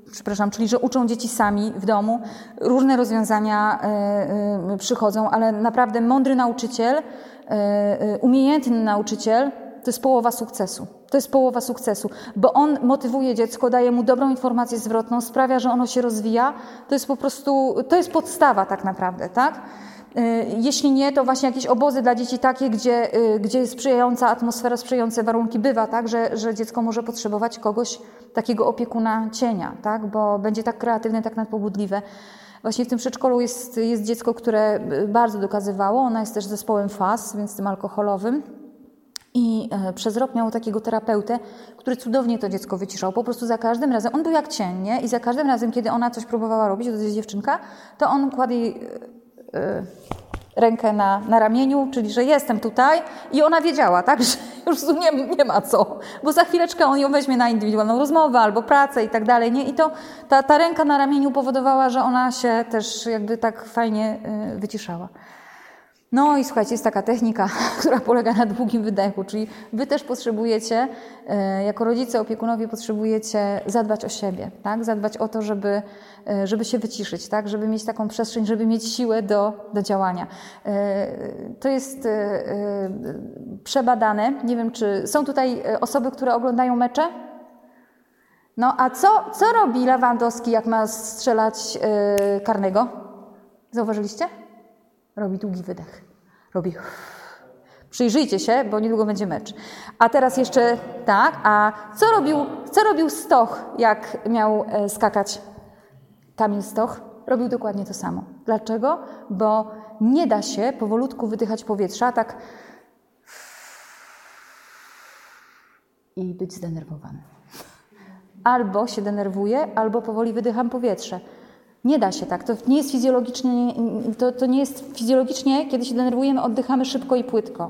czyli że uczą dzieci sami w domu. Różne rozwiązania przychodzą, ale naprawdę mądry nauczyciel, umiejętny nauczyciel to jest połowa sukcesu. To jest połowa sukcesu, bo on motywuje dziecko, daje mu dobrą informację zwrotną, sprawia, że ono się rozwija. To jest po prostu, to jest podstawa tak naprawdę, tak? Jeśli nie, to właśnie jakieś obozy dla dzieci takie, gdzie jest sprzyjająca atmosfera, sprzyjające warunki. Bywa tak, że dziecko może potrzebować kogoś, takiego opiekuna cienia, tak? Bo będzie tak kreatywne, tak nadpobudliwe. Właśnie w tym przedszkolu jest dziecko, które bardzo dokazywało. Ona jest też zespołem FAS, więc tym alkoholowym. I przez rok miało takiego terapeutę, który cudownie to dziecko wyciszał. Po prostu za każdym razem, on był jak cień, nie? I za każdym razem, kiedy ona coś próbowała robić, to jest dziewczynka, to on kładł jej rękę na ramieniu, czyli że jestem tutaj i ona wiedziała, tak, że już nie ma co, bo za chwileczkę on ją weźmie na indywidualną rozmowę albo pracę i tak dalej, nie? I to ta ręka na ramieniu powodowała, że ona się też jakby tak fajnie wyciszała. No i słuchajcie, jest taka technika, która polega na długim wydechu, czyli wy też potrzebujecie, jako rodzice, opiekunowie potrzebujecie zadbać o siebie, tak? Zadbać o to, żeby się wyciszyć, tak? Żeby mieć taką przestrzeń, żeby mieć siłę do działania. To jest przebadane. Nie wiem, czy są tutaj osoby, które oglądają mecze? No a co robi Lewandowski, jak ma strzelać karnego? Zauważyliście? Robi długi wydech. Robi. Przyjrzyjcie się, bo niedługo będzie mecz. A teraz jeszcze tak. A co robił Stoch, jak miał skakać Kamil Stoch? Robił dokładnie to samo. Dlaczego? Bo nie da się powolutku wydychać powietrza, tak i być zdenerwowany. Albo się denerwuję, albo powoli wydycham powietrze. Nie da się tak. To nie jest fizjologicznie, to nie jest fizjologicznie, kiedy się denerwujemy, oddychamy szybko i płytko.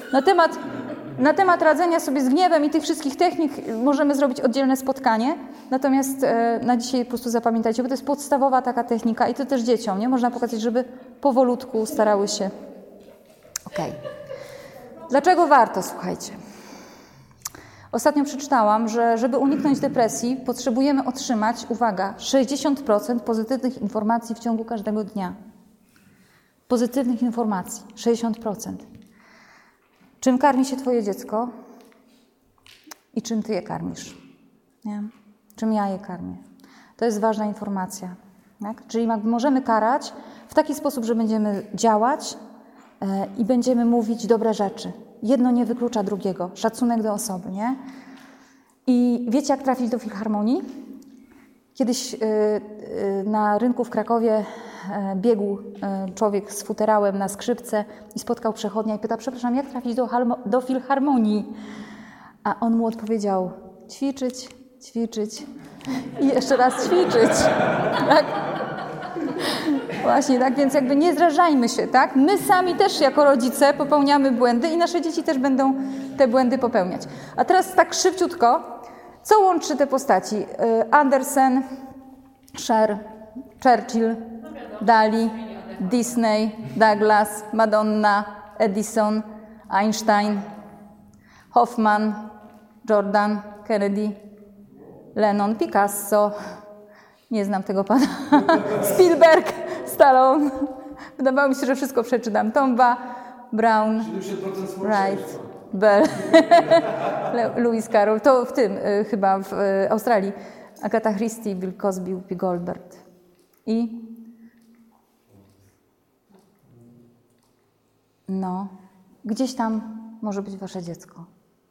Na temat radzenia sobie z gniewem i tych wszystkich technik możemy zrobić oddzielne spotkanie. Natomiast na dzisiaj po prostu zapamiętajcie, bo to jest podstawowa taka technika i to też dzieciom, nie? Można pokazać, żeby powolutku starały się. Okej. Dlaczego warto? Słuchajcie. Ostatnio przeczytałam, że żeby uniknąć depresji, potrzebujemy otrzymać, uwaga, 60% pozytywnych informacji w ciągu każdego dnia. Pozytywnych informacji, 60%. Czym karmi się twoje dziecko i czym ty je karmisz? Nie? Czym ja je karmię? To jest ważna informacja. Tak? Czyli możemy karać w taki sposób, że będziemy działać i będziemy mówić dobre rzeczy. Jedno nie wyklucza drugiego. Szacunek do osoby, nie? I wiecie, jak trafić do filharmonii? Kiedyś na rynku w Krakowie biegł człowiek z futerałem na skrzypce i spotkał przechodnia i pyta, przepraszam, jak trafić do filharmonii? A on mu odpowiedział, ćwiczyć, ćwiczyć i jeszcze raz ćwiczyć. Tak? Właśnie, tak, więc jakby nie zrażajmy się, tak? My sami też jako rodzice popełniamy błędy i nasze dzieci też będą te błędy popełniać. A teraz tak szybciutko, co łączy te postaci? Andersen, Cher, Churchill, Dali, Disney, Douglas, Madonna, Edison, Einstein, Hoffman, Jordan, Kennedy, Lennon, Picasso, nie znam tego pana, Spielberg, Stallone. Wydawało mi się, że wszystko przeczytam. Tomba, Brown, Wright, Bell, Lewis Carroll. To w tym chyba w Australii. Agatha Christie, Bill Cosby, Whoopi Goldberg. I no, gdzieś tam może być wasze dziecko.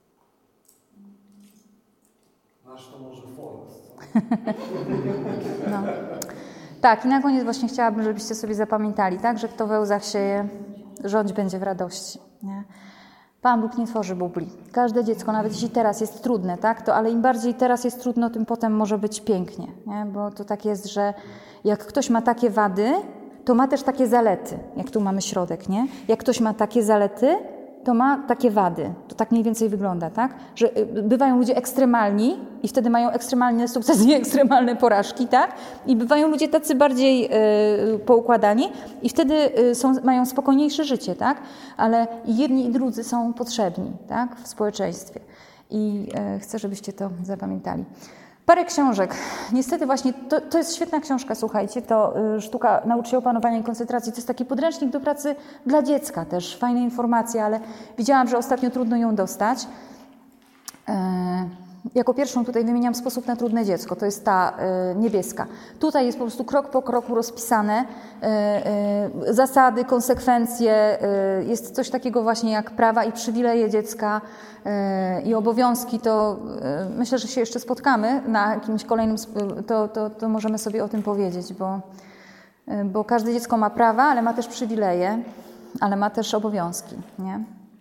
Nasz to może Forrest. No. Tak, i na koniec właśnie chciałabym, żebyście sobie zapamiętali, tak, że kto we łzach sieje, rządź będzie w radości. Nie? Pan Bóg nie tworzy bubli. Każde dziecko, nawet jeśli teraz jest trudne, tak, to ale im bardziej teraz jest trudno, tym potem może być pięknie. Nie? Bo to tak jest, że jak ktoś ma takie wady, to ma też takie zalety, jak tu mamy środek, nie? Jak ktoś ma takie zalety, to ma takie wady. To tak mniej więcej wygląda, tak? Że bywają ludzie ekstremalni i wtedy mają ekstremalne sukcesy i ekstremalne porażki, tak? I bywają ludzie tacy bardziej poukładani i wtedy mają spokojniejsze życie, tak? Ale i jedni i drudzy są potrzebni, tak? W społeczeństwie. I chcę, żebyście to zapamiętali. Parę książek. Niestety właśnie to jest świetna książka, słuchajcie, to Sztuka nauczy się opanowania i koncentracji. To jest taki podręcznik do pracy dla dziecka też. Fajne informacje, ale widziałam, że ostatnio trudno ją dostać. Jako pierwszą tutaj wymieniam Sposób na trudne dziecko. To jest ta niebieska. Tutaj jest po prostu krok po kroku rozpisane zasady, konsekwencje. Jest coś takiego właśnie jak prawa i przywileje dziecka i obowiązki. To myślę, że się jeszcze spotkamy na jakimś kolejnym, to możemy sobie o tym powiedzieć, bo każde dziecko ma prawa, ale ma też przywileje, ale ma też obowiązki, nie?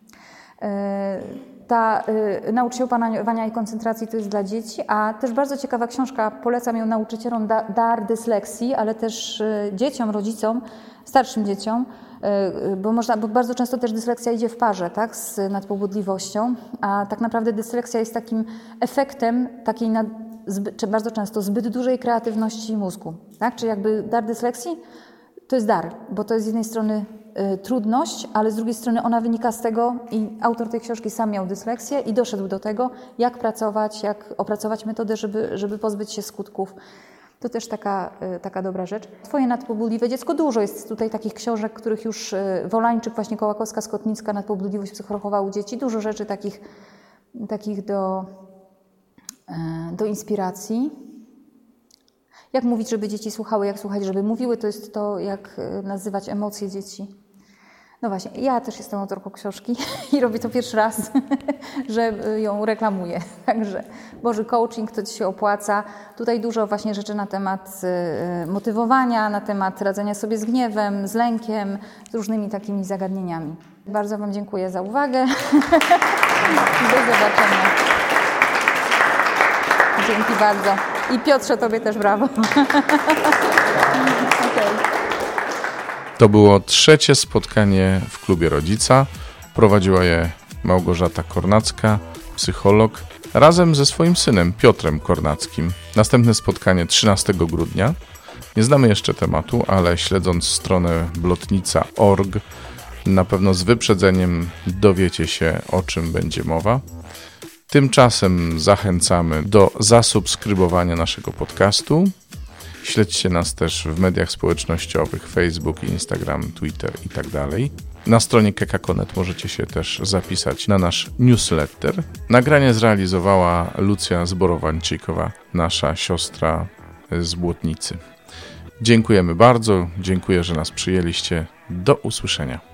Ta Naucz się opanowania i koncentracji to jest dla dzieci, a też bardzo ciekawa książka, polecam ją nauczycielom, Dar dysleksji, ale też dzieciom, rodzicom, starszym dzieciom, bo bardzo często też dysleksja idzie w parze, tak, z nadpobudliwością, a tak naprawdę dysleksja jest takim efektem takiej czy bardzo często zbyt dużej kreatywności mózgu, tak, czyli jakby dar dysleksji to jest dar, bo to jest z jednej strony trudność, ale z drugiej strony ona wynika z tego i autor tej książki sam miał dysleksję i doszedł do tego, jak pracować, jak opracować metodę, żeby pozbyć się skutków. To też taka dobra rzecz. Twoje nadpobudliwe dziecko. Dużo jest tutaj takich książek, których już Wolańczyk, właśnie Kołakowska, Skotnicka, Nadpobudliwość psychologowa u dzieci. Dużo rzeczy takich do inspiracji. Jak mówić, żeby dzieci słuchały, jak słuchać, żeby mówiły, to jest to, jak nazywać emocje dzieci. No właśnie, ja też jestem autorką książki i robię to pierwszy raz, że ją reklamuję. Także Boży coaching, to Ci się opłaca. Tutaj dużo właśnie rzeczy na temat motywowania, na temat radzenia sobie z gniewem, z lękiem, z różnymi takimi zagadnieniami. Bardzo Wam dziękuję za uwagę. Do zobaczenia. Dzięki bardzo. I Piotrze, Tobie też brawo. Okay. To było trzecie spotkanie w Klubie Rodzica. Prowadziła je Małgorzata Kornacka, psycholog, razem ze swoim synem Piotrem Kornackim. Następne spotkanie 13 grudnia. Nie znamy jeszcze tematu, ale śledząc stronę blotnica.org na pewno z wyprzedzeniem dowiecie się, o czym będzie mowa. Tymczasem zachęcamy do zasubskrybowania naszego podcastu. Śledźcie nas też w mediach społecznościowych, Facebook, Instagram, Twitter i tak dalej. Na stronie Keka.net możecie się też zapisać na nasz newsletter. Nagranie zrealizowała Lucja Zborowańczykowa, nasza siostra z Błotnicy. Dziękujemy bardzo, dziękuję, że nas przyjęliście. Do usłyszenia.